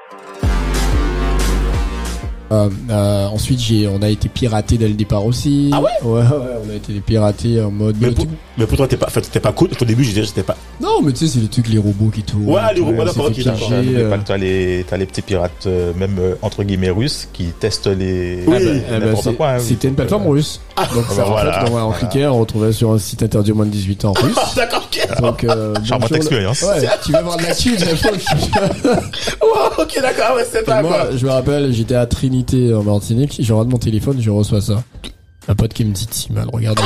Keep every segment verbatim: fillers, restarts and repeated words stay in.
Euh, euh, ensuite, j'ai, on a été piraté dès le départ aussi. Ah ouais? Ouais, ouais, on a été piraté en mode. Mais pour, mais pour toi, t'es pas, en fait, t'es pas cool. Au début, je disais, j'étais pas. Non, mais tu sais, c'est les trucs, les robots qui tournent. Ouais, les robots, ouais, d'accord, c'est ok, d'accord. fait N'oublie euh... pas que t'as les, t'as les petits pirates, euh, même euh, entre guillemets russes, qui testent les. Oui, ah bah, ah bah, n'importe quoi. Hein, c'était oui, une plateforme euh... russe. Ah, donc bah, ça, voilà, en fait, on, on voilà. cliquait, on retrouvait sur un site interdit aux moins de dix-huit ans en russe. Ah, d'accord, ok. Donc, euh, Charmante expérience. Ouais, tu veux voir de la thune, Wow, ok, d'accord, ouais, c'est pas moi, quoi. je me rappelle, j'étais à Trinité en Martinique, je regarde mon téléphone, je reçois ça. Un pote qui me dit Timal, regarde.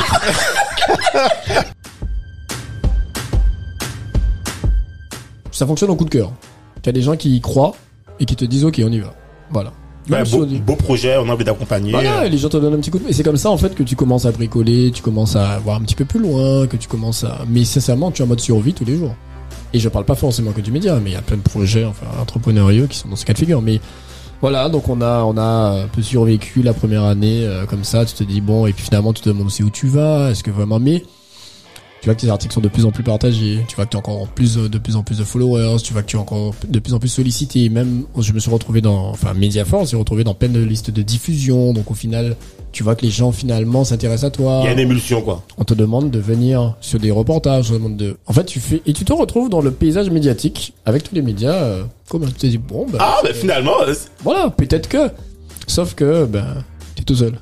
Ça fonctionne au coup de cœur. Tu as des gens qui y croient et qui te disent ok, on y va. Voilà. Ouais, Même beau, si on- beau projet, on a envie d'accompagner. Voilà, et les gens te donnent un petit coup de... Et c'est comme ça, en fait, que tu commences à bricoler, tu commences à voir un petit peu plus loin, que tu commences à... Mais sincèrement, tu es en mode survie tous les jours. Et je parle pas forcément que du média, mais il y a plein de projets, enfin, entrepreneuriaux qui sont dans ce cas de figure. Mais voilà, donc on a, on a un peu survécu la première année, euh, comme ça, tu te dis, bon, et puis finalement, tu te demandes aussi où tu vas, est-ce que vraiment... Mais tu vois que tes articles sont de plus en plus partagés, tu vois que tu as encore plus, de plus en plus de followers, tu vois que tu es encore de plus en plus sollicité. Même, je me suis retrouvé dans, enfin, Mediafor, on s'est retrouvé dans plein de listes de diffusion. Donc au final, tu vois que les gens finalement s'intéressent à toi. Il y a une émulsion, quoi. On te demande de venir sur des reportages, on te demande de, en fait, tu fais, et tu te retrouves dans le paysage médiatique avec tous les médias, euh, comme tu te dis, bon, bah. Ah, ben finalement, euh, c'est- Voilà, peut-être que. Sauf que, ben, t'es tout seul.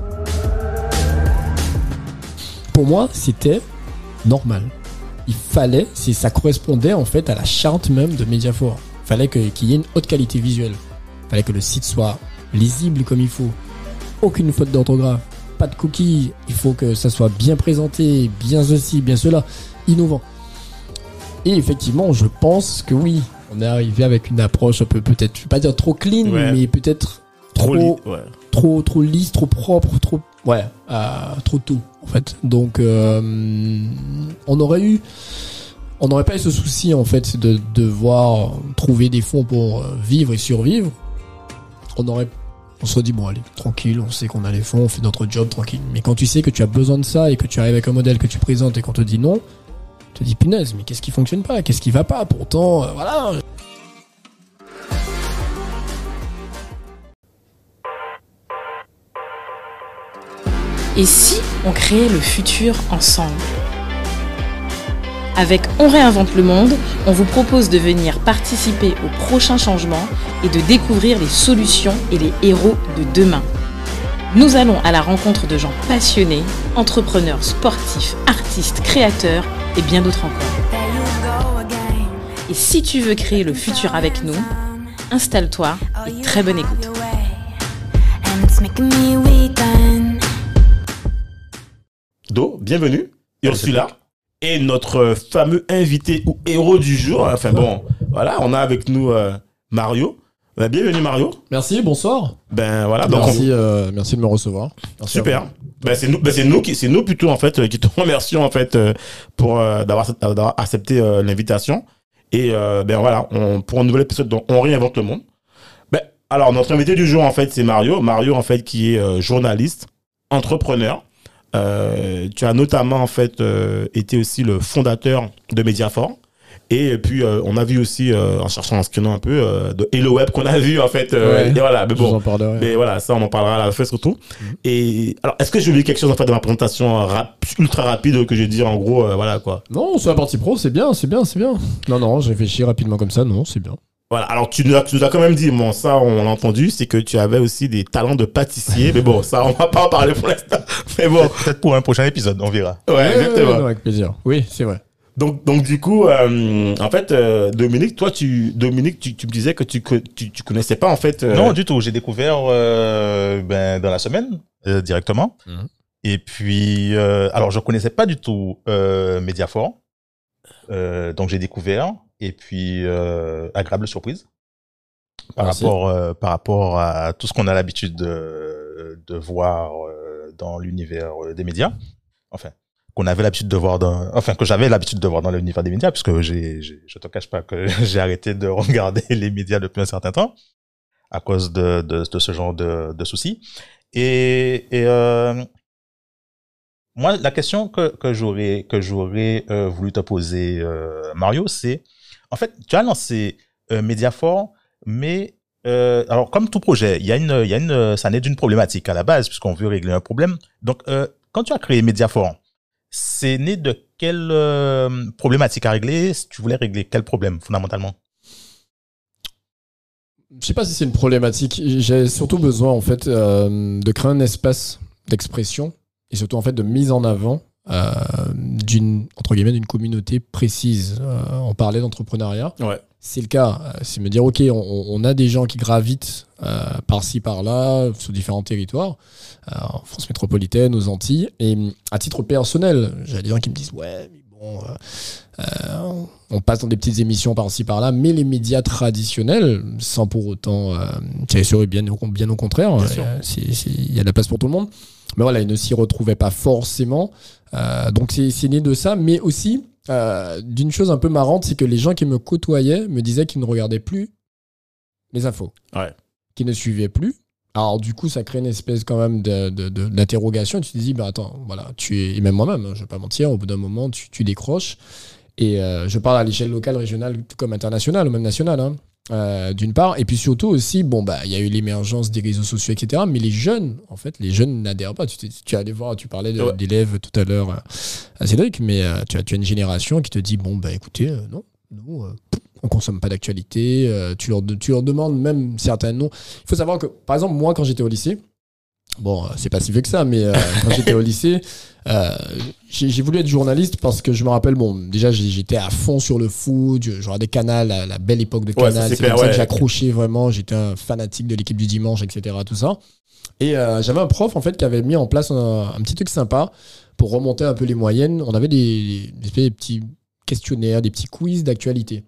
Pour moi, c'était normal. Il fallait, c'est, ça correspondait en fait à la charte même de Mediafor. Il fallait que, qu'il y ait une haute qualité visuelle. Il fallait que le site soit lisible comme il faut. Aucune faute d'orthographe. Pas de cookies. Il faut que ça soit bien présenté, bien ceci, bien cela. Innovant. Et effectivement, je pense que oui, on est arrivé avec une approche un peu, peut-être, je vais pas dire trop clean, Ouais. mais peut-être trop, trop, li- ouais. trop, trop lisse, trop propre, trop, ouais, euh, trop tout, en fait. Donc, euh, on aurait eu, on n'aurait pas eu ce souci, en fait, de devoir trouver des fonds pour euh, vivre et survivre. On aurait, on se dit, bon, allez, tranquille, on sait qu'on a les fonds, on fait notre job tranquille. Mais quand tu sais que tu as besoin de ça et que tu arrives avec un modèle que tu présentes et qu'on te dit non, tu te dis, punaise, mais qu'est-ce qui fonctionne pas? Qu'est-ce qui va pas? Pourtant, euh, voilà. Et si on créait le futur ensemble? Avec On réinvente le monde, on vous propose de venir participer aux prochains changements et de découvrir les solutions et les héros de demain. Nous allons à la rencontre de gens passionnés, entrepreneurs, sportifs, artistes, créateurs et bien d'autres encore. Et si tu veux créer le futur avec nous, installe-toi et très bonne écoute. Do, bienvenue. Ursula. Et notre fameux invité ou héros du jour. Enfin bon, voilà, on a avec nous euh, Mario. Euh, bienvenue Mario. Merci, bonsoir. Ben voilà, donc Merci, euh, merci de me recevoir. on- Merci à super. vous. Ben c'est nous, ben c'est nous qui, c'est nous plutôt en fait euh, qui te remercions en fait euh, pour euh, d'avoir, d'avoir accepté euh, l'invitation. Et euh, ben voilà, on, pour un nouvel épisode dont on réinvente le monde. Ben alors notre invité du jour en fait c'est Mario. Mario en fait qui est euh, journaliste, entrepreneur. Euh, tu as notamment en fait euh, été aussi le fondateur de Mediafor. Et puis euh, on a vu aussi euh, en cherchant en screenant un peu euh, de Hello Web qu'on a vu en fait. Euh, Ouais. et voilà, mais Je vous bon. en parlerai. Mais voilà, ça on en parlera à la fin surtout. Et alors, est-ce que j'ai oublié quelque chose en fait dans ma présentation euh, rap- ultra rapide que je vais dire en gros, euh, voilà quoi. Non, sur la partie pro, c'est bien, c'est bien, c'est bien. Non, non, je réfléchis rapidement comme ça, non, c'est bien. Voilà, alors tu nous, as, tu nous as quand même dit, bon ça on l'a entendu, c'est que tu avais aussi des talents de pâtissier, mais bon ça on va pas en parler pour l'instant. Mais bon, Peut-être pour un prochain épisode, on verra. ouais, exactement. non, avec plaisir. Oui, c'est vrai. Donc, donc du coup, euh, en fait, euh, Dominique, toi, tu, Dominique, tu, tu me disais que tu, que tu, tu connaissais pas en fait. euh, Non, du tout. J'ai découvert euh, ben, dans la semaine euh, directement. Mhm. Et puis, euh, alors je connaissais pas du tout euh, Mediafor. Euh, donc j'ai découvert. Et puis, euh, agréable surprise par Merci. rapport euh, par rapport à tout ce qu'on a l'habitude de, de voir euh, dans l'univers euh, des médias. Enfin, qu'on avait l'habitude de voir dans, enfin que j'avais l'habitude de voir dans l'univers des médias, puisque j'ai, j'ai, je te cache pas que j'ai arrêté de regarder les médias depuis un certain temps à cause de de, de ce genre de, de soucis. Et, et euh, moi, la question que que j'aurais que j'aurais euh, voulu te poser, euh, Mario, c'est en fait, tu as lancé euh, Mediafor Mais euh, alors, comme tout projet, il y a une, il y a une, ça naît d'une problématique à la base, puisqu'on veut régler un problème. Donc, euh, quand tu as créé Mediaforum, c'est né de quelle euh, problématique à régler? Tu voulais régler quel problème fondamentalement? Je sais pas si c'est une problématique. J'ai surtout besoin en fait euh, de créer un espace d'expression et surtout en fait de mise en avant euh, d'une entre guillemets d'une communauté précise. Euh, on parlait d'entrepreneuriat. Ouais. C'est le cas. C'est me dire ok, on, on a des gens qui gravitent euh, par-ci par-là sur différents territoires, euh, en France métropolitaine, aux Antilles. Et à titre personnel, j'ai des gens qui me disent ouais, mais bon. Euh, Euh, on passe dans des petites émissions par-ci par-là, mais les médias traditionnels, sans pour autant euh, tirer sur eux, bien, bien au contraire, il y a de la place pour tout le monde. Mais voilà, ils ne s'y retrouvaient pas forcément. Euh, donc c'est, c'est né de ça, mais aussi euh, d'une chose un peu marrante, c'est que les gens qui me côtoyaient me disaient qu'ils ne regardaient plus les infos, ouais. qu'ils ne suivaient plus. Alors du coup, ça crée une espèce quand même de, de, de, d'interrogation. Et tu te dis, bah attends, voilà, tu es, et même moi-même, hein, je vais pas mentir, au bout d'un moment, tu, tu décroches. Et euh, je parle à l'échelle locale, régionale, comme internationale, ou même nationale, hein, euh, d'une part. Et puis surtout aussi, bon, bah, il y a eu l'émergence des réseaux sociaux, et cetera. Mais les jeunes, en fait, les jeunes n'adhèrent pas. Tu, tu allais voir, tu parlais de, ouais. d'élèves tout à l'heure, euh, à Cédric, mais euh, tu, as, tu as une génération qui te dit, bon, bah écoutez, euh, non, nous, euh, on consomme pas d'actualité. Euh, tu, leur, tu leur demandes même certains noms. Il faut savoir que, par exemple, moi, quand j'étais au lycée, bon, c'est pas si vieux que ça, mais euh, quand j'étais au lycée, euh, j'ai, j'ai voulu être journaliste parce que je me rappelle, bon, déjà j'étais à fond sur le foot, je, je regardais Canal, la, la belle époque de Canal, ouais, c'est, c'est clair, comme ouais. ça que j'accrochais vraiment, j'étais un fanatique de l'équipe du dimanche, et cetera. Tout ça. Et euh, j'avais un prof en fait qui avait mis en place un, un petit truc sympa pour remonter un peu les moyennes. On avait des, des, des petits questionnaires, des petits quiz d'actualité.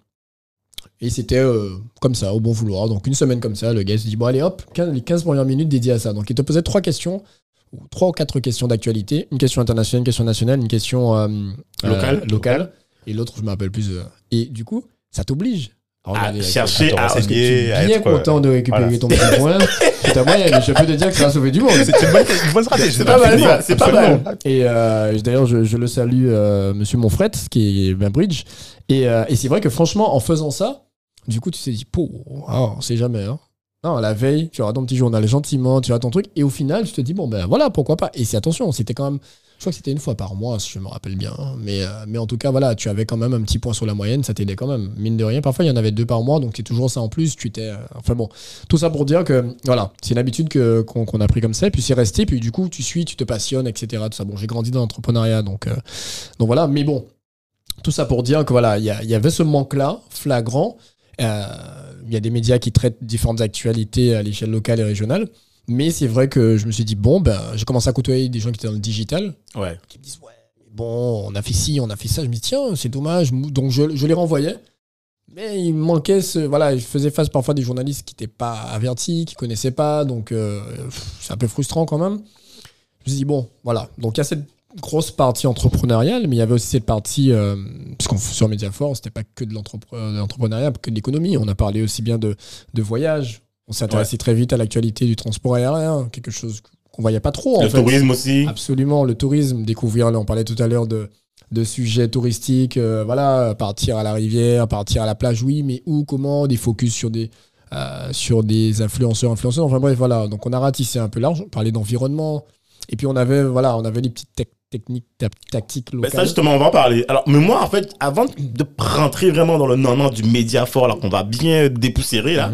Et c'était euh, comme ça, au bon vouloir. Donc une semaine comme ça, le gars se dit, bon allez hop, quinze, les quinze premières minutes dédiées à ça. Donc il te posait trois questions, ou trois ou quatre questions d'actualité. Une question internationale, une question nationale, une question euh, locale. Euh, locale. Et l'autre, je me rappelle plus. Euh, et du coup, ça t'oblige à regarder, chercher, à renseigner. Tu es bien content de récupérer voilà. ton petit point. Putain, moi, je peux te dire que ça a sauvé du monde. C'est une bonne, une bonne stratégie. C'est pas mal, ça. C'est pas mal. Et euh, d'ailleurs, je, je le salue, euh, monsieur Monfret, qui est Bainbridge. Et, euh, et c'est vrai que franchement, en faisant ça, du coup, tu t'es dit, oh, on sait jamais. Hein. Non, la veille, tu auras ton petit journal gentiment, tu auras ton truc. Et au final, tu te dis, bon, ben voilà, pourquoi pas. Et c'est attention, c'était quand même, je crois que c'était une fois par mois, si je me rappelle bien. Hein. Mais, euh, mais en tout cas, voilà, tu avais quand même un petit point sur la moyenne, ça t'aidait quand même. Mine de rien, parfois, il y en avait deux par mois, donc c'est toujours ça en plus. Tu t'es, euh, enfin bon, tout ça pour dire que, voilà, c'est une habitude que, qu'on, qu'on a pris comme ça. Et puis c'est resté, puis du coup, tu suis, tu te passionnes, et cetera. Tout ça. Bon, j'ai grandi dans l'entrepreneuriat, donc, euh, donc voilà. Mais bon, tout ça pour dire que voilà, il y, y avait ce manque-là, flagrant. Il euh, y a des médias qui traitent différentes actualités à l'échelle locale et régionale. Mais c'est vrai que je me suis dit, bon, ben, j'ai commencé à côtoyer des gens qui étaient dans le digital. Ouais. Qui me disent, ouais, mais bon, on a fait ci, on a fait ça. Je me dis, tiens, c'est dommage. Donc, je, je les renvoyais. Mais il me manquait ce. Voilà, je faisais face parfois à des journalistes qui n'étaient pas avertis, qui ne connaissaient pas. Donc, euh, c'est un peu frustrant quand même. Je me suis dit, bon, voilà. Donc, il y a cette grosse partie entrepreneuriale, mais il y avait aussi cette partie, euh, puisqu'on sur Mediaforum, c'était pas que de l'entrepreneuriat, que de l'économie. On a parlé aussi bien de, de voyage. On s'est intéressé ouais. très vite à l'actualité du transport aérien, quelque chose qu'on voyait pas trop. En le fait. tourisme aussi. Absolument, le tourisme, découvrir, on parlait tout à l'heure de, de sujets touristiques, euh, voilà, partir à la rivière, partir à la plage, oui, mais où, comment, des focus sur des, euh, sur des influenceurs, influenceurs, enfin bref, voilà. Donc on a ratissé un peu large, on parlait d'environnement, et puis on avait, voilà, on avait les petites techniques. technique, tactique locale. Ben ça, justement, on va en parler. Alors, mais moi, en fait, avant de rentrer vraiment dans le non-non du Mediaforum, là, qu'on va bien dépoussiérer, là, mm-hmm.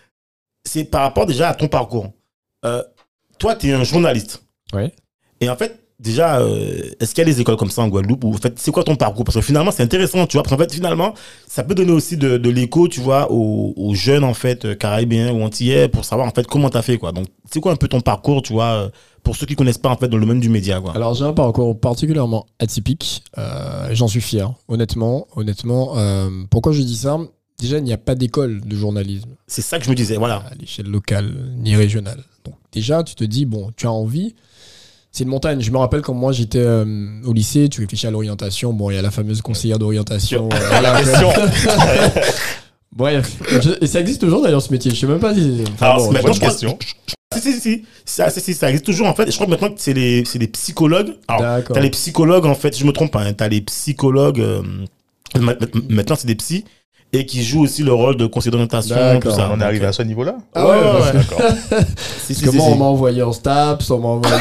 c'est par rapport déjà à ton parcours. Euh, toi, tu es un journaliste. Ouais. Et en fait, déjà, euh, est-ce qu'il y a des écoles comme ça en Guadeloupe ou en fait, c'est quoi ton parcours? Parce que finalement, c'est intéressant, tu vois. Parce qu'en fait, finalement, ça peut donner aussi de, de l'écho, tu vois, aux, aux jeunes, en fait, caribéens ou antillais pour savoir, en fait, comment t'as fait, quoi. Donc, c'est quoi un peu ton parcours, tu vois, pour ceux qui connaissent pas, en fait, dans le domaine du média, quoi. Alors, j'ai un parcours particulièrement atypique. Euh, j'en suis fier, honnêtement. Honnêtement, euh, pourquoi je dis ça? Déjà, il n'y a pas d'école de journalisme. C'est ça que je me disais, voilà. À l'échelle locale ni régionale. Donc, déjà, tu te dis, bon, tu as envie. C'est une montagne. Je me rappelle quand moi j'étais euh, au lycée, tu réfléchis à l'orientation. Bon, il y a la fameuse conseillère d'orientation. Euh, voilà, question. Bref, je, et ça existe toujours d'ailleurs ce métier. Je sais même pas si. Enfin, alors, bon, maintenant, je question. Si, si, si. Ça, si, si, ça existe toujours en fait. Et je crois que maintenant c'est les, c'est les psychologues. Alors, d'accord. T'as les psychologues en fait, je me trompe pas. Hein, t'as les psychologues. Euh, maintenant c'est des psys. et qui joue aussi le rôle de conseiller d'orientation. D'accord. Tout ça. On est arrivé à ce niveau-là? Ah ouais, ouais, ouais. D'accord. Si, si, Parce que si, moi, si. on m'a envoyé en STAPS, on m'a envoyé.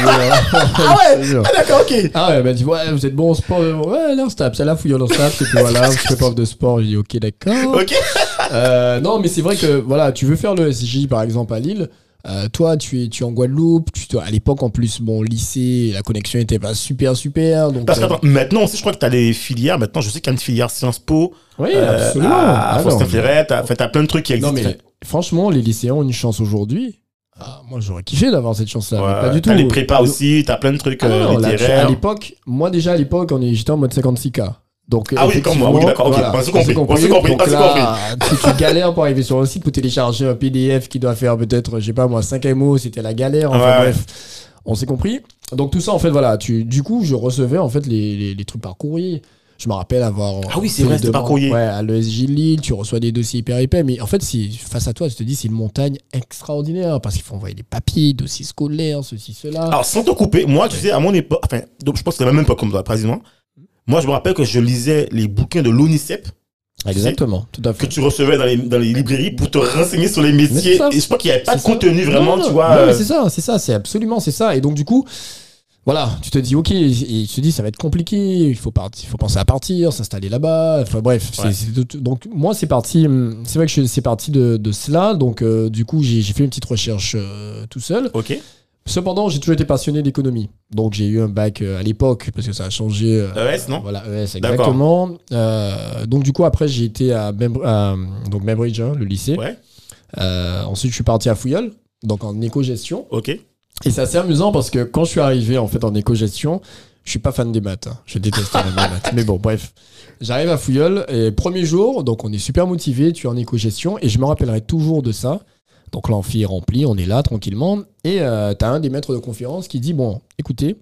Ah ouais, ah, d'accord, ok. Ah ouais, elle m'a dit, ouais, vous êtes bon en sport. Ouais, là, en STAPS, elle a fouillé en STAPS, et puis voilà, je fais prof de sport. J'ai dit, ok, d'accord. Ok. Euh, non, mais c'est vrai que, voilà, tu veux faire le S J, par exemple, à Lille. Euh, toi, tu es, tu es en Guadeloupe. Tu, à l'époque, en plus, bon, lycée, la connexion était pas super, super. Donc, Parce que euh, attends, maintenant aussi, je crois que tu as des filières. Maintenant, je sais qu'il y a une filière Sciences Po. oui, euh, absolument. À, à Ah, Faustin non, Ferret, t'as fait, t'as plein de trucs qui non, existent. mais franchement, les lycéens ont une chance aujourd'hui. Ah, moi, j'aurais kiffé d'avoir cette chance-là. mais Ouais, pas du tout. T'as les prépas aussi, t'as plein de trucs Ah euh, non, là, littéraires. à l'époque, moi déjà à l'époque, on est, j'étais en mode cinquante-six K. Donc, Ah oui, comme moi, oui, d'accord, ok, on s'est compris, on s'est compris, Donc on s'est là, tu, tu galères pour arriver sur le site pour télécharger un P D F qui doit faire peut-être, je sais pas moi, cinq M O, c'était la galère. Enfin Ouais, bref, on s'est compris. Donc tout ça, en fait, voilà, tu, du coup, je recevais en fait les, les, les trucs par courrier. Je me rappelle avoir. Ah oui, c'est fait vrai, des c'était par demandes. courrier. Ouais, à l'E S J Lille, tu reçois des dossiers hyper épais. Mais en fait, c'est, face à toi, je te dis, c'est une montagne extraordinaire parce qu'il faut envoyer des papiers, dossiers scolaires, ceci, cela. Alors, sans te couper, moi, tu sais, à mon époque, enfin, donc, je pense que c'était la même époque comme toi, précisément. Moi, je me rappelle que je lisais les bouquins de l'ONICEP. Exactement, tout à fait. Que tu recevais dans les, dans les librairies pour te renseigner sur les Mais métiers. c'est ça. Et je crois qu'il n'y avait pas de C'est ça. contenu vraiment, Non, tu non, vois. non, mais euh, c'est ça, c'est ça, c'est absolument c'est ça. Et donc du coup, voilà, tu te dis ok, et tu te dis ça va être compliqué, il faut partir, il faut penser à partir, s'installer là-bas. Enfin bref, c'est- Ouais. c'est tout- donc moi c'est parti, hum, c'est vrai que je- c'est parti de, de cela. Donc euh, du coup j'ai j'ai fait une petite recherche euh, tout seul. Ok. Cependant j'ai toujours été passionné d'économie. Donc j'ai eu un bac euh, à l'époque parce que ça a changé. euh, E S, non Voilà, E S D'accord. exactement. Euh, donc du coup après j'ai été à, Membr- à, donc Membridge, hein, le lycée. Ouais. Euh, ensuite je suis parti à Fouilleul, donc en éco-gestion. Ok. Et c'est assez amusant parce que quand je suis arrivé en fait en éco-gestion, je suis pas fan des maths. hein. Je déteste les maths. Mais bon, bref. J'arrive à Fouilleul et premier jour, donc on est super motivé, tu es en éco-gestion et je me rappellerai toujours de ça. Donc l'amphi est rempli, on est là tranquillement et euh, t'as un des maîtres de conférence qui dit bon, écoutez,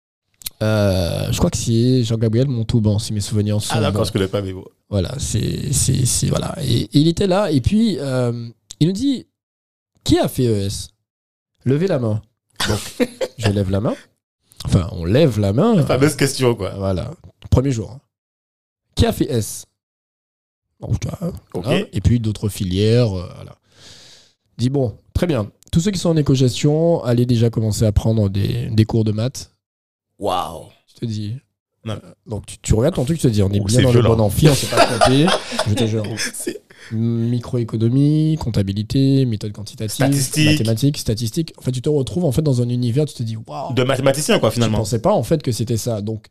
euh, je crois que c'est Jean-Gabriel Montauban si mes souvenirs sont Ah, d'accord, bons. je connais pas, mais bon. Voilà, c'est c'est c'est voilà et, et il était là et puis euh, il nous dit qui a fait E S? Levez la main. Donc, je lève la main. Enfin, on lève la main. La fameuse question, quoi. Voilà. Premier jour. Qui a fait S? Bon, tu vois, voilà. Ok. Et puis d'autres filières. euh, voilà. Dis bon, très bien. Tous ceux qui sont en éco-gestion, allez déjà commencer à prendre des, des cours de maths. Waouh. Je te dis. Non. Euh, Donc, tu, tu regardes ton truc, tu te dis, on est Oh, bien c'est dans violent. le bon amphi, on s'est pas trompé. Je te jure. C'est- Microéconomie, comptabilité, méthode quantitative, Statistique. mathématiques, statistiques. En fait, tu te retrouves en fait dans un univers, tu te dis waouh. De mathématicien, quoi, Je finalement. pensais pas en fait que c'était ça. Donc,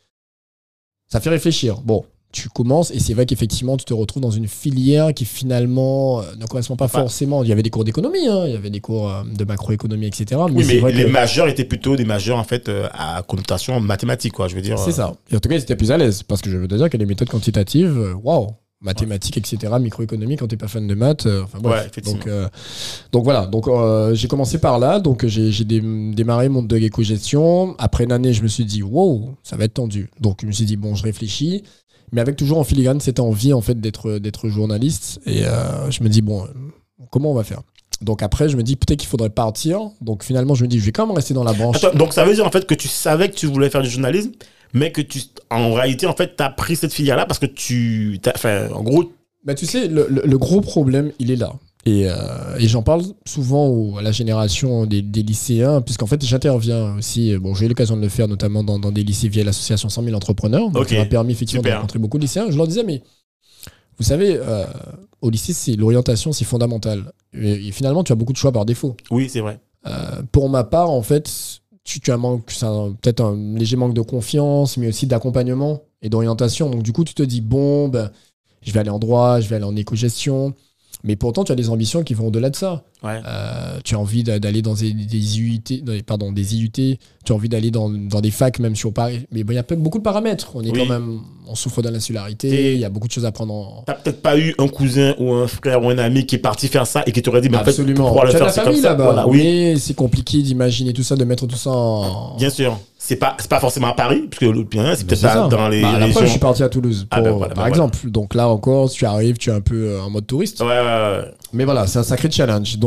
ça fait réfléchir. Bon, tu commences et c'est vrai qu'effectivement, tu te retrouves dans une filière qui finalement euh, ne correspond pas Enfin, forcément. Il y avait des cours d'économie, hein, il y avait des cours euh, de macroéconomie, et cetera. Mais Oui, c'est mais vrai les que majeurs étaient plutôt des majeurs, en fait, euh, à connotation mathématique, quoi, je veux dire. c'est euh, ça. Et en tout cas, ils étaient plus à l'aise parce que je veux te dire que les méthodes quantitatives, euh, waouh, mathématiques, et cetera, microéconomie, quand t'es pas fan de maths, euh, enfin bref. Ouais, effectivement. Donc, euh, donc voilà. Donc euh, j'ai commencé par là. Donc j'ai j'ai dé- démarré mon de éco-gestion. Après une année, je me suis dit wow, ça va être tendu. Donc je me suis dit bon, je réfléchis, mais avec toujours en filigrane cette envie en fait d'être d'être journaliste. Et euh, je me dis bon, euh, comment on va faire? Donc après, je me dis peut-être qu'il faudrait partir. Donc finalement, je me dis je vais quand même rester dans la branche. Attends, donc ça veut dire, en fait, que tu savais que tu voulais faire du journalisme, mais que tu, en réalité, en fait, t'as pris cette filière-là parce que tu, t'as, enfin, en gros, Bah, tu sais, le, le- le gros problème, il est là. Et, euh, et j'en parle souvent au- à la génération des, des lycéens, puisqu'en fait, j'interviens aussi. Bon, j'ai eu l'occasion de le faire notamment dans, dans des lycées via l'association cent mille entrepreneurs. Donc, Ok. ça m'a permis effectivement Super. de rencontrer beaucoup de lycéens. Je leur disais, mais vous savez, euh, au lycée, c'est l'orientation, c'est fondamental. Et, et finalement, tu as beaucoup de choix par défaut. oui, c'est vrai. Euh, pour ma part, en fait, tu, tu as un manque, c'est un- peut-être un léger manque de confiance, mais aussi d'accompagnement et d'orientation. Donc, du coup, tu te dis, bon, ben, je vais aller en droit, je vais aller en éco-gestion. Mais pourtant, tu as des ambitions qui vont au-delà de ça. Ouais. Euh, tu as envie d'a- d'aller dans des, des I U T, dans des- pardon, des I U T, tu as envie d'aller dans, dans des facs, même sur Paris. Mais bon, il y a peu- beaucoup de paramètres. On est Oui. quand même, on souffre de l'insularité, Et- il y a beaucoup de choses à prendre en. T'as peut-être pas eu un cousin ou un frère ou un ami qui est parti faire ça et qui t'aurait dit, mais en fait, pour Absolument. pouvoir le Tu as de faire, la c'est comme famille ça. là-bas. Voilà, oui. Mais c'est compliqué d'imaginer tout ça, de mettre tout ça en. Bien sûr. C'est pas, c'est pas forcément à Paris, parce que le bien, c'est Mais peut-être c'est pas ça. dans les Bah, à la régions. fois, je suis parti à Toulouse, Ah pour- ben voilà, par ben exemple. Donc là encore, tu arrives, tu es un peu euh, en mode touriste. Ouais, ouais, ouais. Mais voilà, c'est un sacré challenge. Donc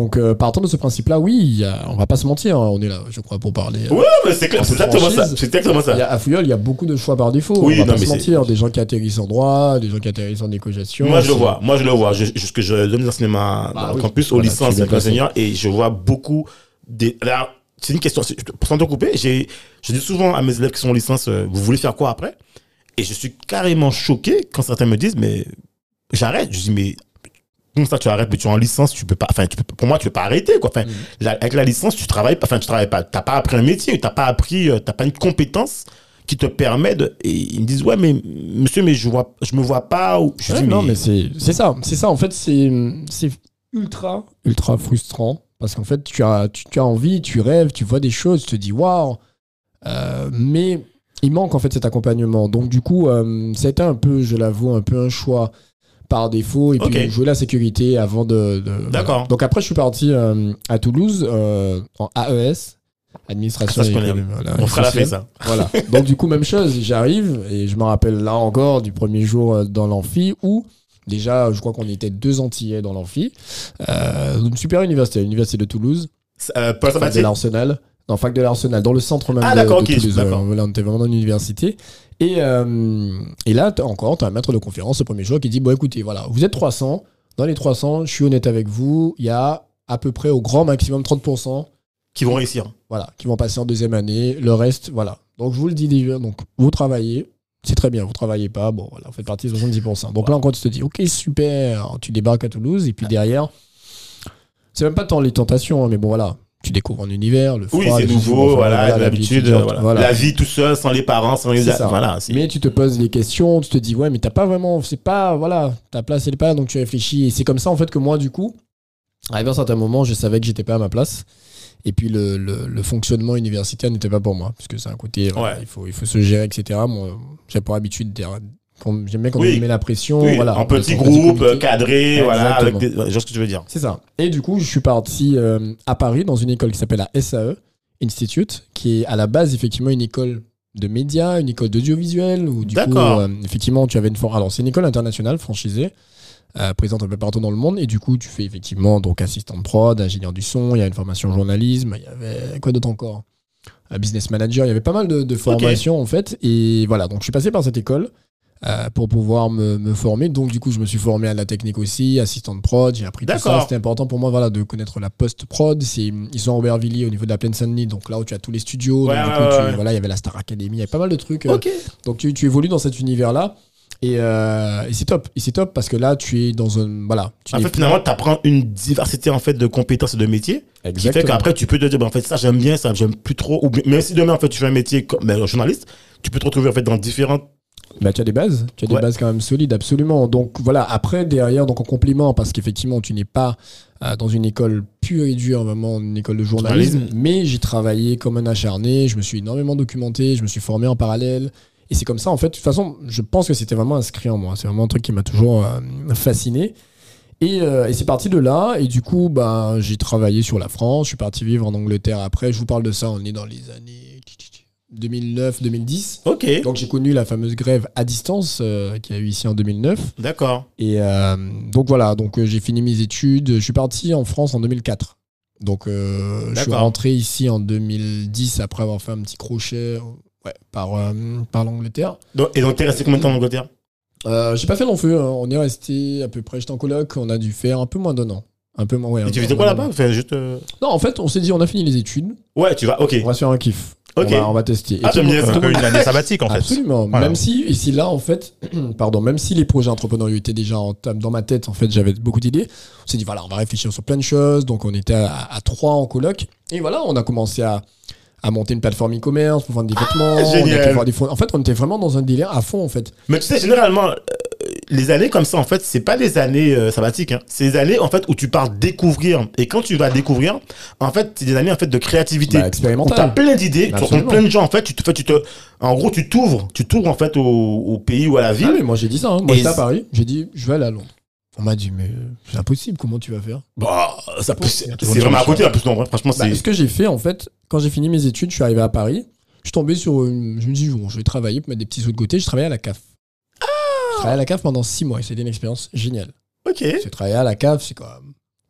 donc euh, partant de ce principe-là, oui, il y a, on va pas se mentir, hein, on est là, je crois, pour parler. Ouais, mais c'est clair, c'est exactement ça. C'est exactement ça. Il y a, à Fouillol, il y a beaucoup de choix par défaut. Oui, on va non, pas mais se c'est- mentir, des gens qui atterrissent en droit, des gens qui atterrissent en éco-gestion. Moi, je le c'est- vois. Moi, je le vois. Je, je, que je donne des enseignements Bah dans le oui. campus, aux Voilà, licences tu es et bien enseignants, et je vois beaucoup des. Alors, c'est une question. c'est- Pour s'en te couper, j'ai, je dis souvent à mes élèves qui sont en licence, euh, vous voulez faire quoi après? Et je suis carrément choqué quand certains me disent, mais j'arrête. Je dis, mais comment ça tu arrêtes? Mais tu es en licence, tu peux pas. Enfin, tu peux, pour moi, tu peux pas arrêter, quoi. Enfin, Mhm. la- avec la licence, tu travailles pas. Enfin, tu travailles pas. T'as pas appris un métier, t'as pas appris, euh, t'as pas une compétence qui te permet de. Et ils me disent, ouais, mais monsieur, mais je vois, je me vois pas. Ou, je Ouais, dis, non, mais c'est c'est ça, c'est ça. En fait, c'est c'est ultra ultra frustrant parce qu'en fait, tu as tu, tu as envie, tu rêves, tu vois des choses, tu te dis waouh, euh, mais il manque en fait cet accompagnement. Donc du coup, euh, ça a été un peu, je l'avoue, un peu un choix par défaut et puis Ok. jouer la sécurité avant de. de- D'accord. voilà. Donc après, je suis parti euh, à Toulouse euh, en A E S. Administration Ça, je et connais. économie, voilà, Mon frère l'a fait, sociale. ça. Voilà. Donc du coup, même chose, j'arrive et je me rappelle là encore du premier jour euh, dans l'amphi où déjà, je crois qu'on était deux Antillais dans l'amphi. Euh, une super université, l'université de Toulouse, Euh, Paul fac de Sabatier. l'Arsenal, non, fac de l'Arsenal, dans le centre même Ah, de, d'accord, de ok, Toulouse. d'accord. Euh, Voilà, on était vraiment dans une université. Et, euh, et là, t'as encore, tu as un maître de conférence le premier jour qui dit, bon écoutez, voilà, vous êtes trois cents, dans les trois cents, je suis honnête avec vous, il y a à peu près au grand maximum trente pour cent Qui vont réussir. voilà, qui vont passer en deuxième année. Le reste, voilà. Donc, je vous le dis déjà, donc, vous travaillez, c'est très bien. Vous travaillez pas, bon, voilà, vous faites partie de soixante-dix pour cent. Donc là, encore, tu te dis, ok, super, tu débarques à Toulouse, et puis derrière, c'est même pas tant les tentations, hein, mais bon, voilà, tu découvres un univers, le froid, Oui, c'est les nouveau, usines, enfin, voilà, la vie l'habitude, étudiante, voilà. voilà. La vie tout seul, sans les parents, sans les. C'est ça. Voilà. c'est- Mais tu te poses les questions, tu te dis, ouais, mais t'as pas vraiment, c'est pas, voilà, ta place, elle est pas là, donc tu réfléchis. Et c'est comme ça, en fait, que moi, du coup, arrivé à un certain moment, je savais que j'étais pas à ma place. Et puis, le, le, le fonctionnement universitaire n'était pas pour moi, parce que c'est un côté, voilà, Ouais. il, faut, il faut se gérer, et cetera. Moi, j'ai pour habitude, de- quand- j'aime bien quand Oui. on me met la pression. Oui, voilà, en petit Dans un groupe, comité. cadré, voilà, avec Exactement. des. ouais, je vois ce que tu veux dire. C'est ça. Et du coup, je suis parti euh, à Paris dans une école qui s'appelle la S A E Institute, qui est à la base effectivement une école de médias, une école d'audiovisuel, où du coup, D'accord. euh, effectivement, tu avais une forme. Alors, c'est une école internationale, franchisée, euh, présente un peu partout dans le monde, et du coup, tu fais effectivement donc assistant de prod, ingénieur du son, il y a une formation journalisme, il y avait quoi d'autre encore Euh, business manager, il y avait pas mal de, de formations en fait, et voilà, donc je suis passé par cette école. Euh, pour pouvoir me, me former. Donc, du coup, je me suis formé à la technique aussi, assistant de prod. J'ai appris tout ça. D'accord. C'était important pour moi voilà, de connaître la post-prod. C'est, ils sont à Aubervilliers au niveau de la plaine Saint-Denis. Donc, là où tu as tous les studios. Ouais, donc, du ouais, coup, tu- ouais, ouais. voilà, il y avait la Star Academy. Il y avait pas mal de trucs. euh, Ok. donc, tu, tu évolues dans cet univers-là. Et, euh, et c'est top. Et c'est top parce que là, tu es dans un. Voilà. Tu En n'es fait, plus- finalement, tu apprends une diversité en fait, de compétences et de métiers. Qui fait Exactement. qu'après, tu peux te dire, ben, en fait, ça, j'aime bien, ça, j'aime plus trop. Ou bien- même si demain, en fait, tu fais un métier comme ben, journaliste, tu peux te retrouver en fait, dans différentes. Bah, tu as des bases, tu as des Ouais. bases quand même solides, absolument. Donc voilà, après, derrière, donc en complément, parce qu'effectivement, tu n'es pas euh, dans une école pure et dure, vraiment une école de journalisme, Journalisme. mais j'ai travaillé comme un acharné, je me suis énormément documenté, je me suis formé en parallèle. Et c'est comme ça, en fait, de toute façon, je pense que c'était vraiment inscrit en moi. C'est vraiment un truc qui m'a toujours euh, fasciné. Et, euh, et c'est parti de là. Et du coup, bah, j'ai travaillé sur la France. Je suis parti vivre en Angleterre après. Je vous parle de ça, on est dans les années deux mille neuf deux mille dix. Ok. Donc j'ai connu la fameuse grève à distance euh, qu'il y a eu ici en deux mille neuf. D'accord. Et euh, donc voilà, donc euh, j'ai fini mes études. Je suis parti en France en deux mille quatre. Donc euh, je suis D'accord. rentré ici en deux mille dix après avoir fait un petit crochet ouais, par, euh, par l'Angleterre. Donc, et donc, t'es resté combien de temps en Angleterre? Euh, j'ai pas fait long feu, hein. On est resté à peu près, j'étais en coloc, on a dû faire un peu moins d'un an. Un peu moins, ouais. Et un tu peu faisais moins quoi d'un là-bas? an. Enfin, juste. euh, Non, en fait, on s'est dit, on a fini les études, Ouais, tu vas. Ok. on va se faire un kiff. Ok. On, va, on va tester. Et Ah, tout j'aime le bien monde- ça. tout le Un peu monde- une année sabbatique, en fait. Absolument. Voilà. Même si, ici, là, en fait, pardon, même si les projets entrepreneuriaux étaient déjà en, dans ma tête, en fait, j'avais beaucoup d'idées. On s'est dit, voilà, on va réfléchir sur plein de choses. Donc, on était à, à trois en coloc. Et voilà, on a commencé à, à monter une plateforme e-commerce pour vendre des vêtements. On a génial. été voir des fo- En fait, on était vraiment dans un délire à fond, en fait. Mais tu sais, généralement, euh, les années comme ça, en fait, c'est pas des années euh, sabbatiques. Hein. C'est des années, en fait, où tu pars découvrir. Et quand tu vas découvrir, en fait, c'est des années, en fait, de créativité. Bah, Où expérimental. t'as plein d'idées, tu rencontres Absolument. plein de gens, en fait, tu te fais, tu te, en gros, tu t'ouvres, tu t'ouvres, en fait, au, au pays ou à la ville. Ah oui, moi, j'ai dit ça. Hein. Moi, Et j'étais à c'est- Paris. J'ai dit, je vais aller à Londres. On m'a dit, mais c'est impossible. Comment tu vas faire? Bah, ça peut, c'est Il y a toujours c'est une vraiment à solution. côté, en plus, non, franchement, Bah, c'est. ce que j'ai fait, en fait, quand j'ai fini mes études, je suis arrivé à Paris. Je suis tombé sur une. Je me dis, bon, je vais travailler pour mettre des petits sous de côté. Je travaillais à la C A F. Je travaillais à la C A F pendant six mois et c'était une expérience géniale. Ok. J'ai travaillé à la C A F, c'est quand même.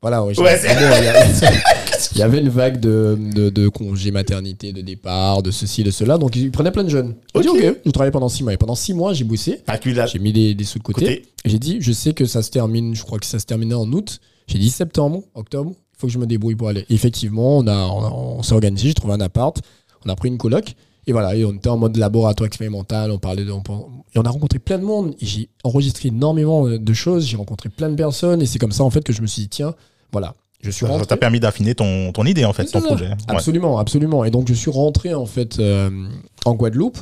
Voilà, ouais. Ouais, c'est- Bon, il y a- il y avait une vague de, de, de congés maternité, de départ, de ceci, de cela. Donc, ils prenaient plein de jeunes. J'ai dit, Ok. ok, je travaillais pendant six mois. Et pendant six mois, j'ai bossé. Pas que là. J'ai mis des, des sous de côté. Côté. Et j'ai dit, je sais que ça se termine, je crois que ça se terminait en août. J'ai dit septembre, octobre, il faut que je me débrouille pour aller. Et effectivement, on, a, on, on s'est organisé, j'ai trouvé un appart, on a pris une coloc. Et voilà, et on était en mode laboratoire expérimental, on parlait de, on, et on a rencontré plein de monde. Et j'ai enregistré énormément de choses, j'ai rencontré plein de personnes. Et c'est comme ça, en fait, que je me suis dit, tiens, voilà, je suis Ça rentré. t'a permis d'affiner ton, ton idée, en fait, C'est ton ça. projet. Ouais. Absolument, absolument. Et donc, je suis rentré, en fait, euh, en Guadeloupe.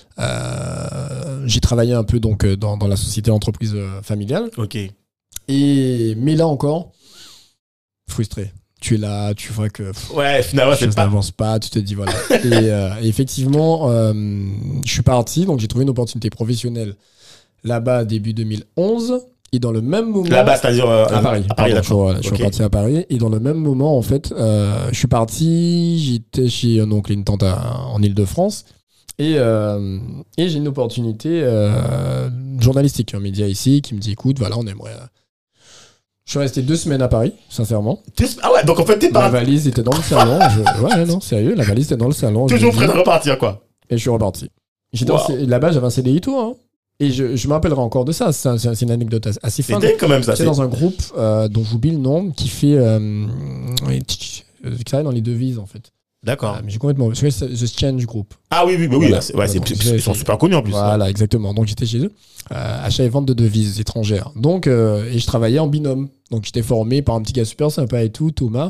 Euh, j'ai travaillé un peu donc, euh, dans, dans la société entreprise euh, familiale. Ok. Et, mais là encore, frustré. Tu es là, tu vois que pff, Ouais, finalement, les c'est choses pas. n'avancent pas, tu te dis voilà. et, euh, et effectivement, euh, je suis parti, donc j'ai trouvé une opportunité professionnelle là-bas début deux mille onze. Et dans le même moment. Là-bas, c'est-à-dire euh, À Paris. À Paris, Pardon, je, suis- d'accord. voilà, je suis Ok. reparti à Paris. Et dans le même moment, en fait, euh, je suis parti, j'étais chez un oncle et une tante à- en Ile-de-France. Et, euh, et j'ai une opportunité euh, journalistique, un média ici qui me dit écoute, voilà, on aimerait. euh, Je suis resté deux semaines à Paris, sincèrement. Tu- Ah ouais, donc en fait, t'es Ma pas valise était dans le salon. Je- Ouais, non, sérieux, la valise était dans le salon. je toujours me prêt dis- de repartir, quoi. Et je suis reparti. J'étais Wow. en C- Là-bas, j'avais un C D I tout. Hein. Et je, je me rappellerai encore de ça. C'est un- c'est une anecdote as- assez C'est fun. dingue quand même, ça. C'est c'est- dans un groupe euh, dont j'oublie le nom qui fait. Euh, euh, qui travaille dans les devises, en fait. D'accord. Euh, mais j'ai complètement. Je c'est The Change Group. Ah oui, oui, bah oui. Voilà. là, c'est- ouais, c'est- Donc, c'est- j'ai- ils sont super connus en plus. Voilà, exactement. Donc j'étais chez eux. Euh, achat et vente de devises étrangères. Donc, euh, et je travaillais en binôme. Donc j'étais formé par un petit gars super sympa et tout, Thomas.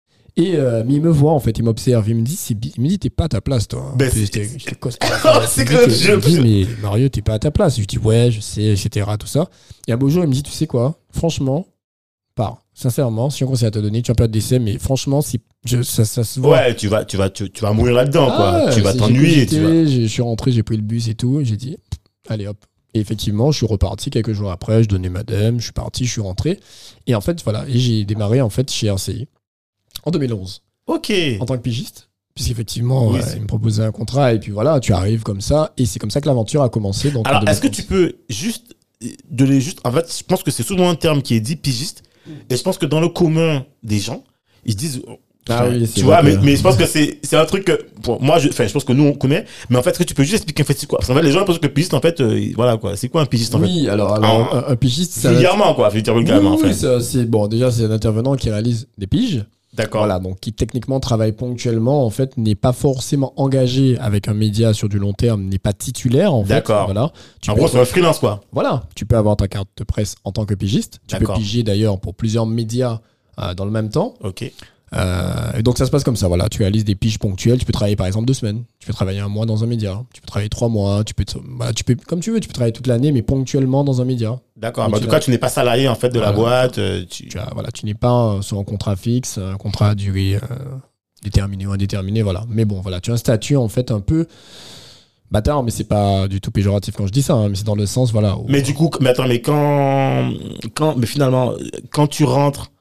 Et euh, mais il me voit en fait, il m'observe, il me dit, c'est bi- il me dit, t'es pas à ta place, toi. Ben, Puis c'est- j'étais- j'étais quoi, C'est Il me que dit, je- il me dit, mais Mario, t'es pas à ta place. Je dis, ouais, je sais, et cetera. Tout ça. Et un beau jour, il me dit, tu sais quoi, franchement, pars. Sincèrement, si on conseille à te donner, tu as un période d'essai, mais franchement, si je, ça, ça se voit. Ouais, tu vas, tu vas, tu, tu vas mourir là-dedans, quoi. Ah ouais, Tu vas c'est- t'ennuyer, j'ai tu vois. quitté, j'ai- Je suis rentré, j'ai pris le bus et tout, et j'ai dit, allez hop. Et effectivement, je suis reparti quelques jours après, je donnais ma dème, je suis parti, je suis rentré. Et en fait, voilà, et j'ai démarré en fait chez R C I en deux mille onze Ok. en tant que pigiste. Puisqu'effectivement, Oui, ouais, c'est- il me proposait un contrat, et puis voilà, tu arrives comme ça, et c'est comme ça que l'aventure a commencé. Donc, en Alors, est-ce que deux mille onze. tu peux juste donner juste. En fait, je pense que c'est souvent un terme qui est dit pigiste. Et je pense que dans le commun des gens, ils se disent. Ah enfin, oui, c'est tu vois, vrai mais, que- mais je pense que c'est c'est un truc que. Pour moi, je, enfin, je pense que nous, on connaît. Mais en fait, est-ce que tu peux juste expliquer en fait c'est quoi? Parce qu'en fait, les gens pensent que le pigiste, en fait, euh, voilà quoi. C'est quoi un pigiste en fait? Oui, alors, alors Ah. un, un pigiste, ça. Vulgairement, quoi. Je veux dire vulgairement, en Oui, oui, fait. ça, c'est bon. Déjà, c'est un intervenant qui réalise des piges. D'accord. Voilà, donc qui techniquement travaille ponctuellement, en fait, n'est pas forcément engagé avec un média sur du long terme, n'est pas titulaire, en fait. D'accord. Voilà. Tu En peux gros, être- c'est un freelance, quoi. Voilà, tu peux avoir ta carte de presse en tant que pigiste. Tu peux D'accord. piger d'ailleurs pour plusieurs médias euh, dans le même temps. Ok. Euh, et donc ça se passe comme ça. Voilà, tu réalises des piges ponctuelles. Tu peux travailler par exemple deux semaines. Tu peux travailler un mois dans un média. Tu peux travailler trois mois. Tu peux, te- voilà, tu peux comme tu veux. Tu peux travailler toute l'année, mais ponctuellement dans un média. D'accord. Mais Mais en tu tout l'as- cas, tu n'es pas salarié, en fait, de la Voilà. boîte. euh, Tu... Tu as, voilà, tu n'es pas euh, sur un contrat fixe, un contrat à durée euh, déterminée ou indéterminée. Voilà. Mais bon, voilà, tu as un statut en fait un peu bâtard, mais c'est pas du tout péjoratif quand je dis ça. Hein, mais c'est dans le sens, voilà. où- Mais du coup, mais attends, mais quand, quand, mais finalement, quand tu rentres,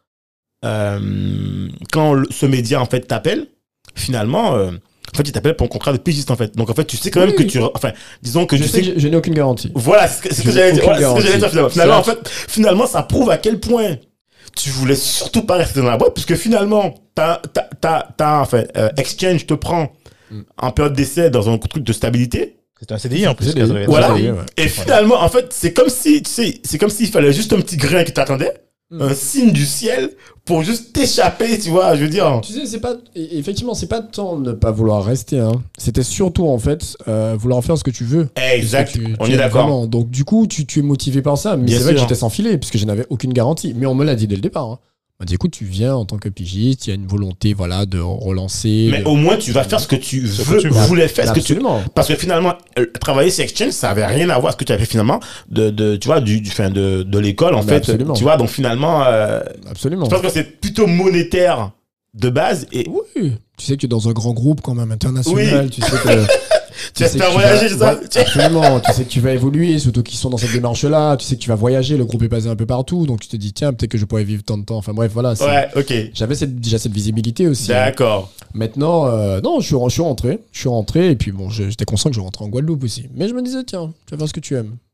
euh, quand le- ce média en fait t'appelle, finalement, euh, en fait, il t'appelle pour un contrat de pigiste en fait. Donc en fait, tu sais quand même Oui. que tu, enfin, disons que je tu sais, sais. que je, je n'ai aucune garantie. Voilà, c'est ce que, c'est ce que J'ai j'allais dire. aucune Voilà, c'est ce que j'allais dire garantie. finalement. Finalement, en C'est fait, finalement, ça prouve à quel point tu voulais surtout pas rester dans la boîte, puisque finalement, t'as, t'as, t'as, t'as, enfin, euh, Exchange te prend Mm. en période d'essai dans un truc de stabilité. C'est un C D I en plus. C D I. qu'elle avait- Voilà. C D I, ouais. Et finalement, en fait, c'est comme si, tu sais, c'est comme s'il fallait juste un petit grain qui t'attendait, Mm. un signe du ciel pour juste t'échapper, tu vois, je veux dire. Tu sais, c'est pas. et- Effectivement, c'est pas tant ne pas vouloir rester. Hein. C'était surtout, en fait, euh, vouloir faire ce que tu veux. Exact, Parce que tu- on tu est aimes d'accord. vraiment. Donc, du coup, tu, tu es motivé par ça. Mais Bien c'est vrai que sûr. j'étais sans filet, puisque je n'avais aucune garantie. Mais on me l'a dit dès le départ. Hein. On m'a dit, écoute, tu viens en tant que pigiste, il y a une volonté, voilà, de relancer. Mais de- au moins, tu vas faire ce que tu Ce que veux, tu veux. voulais faire, ce que tu Absolument. parce que finalement, euh, travailler chez Exchange, ça avait rien à voir avec ce que tu avais fait finalement de, de tu vois, du, du fin de, de l'école, en Mais fait. absolument. Tu vois, donc finalement, euh, Absolument. je pense que c'est plutôt monétaire de base et Oui. Tu sais que tu es dans un grand groupe, quand même, international. Tu sais que. tu sais que espères tu voyager, vas- c'est ça? ouais, absolument. Tu sais que tu vas évoluer, surtout qu'ils sont dans cette démarche-là. Tu sais que tu vas voyager. Le groupe est basé un peu partout. Donc, tu te dis, tiens, peut-être que je pourrais vivre tant de temps. Enfin, bref, voilà. c'est- Ouais, ok. J'avais cette, déjà cette visibilité aussi. hein. D'accord. Maintenant, euh, non, je suis, je suis rentré. Je suis rentré. Et puis, bon, je- j'étais conscient que je rentrais en Guadeloupe aussi. Mais je me disais, tiens, tu vas faire ce que tu aimes.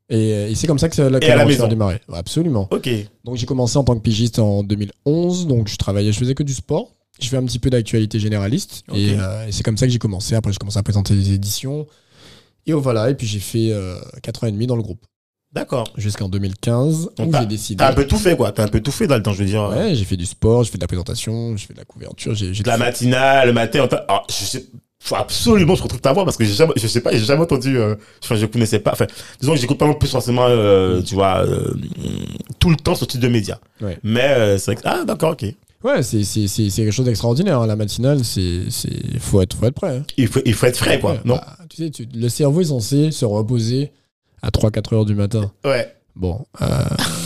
Et, et c'est comme ça que ça, la Et à la maison. a démarré. Absolument. Ok. Donc j'ai commencé en tant que pigiste en deux mille onze. Donc je travaillais, je faisais que du sport. Je fais un petit peu d'actualité généraliste. Ok. Et, euh, et c'est comme ça que j'ai commencé. Après, j'ai commencé à présenter des éditions. Et voilà. Et puis j'ai fait euh, quatre ans et demi dans le groupe. D'accord. Jusqu'en deux mille quinze, Donc où t'as- j'ai décidé. T'as un peu tout fait, quoi. T'as un peu tout fait dans le temps, je veux dire. Ouais, j'ai fait du sport, j'ai fait de la présentation, j'ai fait de la couverture. J'ai, j'ai De la tout fait. matinale, le matin. on t'a- Alors, je sais, faut absolument que je retrouve ta voix parce que j'ai jamais, je sais pas, j'ai jamais entendu, euh, enfin, je connaissais pas, enfin, disons que j'écoute pas non plus forcément, euh, tu vois, euh, tout le temps ce type de médias. Ouais. Mais, euh, c'est vrai que, ah, d'accord, ok. Ouais, c'est, c'est, c'est, c'est quelque chose d'extraordinaire. Hein. La matinale, c'est, c'est, faut être, faut être prêt. Hein. Il faut, il faut être frais, quoi, Ouais, non? bah, tu sais, tu- le cerveau est censé se reposer à trois quatre heures du matin. Ouais. Bon, euh,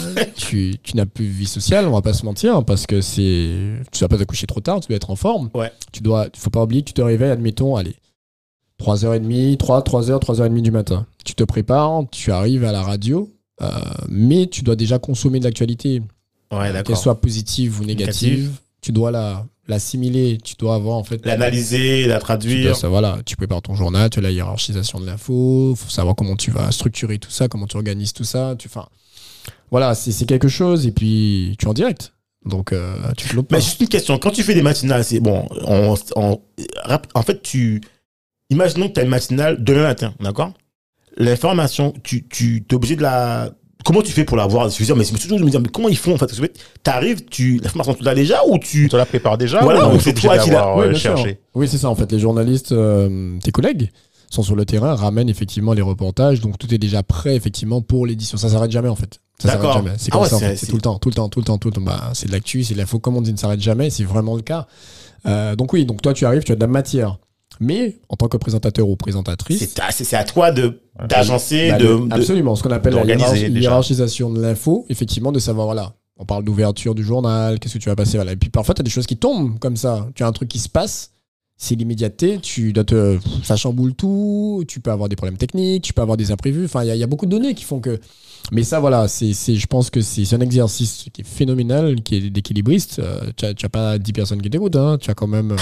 tu, tu n'as plus de vie sociale, on va pas se mentir, parce que c'est, tu dois pas te coucher trop tard, tu dois être en forme. Ouais. Tu dois, faut pas oublier que tu te réveilles, admettons, allez, trois heures trente, trois, trois heures, trois heures trente du matin. Tu te prépares, tu arrives à la radio, euh, mais tu dois déjà consommer de l'actualité, Ouais, qu'elle d'accord. soit positive ou négative. Négative. Tu dois la, l'assimiler, tu dois avoir en fait. L'analyser, la Tu, dois, traduire. ça, voilà, tu prépares ton journal, tu as la hiérarchisation de l'info, faut savoir comment tu vas structurer tout ça, comment tu organises tout ça. Tu, enfin, voilà, c'est, c'est quelque chose, et puis tu es en direct. Donc, euh, tu te loupes pas. Mais juste une question. Quand tu fais des matinales, c'est bon, on, on- en fait, tu, imaginons que tu as une matinale demain matin, d'accord? L'information, tu, tu es obligé de la, comment tu fais pour la voir? Je veux dire, mais c'est toujours de me dire, mais comment ils font, en fait? Parce que t'arrives, tu, l'information, tu l'as déjà ou tu, Tu te la prépares déjà Voilà, ou ou t'es c'est obligé toi qui l'as- d'avoir, Oui, euh, bien sûr. cherché? Oui, c'est ça, en fait. Les journalistes, euh, tes collègues, sont sur le terrain, ramènent effectivement les reportages, donc tout est déjà prêt, effectivement, pour l'édition. Ça s'arrête jamais, en fait. Ça D'accord. s'arrête jamais. C'est Ah comme ouais, ça, en c'est- fait. C'est c'est- tout le temps, tout le temps, tout le temps, tout le temps. Bah, c'est de l'actu, c'est de l'info, comme on dit, ne s'arrête jamais, c'est vraiment le cas. Euh, donc oui, donc toi, tu arrives, tu as de la matière. Mais, en tant que présentateur ou présentatrice, c'est à, c'est c'est à toi de, d'agencer, bah, de, le- de- absolument, ce qu'on appelle la d'organiser hiérarchi- déjà. hiérarchisation de l'info, effectivement, de savoir, voilà, on parle d'ouverture du journal, qu'est-ce que tu vas passer, voilà. Et puis parfois, tu as des choses qui tombent comme ça. Tu as un truc qui se passe, c'est l'immédiateté, tu dois te, ça chamboule tout, tu peux avoir des problèmes techniques, tu peux avoir des imprévus, enfin, il y, a- il y a beaucoup de données qui font que. Mais ça, voilà, c'est, c'est, je pense que c'est, c'est un exercice qui est phénoménal, qui est d'équilibriste. Euh, tu n'as pas dix personnes qui t'écoutent, hein, tu as quand même. euh,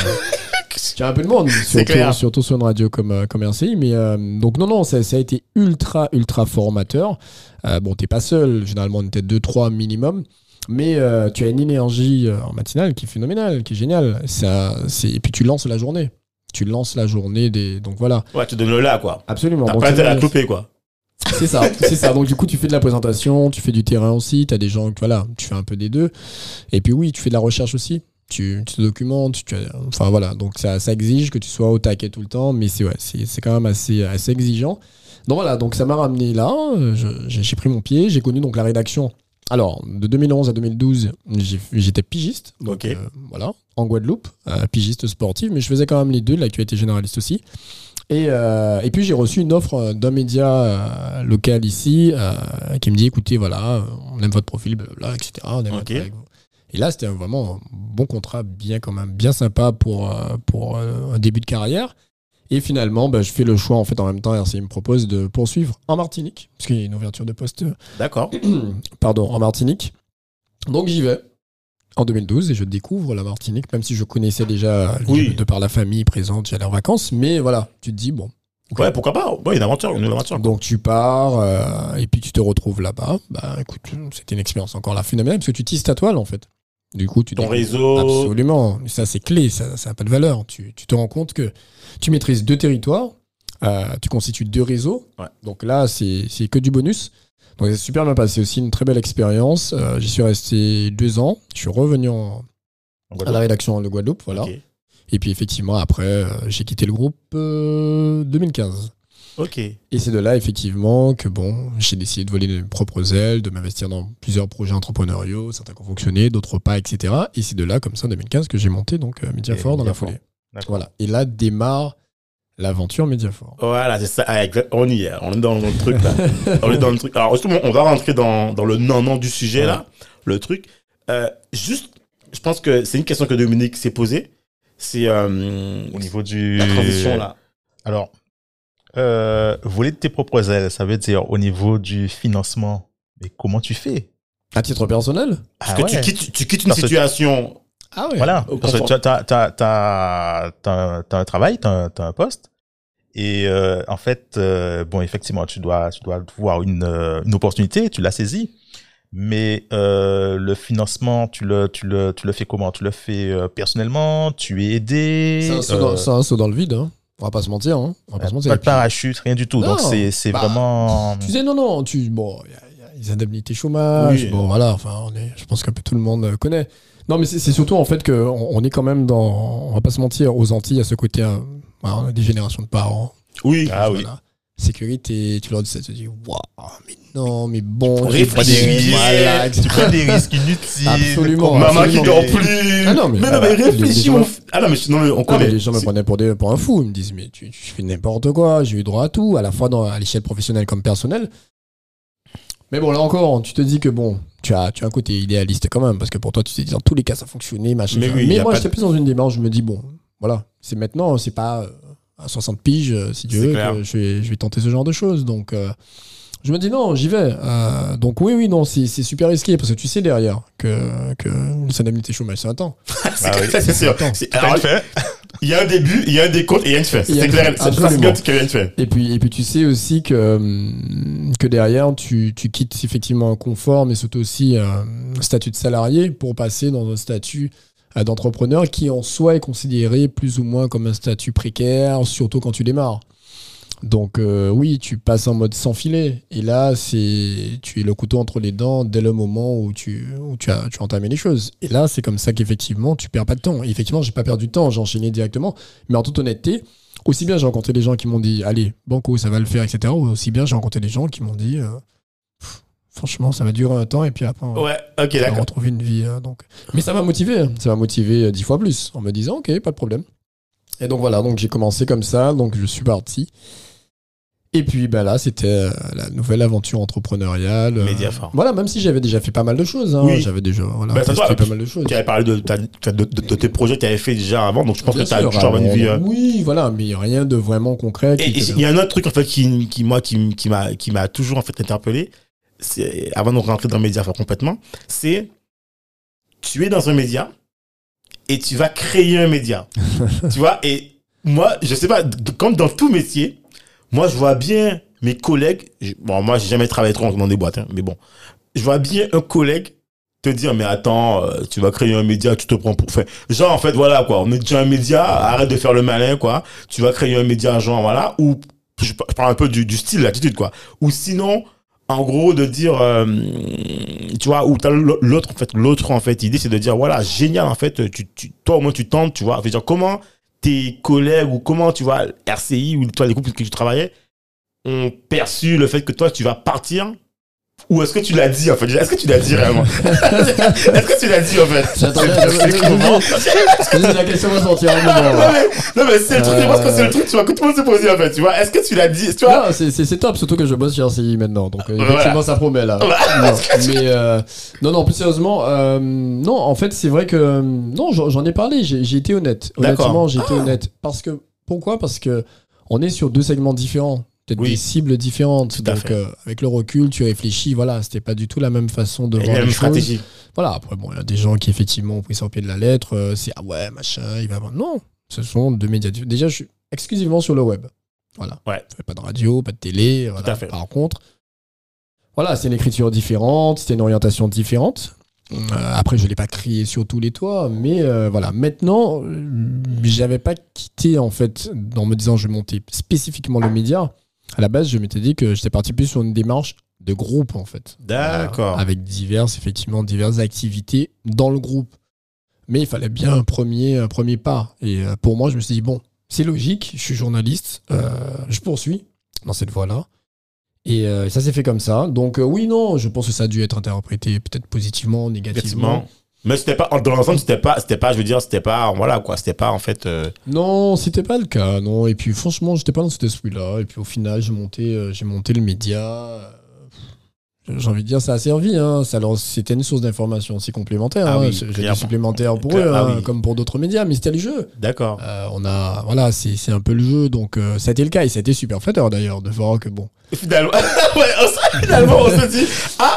Tu as un peu de monde, surtout, clair. surtout sur une radio comme, euh, comme R C I. Mais, euh, donc, non, non, ça, ça a été ultra, ultra formateur. Euh, bon, t'es pas seul. Généralement, on était deux, trois minimum. Mais euh, tu as une énergie euh, en matinale qui est phénoménale, qui est géniale. Ça, c'est... Et puis, tu lances la journée. Tu lances la journée des. Donc, voilà. ouais, tu donnes le là, quoi. Absolument. T'as Donc, pas c'est- intérêt à couper, quoi. c'est ça, c'est ça. Donc du coup, tu fais de la présentation, tu fais du terrain aussi, tu as des gens, voilà, tu fais un peu des deux. Et puis oui, tu fais de la recherche aussi. Tu, tu te documentes, tu, enfin voilà. Donc ça, ça exige que tu sois au taquet tout le temps, mais c'est ouais, c'est, c'est quand même assez, assez exigeant. Donc voilà, donc ça m'a ramené là. Je- j'ai, j'ai pris mon pied, j'ai connu donc la rédaction. Alors, de deux mille onze à deux mille douze, j'ai- j'étais pigiste, donc Ok. euh, voilà, en Guadeloupe, euh, pigiste sportif, mais je faisais quand même les deux, de l'actualité généraliste aussi. Et, euh, et puis j'ai reçu une offre d'un média euh, local ici euh, qui me dit écoutez, voilà, on aime votre profil, blablabla, et cetera. On aime Ok. être avec vous. Et là, c'était vraiment un bon contrat, bien quand même, bien sympa pour, euh, pour euh, un début de carrière. Et finalement, bah, je fais le choix, en fait, en même temps, R C I me propose de poursuivre en Martinique, parce qu'il y a une ouverture de poste, euh, D'accord. pardon, en Martinique. Donc j'y vais en deux mille douze et je découvre la Martinique, même si je connaissais déjà Oui. de, de par la famille présente, j'allais en vacances. Mais voilà, tu te dis, bon, ok. Ouais, pourquoi pas? Ouais, une aventure, une aventure. Donc tu pars euh, et puis tu te retrouves là-bas. Bah écoute, c'était une expérience encore là phénoménale parce que tu tisses ta toile en fait. Du coup, tu Ton découvres- réseau. Absolument. Ça c'est clé, ça n'a pas de valeur. Tu, tu te rends compte que tu maîtrises deux territoires, euh, tu constitues deux réseaux. Ouais. Donc là, c'est c'est que du bonus. Donc c'est super bien passé. C'est aussi une très belle expérience. Euh, J'y suis resté deux ans. Je suis revenu en- à la rédaction de Guadeloupe, voilà. Ok. Et puis effectivement, après, euh, j'ai quitté le groupe euh, deux mille quinze. Ok. Et c'est de là, effectivement, que bon, j'ai décidé de voler de mes propres ailes, de m'investir dans plusieurs projets entrepreneuriaux, certains qui ont fonctionné, d'autres pas, et cetera. Et c'est de là, comme ça, en deux mille quinze, que j'ai monté donc euh, Mediafor Et dans la Mediafor. foulée. D'accord. Voilà. Et là démarre l'aventure Mediafor. Voilà, c'est ça. Ah, exact. On y est. On est dans le truc, là. On est dans le truc. Alors, justement, on va rentrer dans, dans le non-non du sujet, Ouais. là. Le truc. Euh, juste, je pense que c'est une question que Dominique s'est posée. C'est euh, Au niveau du... la transition, là. Alors, euh, voler de tes propres ailes, ça veut dire au niveau du financement. Mais comment tu fais? À titre personnel? Parce Ah que ouais. tu, quittes, tu quittes une Parce que tu- situation. Ah ouais. Voilà, Au parce que confort. tu as, t'as, t'as, t'as, t'as, t'as un travail, t'as, un- t'as un poste, Et euh, en fait, euh, bon, effectivement, tu dois, tu dois voir une, euh, une opportunité, tu l'as saisie. Mais euh, le financement, tu le, tu le, tu le fais comment? Tu le fais euh, personnellement? Tu es aidé? C'est un, saut euh, dans, c'est un saut dans le vide, hein. On va pas se mentir, hein. On va pas se mentir. Pas de parachute, rien du tout. Non, Donc c'est, c'est bah, vraiment. Tu sais, non, non, tu, bon, il y, a- y a les indemnités chômage, Oui. bon, voilà, enfin, on est, je pense qu'un peu tout le monde connaît. Non, mais c'est, c'est surtout en fait que on, on est quand même dans, on va pas se mentir, aux Antilles, à ce côté, hein, bah, on a des générations de parents. Oui. Ah oui. Voilà. Sécurité, tu leur dis ça, tu te dis, waouh, mais non, mais bon, Réfléchis. voilà, Tu prends des risques inutiles. Absolument. Maman qui absolument. dort plus. Ah non, mais- mais, non, mais les- les réfléchis, gens- mon f- Ah non, mais, non, mais on Non, mais connaît. les gens me C'est- prenaient pour, des, pour un fou. Ils me disent, mais tu, tu fais n'importe quoi, j'ai eu droit à tout, à la fois dans, à l'échelle professionnelle comme personnelle. Mais bon, là encore, tu te dis que bon, tu as, tu as un côté idéaliste quand même, parce que pour toi, tu te dis dans tous les cas, ça fonctionnait, machin. Mais Mais, oui, y a moi, pas j'étais de- plus dans une démarche, je me dis, bon, voilà, c'est maintenant, c'est pas euh, à soixante piges, euh, si tu C'est veux, clair. que je vais, je vais tenter ce genre de choses. Donc, euh, je me dis, non, j'y vais. Euh, donc, oui, oui, non, c'est c'est super risqué, parce que tu sais derrière que, que les indemnités chômage, c'est un temps. c'est Ah oui. ça, c'est sûr. Attends. C'est- T'as alors, une fait? Il y a un début, il y a un décompte et il y a une fin. Il y a C'est une clair. fin, C'est ça, c'est absolument. bien qu'il y a une fin. Et puis, et puis tu sais aussi que, hum, que derrière, tu, tu quittes effectivement un confort, mais surtout aussi un statut de salarié pour passer dans un statut euh, d'entrepreneur qui en soi est considéré plus ou moins comme un statut précaire, surtout quand tu démarres. Donc euh, oui, tu passes en mode sans filet. Et là, c'est tu es le couteau entre les dents dès le moment où tu, où tu as, tu as entamé les choses. Et là, c'est comme ça qu'effectivement, tu perds pas de temps. Et effectivement, j'ai pas perdu de temps, j'ai enchaîné directement. Mais en toute honnêteté, aussi bien j'ai rencontré des gens qui m'ont dit allez, banco, ça va le faire, et cetera. Ou aussi bien j'ai rencontré des gens qui m'ont dit euh, pff, franchement, ça va durer un temps et puis après, on Ouais, ok, va d'accord. retrouver une vie. euh, donc. Mais ça m'a motivé, hein. Ça m'a motivé euh, dix fois plus en me disant ok, pas de problème. Et donc voilà, donc j'ai commencé comme ça, donc je suis parti. Et puis bah là, c'était euh, la nouvelle aventure entrepreneuriale. euh, Mediapart. Voilà, même si j'avais déjà fait pas mal de choses. Hein, Oui. j'avais déjà voilà, Bah, ça testé doit- pas mal de choses. Tu avais parlé de, ta- de, de, de tes projets que tu avais fait déjà avant, donc je pense Bien que tu as sûr, toujours une alors, vie. euh, Oui, voilà, mais rien de vraiment concret. Et qui- et il y a un autre truc en fait qui, qui moi qui, qui m'a qui m'a toujours en fait interpellé, c'est avant de rentrer dans le média enfin, complètement, c'est tu es dans un média et tu vas créer un média. Tu vois, et moi, je sais pas, d- comme dans tout métier, moi je vois bien mes collègues, je- bon moi j'ai jamais travaillé trop dans des boîtes hein, mais bon, je vois bien un collègue te dire mais attends, euh, tu vas créer un média, tu te prends pour enfin, genre en fait voilà quoi, on est déjà un média, arrête de faire le malin quoi, tu vas créer un média genre voilà, ou je, je parle un peu du, du style, l'attitude quoi, ou sinon en gros de dire euh, tu vois, ou t'as l'autre en fait, l'autre en fait idée c'est de dire voilà génial en fait, tu, tu toi au moins tu tentes, tu vois, je veux dire comment tes collègues ou comment tu vois R C I ou toi les groupes que tu travaillais ont perçu le fait que toi tu vas partir. Ou est-ce que tu l'as dit en fait? Est-ce que tu l'as dit réellement? Est-ce que tu l'as dit en fait? J'attendais, j'attendais, j'attendais, la question va sortir un moment. Non là. mais, non, mais c'est le truc, je pense que c'est le truc tu vois, que tout le monde se pose en fait, tu vois. Est-ce que tu l'as dit? Tu vois? Non, c'est, c'est, c'est top, surtout que je bosse chez R C I maintenant. Donc, euh, Voilà. effectivement, ça promet là. Voilà. Non, mais, euh, non, non, plus sérieusement, euh, non, en fait, c'est vrai que, euh, non, j'en, j'en ai parlé, j'ai, j'ai été honnête. D'accord. Honnêtement, j'ai été honnête. Parce que, pourquoi? Parce que on est sur deux segments différents. Peut-être Oui. des cibles différentes. Tout à Donc, fait. euh, avec le recul, tu réfléchis, voilà, c'était pas du tout la même façon de Il y a voir la les même choses. stratégie. Voilà, après, bon, il y a des gens qui, effectivement, ont pris ça au pied de la lettre. euh, c'est, ah ouais, machin, il va avoir. Non, ce sont deux médias. diff- Déjà, je suis exclusivement sur le web. Voilà. Ouais. Je fais pas de radio, pas de télé. Voilà. à fait. Par contre, voilà, c'est une écriture différente, c'était une orientation différente. Euh, après, je l'ai pas crié sur tous les toits, mais euh, voilà. Maintenant, euh, j'avais pas quitté, en fait, en me disant je vais monter spécifiquement le média. À la base, je m'étais dit que j'étais parti plus sur une démarche de groupe, en fait. D'accord. Euh, avec diverses, effectivement, diverses activités dans le groupe. Mais il fallait bien un premier, un premier pas. Et euh, pour moi, je me suis dit, bon, c'est logique, je suis journaliste, euh, je poursuis dans cette voie-là. Et euh, ça s'est fait comme ça. Donc euh, oui, non, je pense que ça a dû être interprété peut-être positivement, négativement. Effectivement. Mais c'était pas, dans l'ensemble, c'était pas, c'était pas, je veux dire, c'était pas, voilà, quoi, c'était pas, en fait, euh, Non, c'était pas le cas, non. Et puis franchement, j'étais pas dans cet esprit-là. Et puis au final, j'ai monté, euh, j'ai monté le média. Euh, J'ai envie de dire, ça a servi. Hein. Ça leur- c'était une source d'information aussi complémentaire. Ah hein. oui, J'étais clairement. supplémentaire pour Claire- eux, ah hein, oui. comme pour d'autres médias, mais c'était le jeu. d'accord. Euh, on a, voilà, c'est, c'est un peu le jeu. Donc euh, ça a été le cas et ça a été super flatteur d'ailleurs de voir que bon. Et finalement, ouais, on se- finalement, on se dit, ah,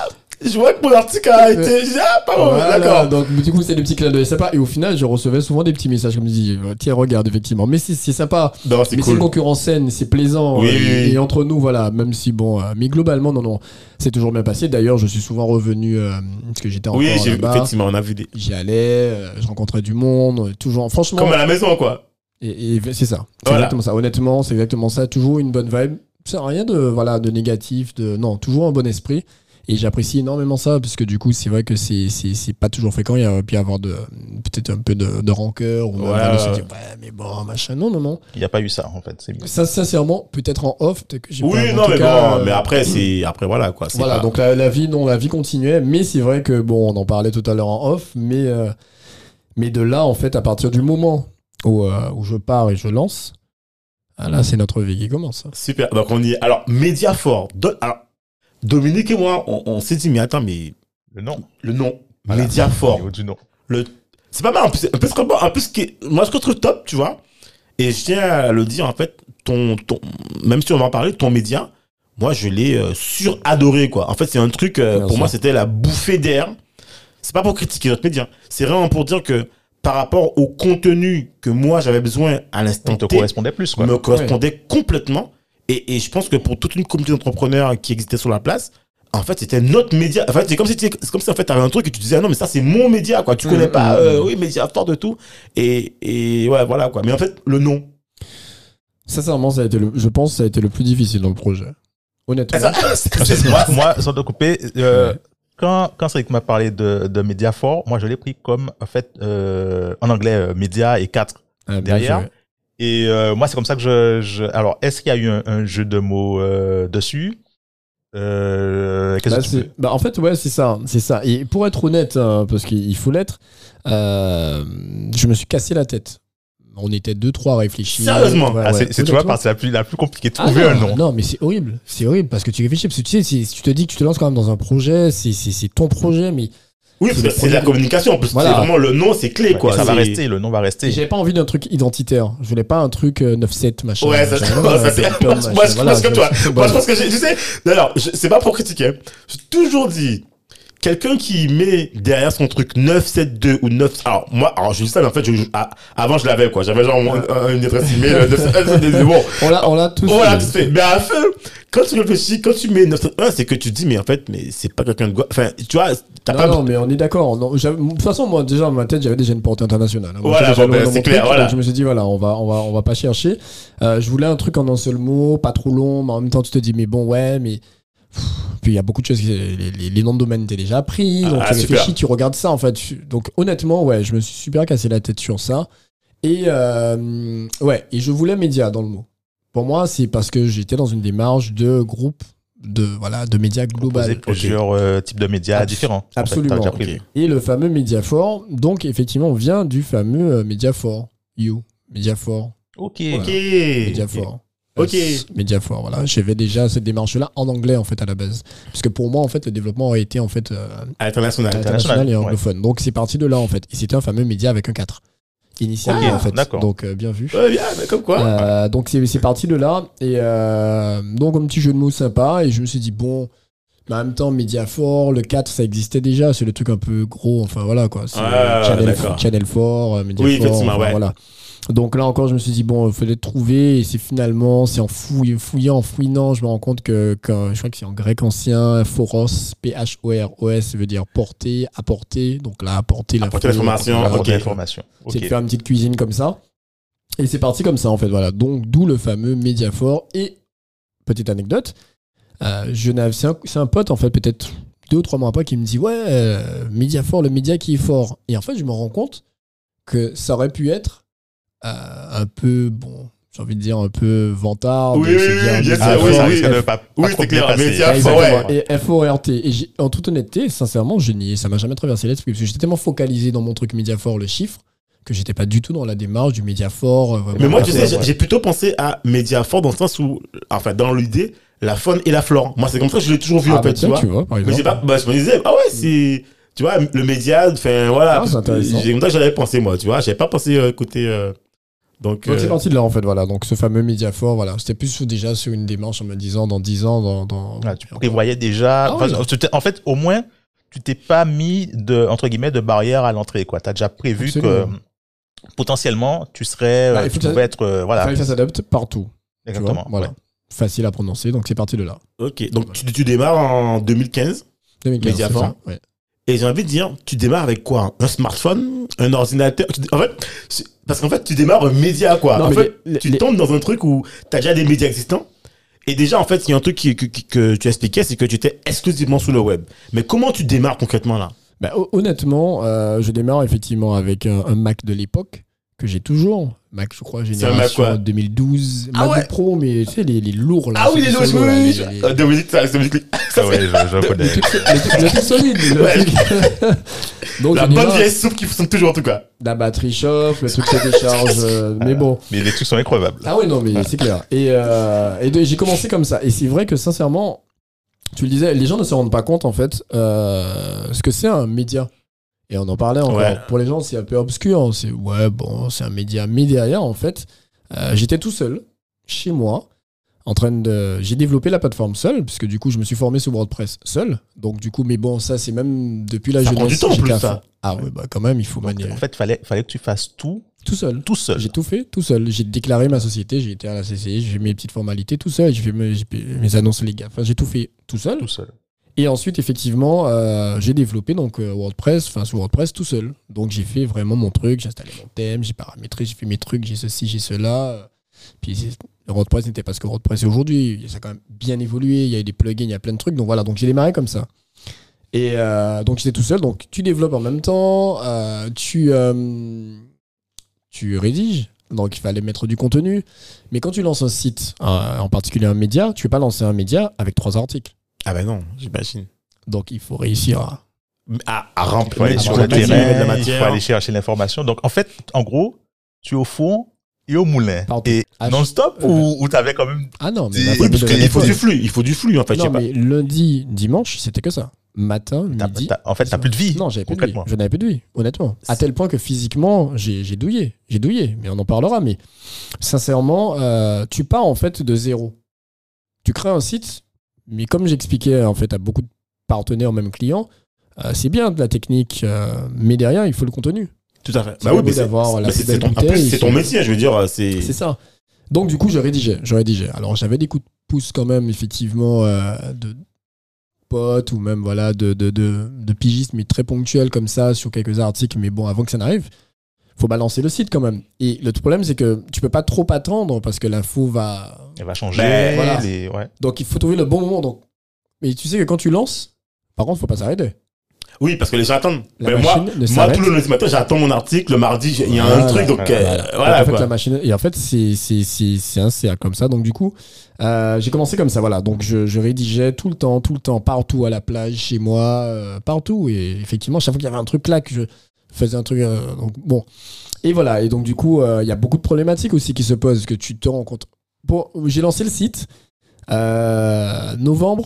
Je vois que mon article a été, ah, pas bon, Voilà, d'accord. donc du coup c'est des petits clins d'œil sympas et au final je recevais souvent des petits messages comme je dis tiens regarde effectivement mais c'est, c'est sympa Non, c'est mais c'est cool. une concurrence saine c'est plaisant Oui, et, oui, oui. et entre nous voilà même si bon euh, mais globalement non non c'est toujours bien passé d'ailleurs je suis souvent revenu euh, parce que j'étais encore Oui, j'ai, là-bas effectivement, on a vu des. j'y allais euh, je rencontrais du monde toujours franchement Comme à la maison, quoi. et, et c'est ça c'est Voilà. exactement ça honnêtement c'est exactement ça toujours une bonne vibe c'est rien de voilà de négatif de non toujours un bon esprit. Et j'apprécie énormément ça, parce que du coup, c'est vrai que c'est, c'est, c'est pas toujours fréquent. Il y a pu y avoir de, peut-être un peu de, de rancœur, ou même Ouais, de se ouais. Euh, dire, ouais, mais bon, machin. Non, non, non. Il n'y a pas eu ça, en fait. C'est bien. Ça, sincèrement, peut-être en off, peut-être que j'ai Oui, pas, en non, tout mais cas, bon, euh, mais après, c'est, après, voilà, quoi. C'est voilà, pas- donc la, la vie, non, la vie continuait, mais c'est vrai que, bon, on en parlait tout à l'heure en off, mais, euh, mais de là, en fait, à partir du moment où, euh, où je pars et je lance, ah, là, c'est notre vie qui commence. Super. Donc, on y est. Alors, Mediafor. Do- Alors, Dominique et moi, on, on s'est dit, mais attends, mais Le nom. le nom, Voilà. Mediafor. Au niveau du nom. Le... C'est pas mal. En plus, en plus, en plus, ce qui est- moi, je trouve top, tu vois. Et je tiens à le dire, en fait, ton, ton, même si on va en parler, ton média, moi, je l'ai euh, suradoré, quoi. En fait, c'est un truc, euh, Bien pour sûr. moi, c'était la bouffée d'air. C'est pas pour critiquer notre média. C'est vraiment pour dire que par rapport au contenu que moi, j'avais besoin à l'instant Il te T, correspondait plus, quoi. me correspondait complètement. Et, et je pense que pour toute une communauté d'entrepreneurs qui existait sur la place, en fait, c'était notre média. En fait, c'est comme si, c'est comme si en fait, t'avais un truc et tu disais, ah non, mais ça, c'est mon média, quoi. Tu connais Mmh, pas, mmh, euh, mmh. oui, média fort de tout. Et, et ouais, voilà, quoi. Mais en fait, le nom. Sincèrement, ça a été le, je pense que ça a été le plus difficile dans le projet. Honnêtement. Ça, c'est- c'est- moi, moi, sans te couper, euh, Ouais. quand, quand Cédric m'a parlé de, de Mediafor, moi, je l'ai pris comme, en fait, euh, en anglais, euh, média et quatre Ah, bien derrière. joué. Et euh, moi, c'est comme ça que je, je... Alors, est-ce qu'il y a eu un, un jeu de mots euh, dessus euh, Qu'est-ce Bah, que tu c'est- peux... bah, en fait, ouais, c'est ça, c'est ça. Et pour être honnête, hein, parce qu'il faut l'être, euh, je me suis cassé la tête. On était deux, trois à réfléchir. Sérieusement Ouais, Ah, ouais. c'est, c'est, tu vois, Honnêtement. parce que c'est la plus, la plus compliquée de Ah trouver non, un nom. Non, mais c'est horrible. C'est horrible parce que tu réfléchis. Parce que tu sais, si, si tu te dis que tu te lances quand même dans un projet, c'est, c'est, c'est ton projet, mais Oui, parce C'est que le c'est de la projet de- communication. En plus, Voilà. c'est vraiment le nom, c'est clé, Ouais, quoi. et ça va C'est- rester, le nom va rester. j'avais pas envie d'un truc identitaire. Je voulais pas un truc euh, neuf sept, machin. Ouais, ça, machin, ça, voilà, c'est. Tom, Moi, machin, moi, je voilà, pense que toi. je- Moi, je pense que j'ai, tu sais, d'ailleurs, je- c'est pas pour critiquer. hein. J'ai toujours dit, quelqu'un qui met derrière son truc neuf sept deux ou neuf, alors, moi, alors, je dis ça, mais en fait, je, je- ah, avant, je l'avais, quoi. J'avais genre mon- un- une adresse email, neuf sept deux, bon. On l'a, on l'a tous. Voilà, fait. tout fait. Mais à la fin, quand tu réfléchis, quand tu mets neuf sept un, c'est que tu te dis, mais en fait, mais c'est pas quelqu'un de quoi. Enfin, tu vois, t'as Non, pas. non, mais on est d'accord. Non, j'avais- de toute façon, moi, déjà, dans ma tête, j'avais déjà une portée internationale. hein. Moi, Voilà, j'étais déjà bon, loin ben, dans c'est mon clair, truc, voilà. donc je me suis dit, voilà, on va, on va, on va pas chercher. Euh, je voulais un truc en un seul mot, pas trop long, mais en même temps, tu te dis, mais bon, ouais, mais. Pff, puis il y a beaucoup de choses, qui- les, les, les noms de domaine étaient déjà pris, donc Ah, tu réfléchis, super. tu regardes ça, en fait. Donc, honnêtement, ouais, je me suis super cassé la tête sur ça. Et, euh, ouais, et je voulais média dans le mot. Pour moi, c'est parce que j'étais dans une démarche de groupe, de, voilà, de médias global. Proposer plusieurs euh, types de médias Abs- différents. en fait, absolument, t'as déjà ok. prévu. Et le fameux Mediafor, donc effectivement, vient du fameux euh, Mediafor. You, Mediafor. Ok. Ok. Mediafor. Ok. Euh, Mediafor, voilà. J'avais déjà cette démarche-là en anglais, en fait, à la base. Parce que pour moi, en fait, le développement aurait été, en fait, euh, À l'international. international et ouais. anglophone. Donc, c'est parti de là, en fait. Et c'était un fameux média avec un quatre. Initialement, Ok, en fait. d'accord. Donc, euh, bien vu. Ouais, bien, mais comme quoi. Euh, donc c'est c'est parti de là et euh, donc un petit jeu de mots sympa et je me suis dit bon mais en même temps Mediafor le quatre ça existait déjà c'est le truc un peu gros enfin voilà quoi c'est Ouais, euh, Channel, d'accord. Channel four euh, Mediafor Oui, effectivement, enfin, ouais. voilà donc là encore je me suis dit bon il fallait trouver et c'est finalement c'est en fouillant fouillant en fouillant je me rends compte que, que je crois que c'est en grec ancien Phoros P H O R O S ça veut dire porter apporter donc là apporter la Apporter l'information, Avoir ok. de l'information. c'est Ok. de faire une petite cuisine comme ça. Et c'est parti comme ça, en fait. Voilà. Donc, d'où le fameux Mediafor. Et, petite anecdote, euh, je n'avais- c'est un, c'est un pote, en fait, peut-être deux ou trois mois après, qui me dit Ouais, euh, Mediafor, le média qui est fort. Et en fait, je me rends compte que ça aurait pu être euh, un peu, bon, j'ai envie de dire un peu vantard. Oui, de oui, se oui, dire bien sûr, Ah, Mediafor, oui, ça oui, risque oui. de pas, pas Oui, trop c'est clair, bien passer. Mediafor, Exactement. ouais. Et F O R T. Et j'ai- en toute honnêteté, sincèrement, je n'y, ça m'a jamais traversé l'esprit parce que j'étais tellement focalisé dans mon truc Mediafor, le chiffre, que j'étais pas du tout dans la démarche du Mediafor. euh, vraiment. Mais moi, tu sais, Ouais. j'ai- j'ai plutôt pensé à Mediafor dans le sens où, enfin, dans l'idée, la faune et la flore. Moi, c'est comme ça que je l'ai toujours vu, Ah, en bah fait, tu tiens, vois. tu vois, par Mais exemple. j'ai pas, bah, je me disais, ah ouais, c'est, tu vois, le média, enfin, voilà. Ah, c'est intéressant. C'est comme ça que j'avais pensé, moi, tu vois. J'avais pas pensé euh, côté, euh, Donc, Donc c'est euh, parti de là en fait, voilà. Donc ce fameux Mediafor, voilà. C'était plus sur- déjà sur une démarche en me disant dans dix ans, dans. dans... Ah, tu prévoyais déjà. Ah enfin, oui. tu t'es- En fait, au moins, tu t'es pas mis de, entre guillemets, de barrière à l'entrée, quoi. T'as déjà prévu Absolument. que potentiellement, tu serais, Bah, euh, il faut tu que pouvais ça- être, euh, voilà. Fallait que ça s'adapte partout. tu vois. Exactement. Voilà. Ouais. Facile à prononcer, donc c'est parti de là. ok. Donc, tu, tu démarres en deux mille quinze. deux mille quinze, Mediafor. c'est ça, ouais. Et j'ai envie de dire, tu démarres avec quoi? Un smartphone? Un ordinateur? Tu- En fait, c'est- parce qu'en fait, tu démarres un média, quoi. Non, en mais fait, les- tu les- tombes dans un truc où tu as déjà des médias existants. Et déjà, en fait, il y a un truc qui, que, que, que tu expliquais, c'est que tu étais exclusivement sur le web. Mais comment tu démarres concrètement, là? Bah, ho- honnêtement, euh, je démarre effectivement avec un, un Mac de l'époque que j'ai toujours. Mac, je crois, un Mac génération quoi deux mille douze. Ah Mac ouais. Pro, mais tu sais, les, les lourds là. Ah oui, ceux les qui loges, sont oui, lourds, là, oui, les- oui. les- Euh, Dominique, ça, c'est Dominique. Ah ouais, je, je connais. Le truc, le truc- le truc solide. le Ouais. truc- Donc, La je bonne démarre- vieille soupe qui fonctionne toujours, en tout cas. La batterie chauffe, le truc se décharge. euh, mais bon. Mais les trucs sont incroyables. Ah ouais, non, mais c'est clair. Et, euh, et de- j'ai commencé comme ça. Et c'est vrai que sincèrement, tu le disais, les gens ne se rendent pas compte en fait euh, ce que c'est un média. Et on en parlait encore. Ouais. Pour les gens, c'est un peu obscur. C'est ouais, bon, c'est un média. Mais derrière, en fait, euh, j'étais tout seul chez moi. En train de, j'ai développé la plateforme seul, puisque du coup, je me suis formé sur WordPress seul. Donc, du coup, mais bon, ça, c'est même depuis la Ça jeunesse. prend du temps, en j'étais plus, à ça. fond. Ah ouais, bah quand même, il faut Donc, manier. en fait, fallait, fallait que tu fasses tout, Tout seul. tout seul. J'ai tout fait tout seul. J'ai déclaré ma société, j'ai été à la C C I, j'ai fait mes petites formalités tout seul, j'ai fait mes, j'ai fait mes annonces légales. Enfin, j'ai tout fait tout seul. Tout seul. Et ensuite, effectivement, euh, j'ai développé donc euh, WordPress, enfin sur WordPress tout seul. Donc j'ai fait vraiment mon truc, j'ai installé mon thème, j'ai paramétré, j'ai fait mes trucs, j'ai ceci, j'ai cela. Puis c'est- WordPress n'était pas ce que WordPress est aujourd'hui. Ça a quand même bien évolué. Il y a eu des plugins, il y a plein de trucs. Donc voilà, donc j'ai démarré comme ça. Et euh, donc j'étais tout seul. Donc tu développes en même temps, euh, tu euh, tu rédiges. Donc il fallait mettre du contenu. Mais quand tu lances un site, euh, en particulier un média, tu ne peux pas lancer un média avec trois articles. Ah ben non, j'imagine. Donc il faut réussir à. À, à Il faut remplir aller à sur le remplir terrain, de la il faut matière. aller chercher l'information. Donc, en fait, en gros, tu es au fond et au moulin. Pardon. Et Ah, non-stop je- ou, ou t'avais quand même... Ah non, mais Oui, la Oui, première parce de- qu'il faut de- du flux, il faut du flux, en fait, je Non, sais pas. mais lundi, dimanche, c'était que ça. Matin, t'as- midi. t'as- en fait, t'as plus de vie. Non, j'avais plus de vie. concrètement. Je n'avais plus de vie, honnêtement. À tel point que physiquement, j'ai j'ai douillé. J'ai douillé, mais on en parlera. Mais sincèrement, euh, tu pars en fait de zéro. Tu crées un site, mais comme j'expliquais en fait à beaucoup de partenaires, même clients, euh, c'est bien de la technique, euh, mais derrière, il faut le contenu. Tout à fait. C'est Bah oui, beau mais c'est d'avoir la mais c'est- plus belle c'est ton, en bouteille, plus, c'est ton c'est- métier, je veux dire, c'est. C'est ça. Donc du coup, je rédigeais, je rédigeais. Alors j'avais des coups de pouce quand même, effectivement, euh, de potes ou même voilà de, de, de, de pigistes, mais très ponctuels comme ça sur quelques articles. Mais bon, avant que ça n'arrive, faut balancer le site quand même. Et le problème, c'est que tu peux pas trop attendre parce que l'info va. Elle va changer. Ben, voilà. les- ouais. Donc il faut trouver le bon moment. Donc, mais tu sais que quand tu lances, par contre, faut pas s'arrêter. Oui, parce que les gens attendent. La Mais moi, machine ne moi, s'arrête. tout le lundi matin, j'attends mon article. Le mardi, j'ai- il y a un Voilà, truc, donc voilà, euh, Voilà. voilà. Donc, en fait, quoi. la machine. Et en fait, c'est c'est c'est c'est un C A comme ça. Donc du coup, euh, j'ai commencé comme ça. Voilà. Donc je, je rédigeais tout le temps, tout le temps, partout à la plage, chez moi, euh, partout. Et effectivement, chaque fois qu'il y avait un truc là, que je faisais un truc. euh, donc bon. Et voilà. Et donc du coup, euh, il y a beaucoup de problématiques aussi qui se posent que tu te rends compte. Bon, j'ai lancé le site euh, novembre.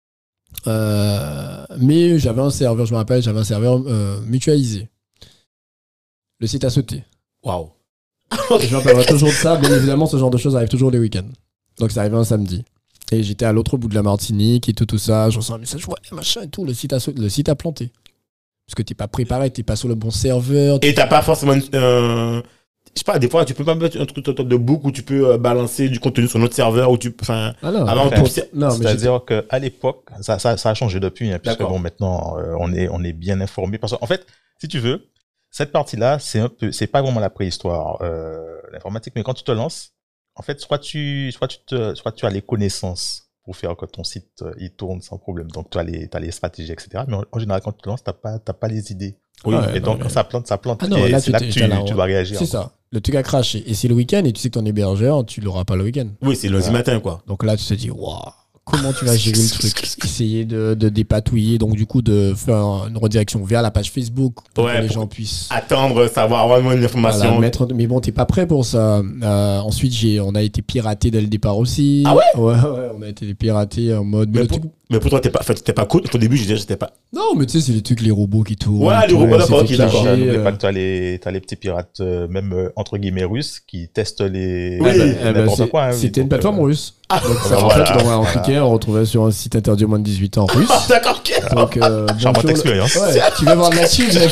Euh, mais j'avais un serveur, je me rappelle, j'avais un serveur euh, mutualisé. Le site a sauté. Waouh. Je me rappellerai toujours de ça. Bien évidemment, ce genre de choses arrive toujours les week-ends. Donc, ça arrivait un samedi. Et j'étais à l'autre bout de la Martinique et tout, tout ça. Je reçois un message, ouais, machin et tout. Le site a, sauté- le site a planté. Parce que t'es pas préparé, t'es pas sur le bon serveur. Et t'as pas forcément. Euh, je sais pas, des fois, tu peux pas mettre un truc de book où tu peux euh, balancer du contenu sur notre serveur où tu. Enfin. Ah non, Avant, mais- tout, c'est- non, mais j'étais- C'est-à-dire qu'à l'époque, ça, ça, ça a changé depuis, hein, puisque D'accord. bon, maintenant, euh, on est, on est bien informé. Parce qu'en fait, si tu veux, cette partie-là, c'est un peu, c'est pas vraiment la préhistoire, euh, l'informatique, mais quand tu te lances, en fait, soit tu, soit tu te, soit tu as les connaissances pour faire que ton site, euh, il tourne sans problème. Donc, tu as les, t'as les stratégies, et cetera. Mais en, en général, quand tu te lances, t'as pas, t'as pas les idées. Oui. Ouais, et donc, non, quand mais- ça plante, ça plante. Ah non, et là, c'est tu là t'es- que tu, t'as la- tu dois réagir. C'est ça. Le truc a craché. Et c'est le week-end et tu sais que ton hébergeur, tu l'auras pas le week-end. Oui, c'est lundi Ouais. matin, quoi. Donc là, tu te dis, waouh, comment tu vas gérer le truc, essayer de, de dépatouiller, donc du coup de faire une redirection vers la page Facebook pour Ouais, que les pour gens puissent attendre, savoir vraiment une information. voilà, mettre, mais bon, t'es pas prêt pour ça. Euh, ensuite, j'ai, on a été piraté dès le départ aussi. Ah ouais? Ouais, ouais, on a été piraté en mode. Mais, mais pour, le truc- mais pour toi, t'es pas, en fait, t'es pas cool. Au début, je disais, j'étais pas. Non, mais tu sais, c'est les trucs, les robots qui tournent. Ouais, les tout, robots, on d'accord, s'est ok, fait d'accord. piéger, N'oublie euh, pas que t'as les, t'as les petits pirates, euh, même euh, entre guillemets russes, qui testent les Oui, les- eh ben, n'importe c'est- quoi. hein, C'était donc, une plateforme euh, russe. Ah, Donc, ça, en voilà, fait, dans- on voilà. cliquait, on retrouvait sur un site interdit aux moins de dix-huit ans russe. Ah, d'accord, ok. Donc, euh, Charmante bonjour, expérience. Ouais, tu vas voir de la Chine, j'ai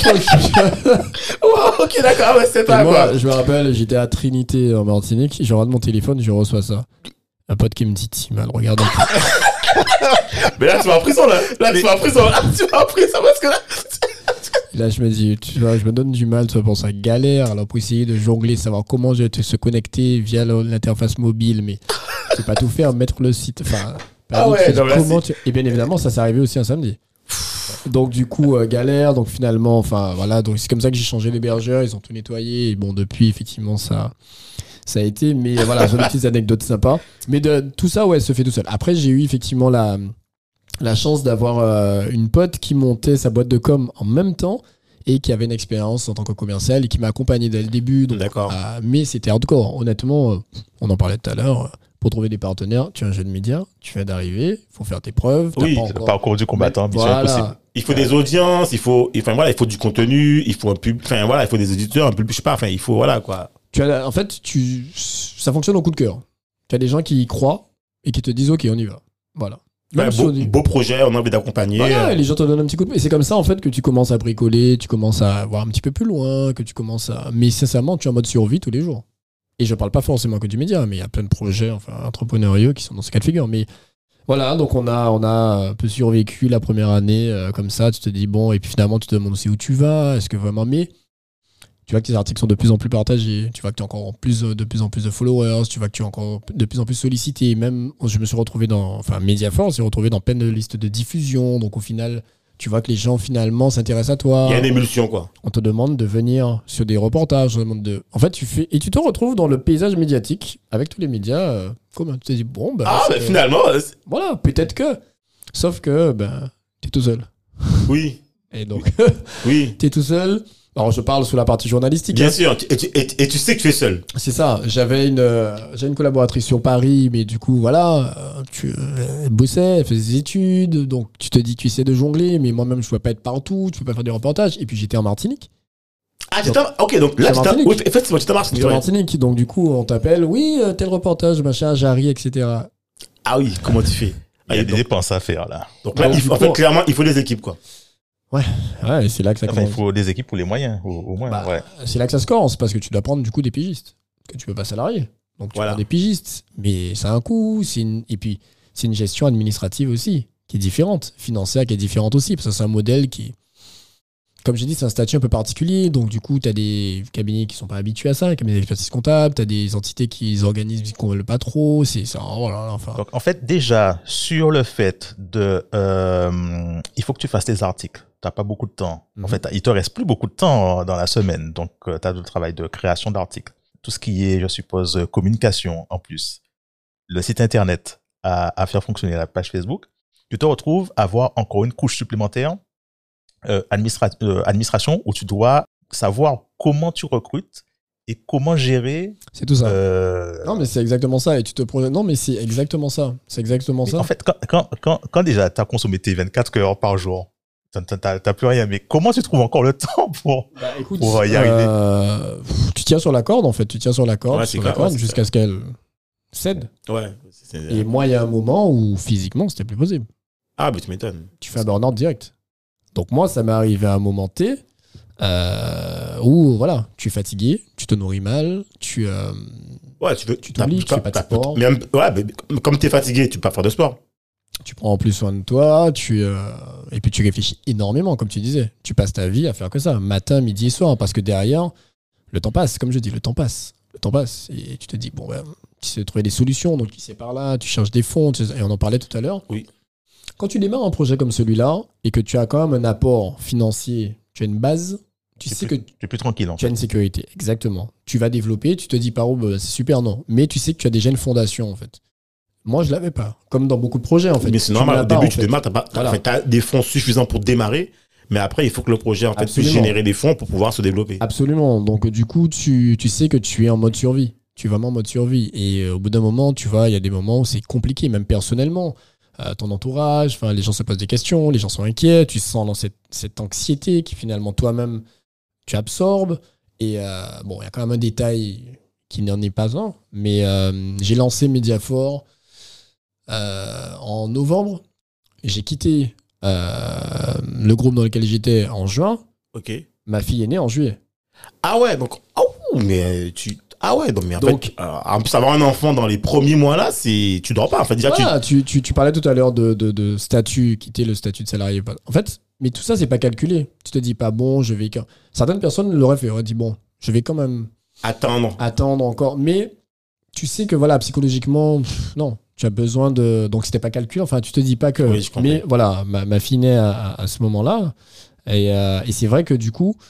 Wow, ok, d'accord, ouais, c'est Et pas moi, quoi. je me rappelle, j'étais à Trinité en Martinique, je regarde mon téléphone, je reçois ça. Un pote qui me dit Timal, regarde un peu. Mais là, tu vas en prison, là. Là, tu vas en prison. Là, tu vas en prison parce que là. Et là, je me dis, tu vois, je me donne du mal, tu vois, pour ça, galère, alors pour essayer de jongler, savoir comment je vais te se connecter via le- l'interface mobile, mais c'est pas tout faire, mettre le site, enfin, Ah pardon, ouais, tu dis non, là, comment tu... Et bien évidemment, ça s'est arrivé aussi un samedi. Donc du coup, euh, galère, donc finalement, enfin voilà, donc c'est comme ça que j'ai changé l'hébergeur, ils ont tout nettoyé, et bon, depuis, effectivement, ça, ça a été, mais euh, voilà, j'ai des petites anecdotes sympas. Mais de, tout ça, ouais, se fait tout seul. Après, j'ai eu effectivement la, la chance d'avoir euh, une pote qui montait sa boîte de com en même temps et qui avait une expérience en tant que commercial et qui m'a accompagné dès le début. Donc, D'accord. euh, mais c'était hardcore. Honnêtement, euh, on en parlait tout à l'heure. euh, Pour trouver des partenaires, tu as un jeune média, tu viens d'arriver, il faut faire tes preuves. t'as Oui, pas C'est le encore- parcours du combattant, mission Voilà. impossible. Il faut des audiences, il faut, enfin voilà, il faut du contenu, il faut un pub, enfin voilà, il faut des éditeurs, un pub, je sais pas, enfin il faut, voilà quoi. Tu as, en fait, tu, ça fonctionne au coup de cœur. Tu as des gens qui y croient et qui te disent ok, on y va. Voilà. Même Ouais, si beau, on dit- beau projet, on a envie d'accompagner. Voilà, euh, et les gens te donnent un petit coup de... Et c'est comme ça, en fait, que tu commences à bricoler, tu commences à voir un petit peu plus loin, que tu commences à... Mais sincèrement, tu es en mode survie tous les jours. Et je parle pas forcément que du média, mais il y a plein de projets, enfin, entrepreneuriaux qui sont dans ce cas de figure. Mais voilà, donc on a, on a un peu survécu la première année euh, comme ça. Tu te dis, bon, et puis finalement, tu te demandes aussi où tu vas, est-ce que vraiment... Mais tu vois que tes articles sont de plus en plus partagés, tu vois que tu as encore plus, de plus en plus de followers, tu vois que tu es encore de plus en plus sollicité. Même, je me suis retrouvé dans... Enfin, Mediaforce s'est retrouvé dans plein de listes de diffusion. Donc au final, tu vois que les gens finalement s'intéressent à toi. Il y a une émulsion quoi. On te demande de venir sur des reportages. On te demande de... En fait, tu fais... Et tu te retrouves dans le paysage médiatique avec tous les médias. Euh, comment tu te dis, bon, ben... Ah, c'est- ben finalement, euh, c'est- Voilà, peut-être que... Sauf que, ben, t'es tout seul. oui, Et donc, oui. t'es tout seul. Alors, je parle sous la partie journalistique. Bien hein. sûr, et tu, et- et tu sais que tu es seul. C'est ça. J'avais une, euh, j'ai une collaboratrice sur Paris, mais du coup, voilà, euh, tu euh, elle bossait, elle faisait des études, donc tu te dis que tu essaies de jongler, mais moi-même, je ne pouvais pas être partout, tu peux pas faire des reportages. Et puis, j'étais en Martinique. Ah, tu t'as- ok, donc là, C'est tu t'as- Martinique. oui, effectivement, tu t'as marché. J'étais en Martinique, donc du coup, on t'appelle, oui, euh, tel reportage, machin, Jarry, et cetera. Ah oui, comment tu fais? Il y a Ah, des donc, dépenses à faire, là. donc là, Ah, il du faut- en coup, fait, clairement, il faut des équipes quoi. Ouais, et c'est là que ça Enfin, il commence. faut des équipes pour les moyens, au, au moins. Bah, ouais. C'est là que ça se corse, parce que tu dois prendre du coup des pigistes, que tu peux pas salarier. Donc tu Voilà. prends des pigistes, mais ça a un coût, c'est une... et puis c'est une gestion administrative aussi, qui est différente, financière qui est différente aussi, parce que c'est un modèle qui, comme j'ai dit, c'est un statut un peu particulier, donc du coup tu as des cabinets qui sont pas habitués à ça, des cabinets d'expertise comptable, tu as des entités qui organisent qu'on ne veut pas trop, c'est ça, oh là là, enfin... Donc, en fait, déjà, sur le fait de... euh, il faut que tu fasses tes articles. T'as pas beaucoup de temps. En Mhm. fait, il te reste plus beaucoup de temps dans la semaine. Donc, tu as le travail de création d'articles. Tout ce qui est, je suppose, euh, communication en plus. Le site Internet à, à faire fonctionner la page Facebook. Tu te retrouves à avoir encore une couche supplémentaire euh, administra- euh, administration où tu dois savoir comment tu recrutes et comment gérer... C'est tout ça. euh, Non mais c'est exactement ça, et tu te projettes... Non mais c'est exactement ça, c'est exactement Mais ça. en fait, quand, quand, quand, quand déjà tu as consommé tes vingt-quatre heures par jour, t'as- t'as t'as plus rien, mais comment tu trouves encore le temps pour... Bah, écoute, pour y arriver. euh, pff, tu tiens sur la corde en fait, tu tiens sur la corde, Ouais, c'est sur la clair, corde ouais, c'est jusqu'à ce qu'elle cède. Ouais. c'est- Et moi, il y a un moment où physiquement, c'était plus possible. Ah, mais tu m'étonnes. Tu fais un burn-out direct. Donc moi, ça m'est arrivé à un moment T euh, où voilà, tu es fatigué, tu te nourris mal, tu euh, Ouais, tu veux, Tu t'oublies, t'as- tu fais pas de t'as- sport. Même, ouais, mais comme t'es fatigué, tu peux pas faire de sport. tu prends en plus soin de toi, tu euh, et puis tu réfléchis énormément, comme tu disais. Tu passes ta vie à faire que ça, matin, midi et soir, parce que derrière, le temps passe. Comme je dis, le temps passe. Le temps passe. Et tu te dis, bon, ben, tu sais trouver des solutions, donc tu sais par là, tu cherches des fonds, tu sais- et on en parlait tout à l'heure. Oui. Quand tu démarres un projet comme celui-là, et que tu as quand même un apport financier, tu as une base, tu Tu sais es que plus, tu es plus tranquille, en tu as fait. une sécurité. Exactement. Tu vas développer, tu te dis par où, bah, c'est super, non. Mais tu sais que tu as déjà une fondation, en fait. Moi, je l'avais pas. Comme dans beaucoup de projets, en fait. Mais c'est Tu normal, l'as au pas, début, en tu fait. démarres, t'as pas, Voilà. en fait, t'as des fonds suffisants pour démarrer, mais après, il faut que le projet, en fait, puisse Absolument. générer des fonds pour pouvoir se développer. Absolument. Donc, du coup, tu, tu sais que tu es en mode survie. Tu es vraiment en mode survie. Et euh, au bout d'un moment, tu vois, il y a des moments où c'est compliqué, même personnellement. Euh, ton entourage, enfin, les gens se posent des questions, les gens sont inquiets, tu te sens dans cette, cette anxiété qui finalement toi-même tu absorbes. Et euh, bon, il y a quand même un détail qui n'en est pas un, mais euh, j'ai lancé Mediafor euh, en novembre. J'ai quitté euh, le groupe dans lequel j'étais en juin. Ok. Ma fille est née en juillet. Ah ouais, donc, oh, mais tu, ah ouais, donc, mais en Donc- fait, euh, en plus, avoir un enfant dans les premiers mois là, c'est, tu dors pas, en fait, déjà, Voilà, tu, tu, tu parlais tout à l'heure de, de, de statut, quitter le statut de salarié. En fait, mais tout ça, c'est pas calculé. Tu te dis pas, bon, je vais. quand- Certaines personnes l'auraient fait, auraient dit, bon, je vais quand même tu attendre. attendre encore. Mais tu sais que, voilà, psychologiquement, pff, non, tu as besoin de. Donc, c'était pas calculé. Enfin, tu te dis pas que. Oui, je comprends. mais voilà, ma, ma fille naît à, à, à ce moment-là. Et, euh, et c'est vrai que, du coup,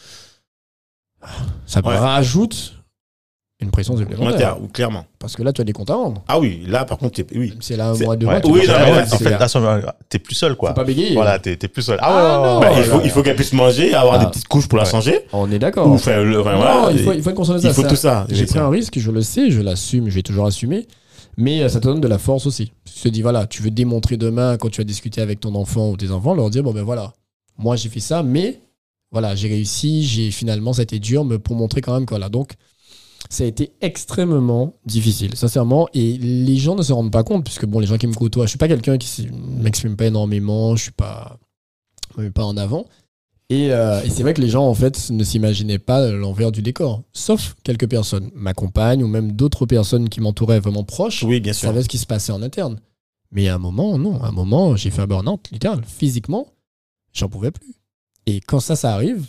ça Ouais. rajoute une pression supplémentaire. Ou clairement. Parce que là, tu as des comptes à rendre. Ah oui, là, par contre, t'es- oui. C'est là un C'est- mois, deux Ouais, mois. tu oui, peux non, pas- mais ouais, en En c'est- fait, là, ça- t'es plus seul, quoi. faut pas bégayer. Voilà, t'es t'es plus seul. Ah, Ah, ouais, non. ouais, Bah, ouais, il faut, ouais. il faut qu'elle puisse manger, avoir Ah. des petites couches pour la Ouais. changer. On est d'accord. Ou faire le, enfin, Non, voilà. il faut, il faut être conscient de ça. il faut Ça- tout ça. J'ai pris un risque, je le sais, je l'assume, je vais toujours assumer. Mais euh, ça te donne de la force aussi. Tu te dis, voilà, tu veux démontrer demain, quand tu vas discuter avec ton enfant ou tes enfants, leur dire, bon ben voilà, moi j'ai fait ça, mais voilà, j'ai réussi, j'ai finalement, ça a été dur, mais pour montrer quand même que voilà. Donc, ça a été extrêmement difficile, sincèrement. Et les gens ne se rendent pas compte, puisque bon, les gens qui me côtoient, je suis pas quelqu'un qui ne m'exprime pas énormément, je suis pas, je me mets pas en avant. Et, euh, et c'est vrai que les gens, en fait, ne s'imaginaient pas l'envers du décor. Sauf quelques personnes. Ma compagne ou même d'autres personnes qui m'entouraient vraiment proches Oui, bien sûr. savaient ce qui se passait en interne. Mais à un moment, non. À un moment, j'ai fait un burn-out, littéral. Physiquement, j'en pouvais plus. Et quand ça, ça arrive,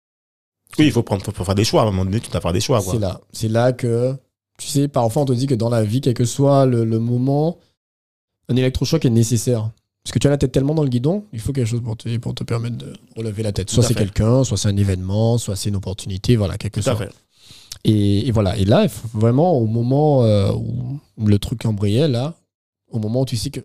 Oui, il faut prendre, faut, faut faire des choix. À un moment donné, tu dois faire des choix, quoi. c'est là. C'est là que, tu sais, parfois on te dit que dans la vie, quel que soit le, le moment, un électrochoc est nécessaire. Parce que tu as la tête tellement dans le guidon, il faut quelque chose pour te, pour te permettre de relever la tête. Soit Tout à c'est fait. quelqu'un, soit c'est un événement, soit c'est une opportunité, voilà, quelque Tout à soit. fait. Et, et voilà. Et là, il faut vraiment, au moment euh, où, où le truc embrayait, là, au moment où tu sais que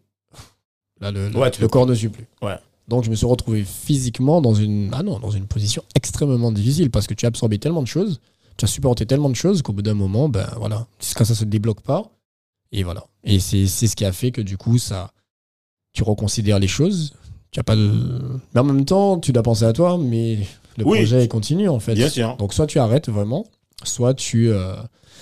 là, le, le- Ouais, tu le peux corps ne suit plus. Ouais. Donc, je me suis retrouvé physiquement dans une, ah non, dans une position extrêmement difficile parce que tu as absorbé tellement de choses, tu as supporté tellement de choses qu'au bout d'un moment, ben voilà, c'est quand ça se débloque pas. Et voilà. Et c'est c'est ce qui a fait que du coup, ça, tu reconsidères les choses. Tu as pas de... Mais en même temps, tu dois penser à toi, mais le Oui. projet continue en fait. Bien sûr. Donc, soit tu arrêtes vraiment, soit tu. euh,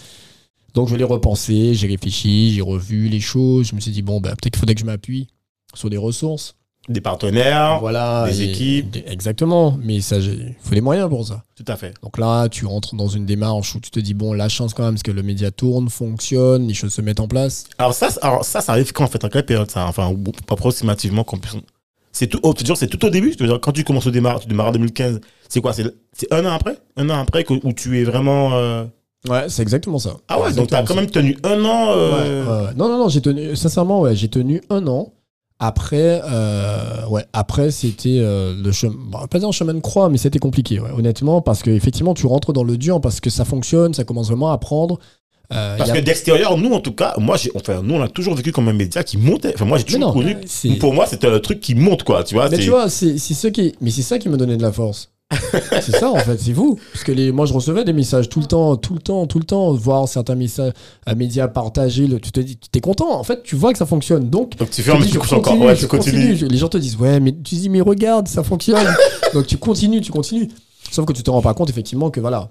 Donc, je l'ai repensé, j'ai réfléchi, j'ai revu les choses. Je me suis dit, bon, ben, peut-être qu'il faudrait que je m'appuie sur des ressources. Des partenaires. Voilà. des et- équipes. des- Exactement. Mais ça, il faut les moyens pour ça. Tout à fait. Donc là, tu rentres dans une démarche où tu te dis, bon, la chance quand même, parce que le média tourne, fonctionne, les choses se mettent en place. Alors ça, c'est- alors ça, ça arrive quand, en fait, en quelle période, ça? Enfin, ou- approximativement, qu'on puisse- c'est tout, oh, tu veux dire, c'est tout au début? Tu veux dire, quand tu commences au démarrage, tu démarres en deux mille quinze, c'est quoi? C'est, c'est un an après? Un an après que, où tu es vraiment, euh... Ouais, c'est exactement ça. Ah ouais, donc t'as Exactement quand ça. même tenu un an, euh... Ouais, ouais, ouais. Non, non, non, j'ai tenu, sincèrement, ouais, j'ai tenu un an. Après, euh, ouais, après c'était euh, le chemin, bon, pas dire un chemin de croix, mais c'était compliqué, ouais, honnêtement, parce qu'effectivement, tu rentres dans le dur, parce que ça fonctionne, ça commence vraiment à prendre. Euh, Parce y a- que d'extérieur, nous, en tout cas, moi, j'ai, enfin, nous, on a toujours vécu comme un média qui montait. Enfin, moi, j'ai Mais toujours non, connu. c'est- Pour moi, c'était le truc qui monte, quoi, tu vois. Mais c'est- tu vois, c'est c'est ce qui, mais c'est ça qui me donnait de la force. C'est ça en fait, c'est vous. Parce que les, moi je recevais des messages tout le temps, tout le temps, tout le temps, voir certains messages à médias partagés, le- tu te dis, tu es content. En fait, tu vois que ça fonctionne. Donc, Donc, tu fais tu un dis, petit je coup encore. continue, Ouais, je tu continues. continue. Les gens te disent, ouais, mais tu dis, mais regarde, ça fonctionne. Donc tu continues, tu continues. Sauf que tu te rends pas compte effectivement que voilà,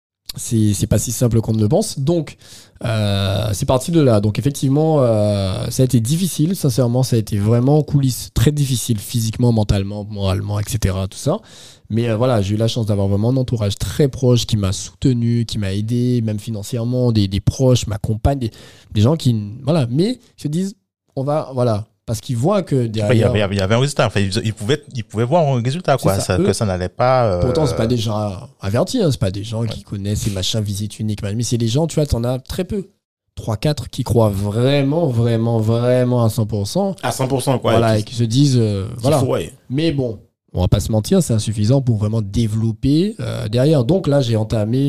c'est c'est pas si simple qu'on ne le pense. Donc, euh, c'est parti de là. Donc, effectivement, euh, ça a été difficile. Sincèrement, ça a été vraiment coulisses très difficile physiquement, mentalement, moralement, et cetera. Tout ça. Mais euh, voilà, j'ai eu la chance d'avoir vraiment un entourage très proche qui m'a soutenu, qui m'a aidé, même financièrement, des, des proches, ma compagne, des, des gens qui. Voilà. Mais ils se disent, on va. Voilà. Parce qu'ils voient que Enfin, il, y derrière. avait, il y avait un résultat. Enfin, ils, ils pouvaient, ils pouvaient voir un résultat, quoi. C'est ça. Ça, Eux- que ça n'allait pas. euh, Pourtant, c'est pas des gens avertis, hein, c'est pas des gens qui connaissent ces machins visite unique, mais c'est des gens, tu vois, t'en as très peu. trois quatre qui croient vraiment, vraiment, vraiment à cent pour cent. À cent pour cent, quoi. Voilà, Et et puis, qui se disent, euh, qu'il voilà. faut, ouais. Mais bon, on va pas se mentir, c'est insuffisant pour vraiment développer euh, derrière. Donc là, j'ai entamé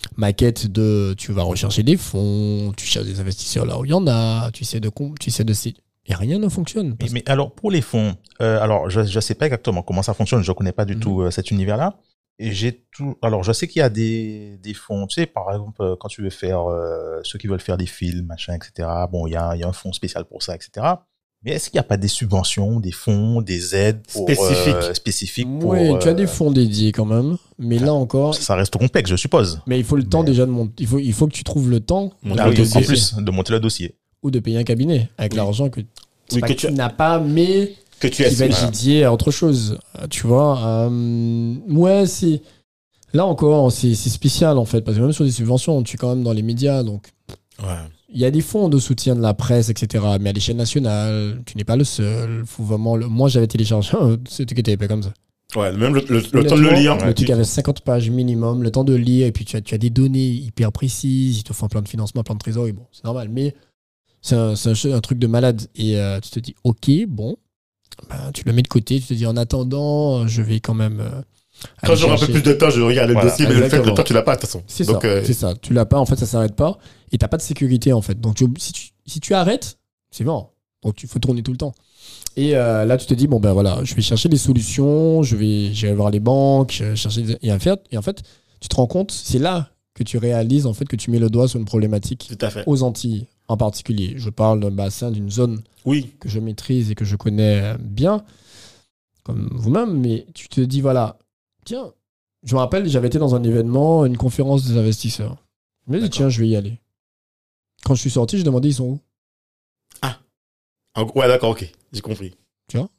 maquette de tu vas rechercher des fonds, tu cherches des investisseurs là où il y en a, tu sais de tu sais de et rien ne fonctionne. Mais, mais alors pour les fonds, euh, alors je je sais pas exactement comment ça fonctionne, je connais pas du mmh. tout euh, cet univers-là. Et j'ai tout. Alors je sais qu'il y a des des fonds, tu sais, par exemple euh, quand tu veux faire euh, ceux qui veulent faire des films, machin, et cetera. Bon, il y a il y a un fonds spécial pour ça, et cetera. Mais est-ce qu'il n'y a pas des subventions, des fonds, des aides pour, spécifiques euh, spécifiques pour, Oui, euh, tu as des fonds dédiés quand même, mais là encore. Ça reste complexe, je suppose. Mais il faut le temps mais... déjà de monter. Il faut il faut que tu trouves le temps. Ah oui, en plus de monter le dossier ou de payer un cabinet avec oui. l'argent que oui, pas que, que tu tu n'as pas, mais que tu qui va être dédié à autre chose. Tu vois, euh, ouais, c'est là encore, c'est c'est spécial en fait, parce que même sur des subventions, tu es quand même dans les médias, donc. Ouais. Il y a des fonds de soutien de la presse, et cetera. Mais à l'échelle nationale, tu n'es pas le seul. Faut vraiment le... Moi, j'avais téléchargé un truc qui était pas comme ça. Ouais, même le, le, le temps de le lire. Le truc avait cinquante pages minimum, le temps de lire, et puis tu as, tu as des données hyper précises, ils te font un plan de financement, un plan de trésorerie, bon, c'est normal. Mais c'est un, c'est un, un truc de malade. Et euh, tu te dis, ok, bon, ben, tu le mets de côté, tu te dis, en attendant, je vais quand même... Euh, Quand j'aurai un peu plus de temps, je regarde voilà, le dossier, mais exactement. le fait, le temps, tu l'as pas, de toute façon. C'est Donc, ça, euh... c'est ça. Tu l'as pas, en fait, ça s'arrête pas. Et t'as pas de sécurité, en fait. Donc, tu, si, tu, si tu arrêtes, c'est mort. Donc, il faut tourner tout le temps. Et euh, là, tu te dis, bon, ben voilà, je vais chercher des solutions, je vais, je vais voir les banques, chercher des... et, en fait, et en fait, tu te rends compte, c'est là que tu réalises, en fait, que tu mets le doigt sur une problématique tout à fait. Aux Antilles, en particulier. Je parle d'un bassin, d'une zone oui. que je maîtrise et que je connais bien, comme vous-même, mais tu te dis, voilà, tiens, je me rappelle, j'avais été dans un événement, une conférence des investisseurs. Je me dis, tiens, je vais y aller. Quand je suis sorti, je demandais, ils sont où? Ah. Ouais, d'accord, ok. J'ai compris. Tu vois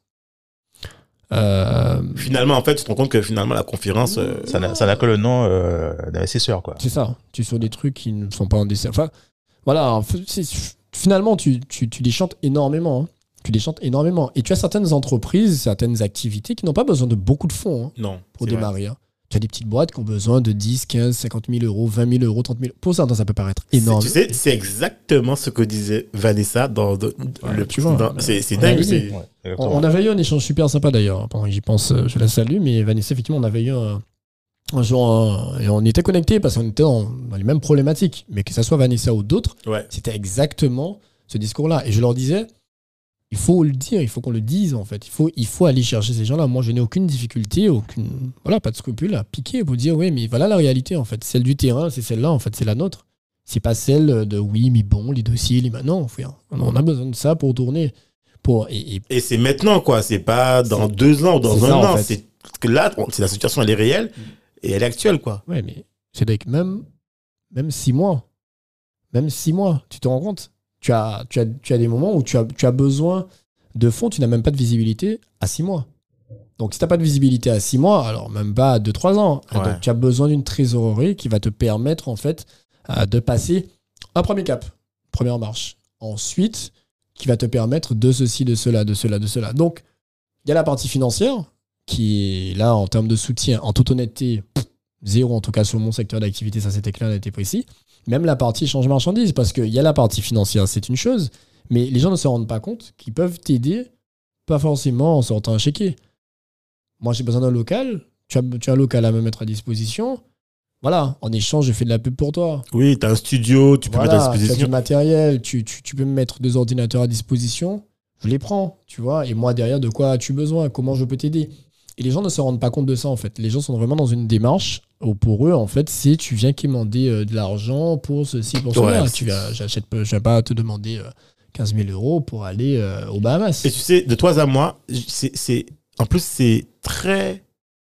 euh... Finalement, en fait, tu te rends compte que finalement, la conférence... Euh... Ça n'a, ça n'a que le nom euh, d'investisseur, quoi. C'est ça. Tu es sur des trucs qui ne sont pas en dessin. Enfin, voilà. C'est, finalement, tu, tu, tu les chantes énormément. Hein. Tu les chantes énormément. Et tu as certaines entreprises, certaines activités qui n'ont pas besoin de beaucoup de fonds hein, non, pour démarrer. Hein. Tu as des petites boîtes qui ont besoin de dix, quinze, cinquante mille euros, vingt mille euros, trente mille. Pour certains, ça peut paraître énorme. Tu sais, c'est exactement ce que disait Vanessa dans, dans ouais, le. Tu vois, dans, c'est c'est dingue. C'est... Ouais, on, on avait eu un échange super sympa d'ailleurs. Pendant que j'y pense, je la salue. Mais Vanessa, effectivement, on avait eu un, un jour. Un, et on était connectés parce qu'on était dans, dans les mêmes problématiques. Mais que ça soit Vanessa ou d'autres, ouais. c'était exactement ce discours-là. Et je leur disais. Il faut le dire, il faut qu'on le dise en fait. Il faut, il faut aller chercher ces gens-là. Moi, je n'ai aucune difficulté, aucune, voilà, pas de scrupule à piquer pour dire oui, mais voilà la réalité en fait. Celle du terrain, c'est celle-là en fait, c'est la nôtre. C'est pas celle de oui, mais bon, les dossiers, les maintenant. On a besoin de ça pour tourner. Pour et, et... et c'est maintenant quoi. C'est pas dans c'est... deux ans ou dans un ça, an. En fait. C'est parce que là, c'est la situation, elle est réelle et elle est actuelle quoi. Ouais, mais c'est avec même, même six mois, même six mois, tu te rends compte? Tu as, tu, as, tu as des moments où tu as, tu as besoin de fonds, tu n'as même pas de visibilité à six mois. Donc, si tu n'as pas de visibilité à six mois, alors même pas à deux trois ans, ouais. Donc, tu as besoin d'une trésorerie qui va te permettre en fait, euh, de passer un premier cap, première marche. Ensuite, qui va te permettre de ceci, de cela, de cela, de cela. Donc, il y a la partie financière qui est là en termes de soutien, en toute honnêteté, pff, zéro en tout cas sur mon secteur d'activité, ça c'était clair, ça a été précis. Même la partie échange marchandises, parce qu'il y a la partie financière, c'est une chose, mais les gens ne se rendent pas compte qu'ils peuvent t'aider, pas forcément en sortant un chéquier. Moi, j'ai besoin d'un local, tu as, tu as un local à me mettre à disposition, voilà, en échange, je fais de la pub pour toi. Oui, tu as un studio, tu peux voilà, mettre à disposition. Tu as du matériel, tu, tu, tu peux me mettre deux ordinateurs à disposition, je les prends, tu vois, et moi, derrière, de quoi as-tu besoin, comment je peux t'aider? Et les gens ne se rendent pas compte de ça, en fait. Les gens sont vraiment dans une démarche où, pour eux, en fait, c'est tu viens quémander euh, de l'argent pour ceci, pour cela. Ouais, tu viens, j'achète, je ne vais pas te demander euh, quinze mille euros pour aller euh, aux Bahamas. Et tu sais, de toi à moi, c'est, c'est, en plus, c'est très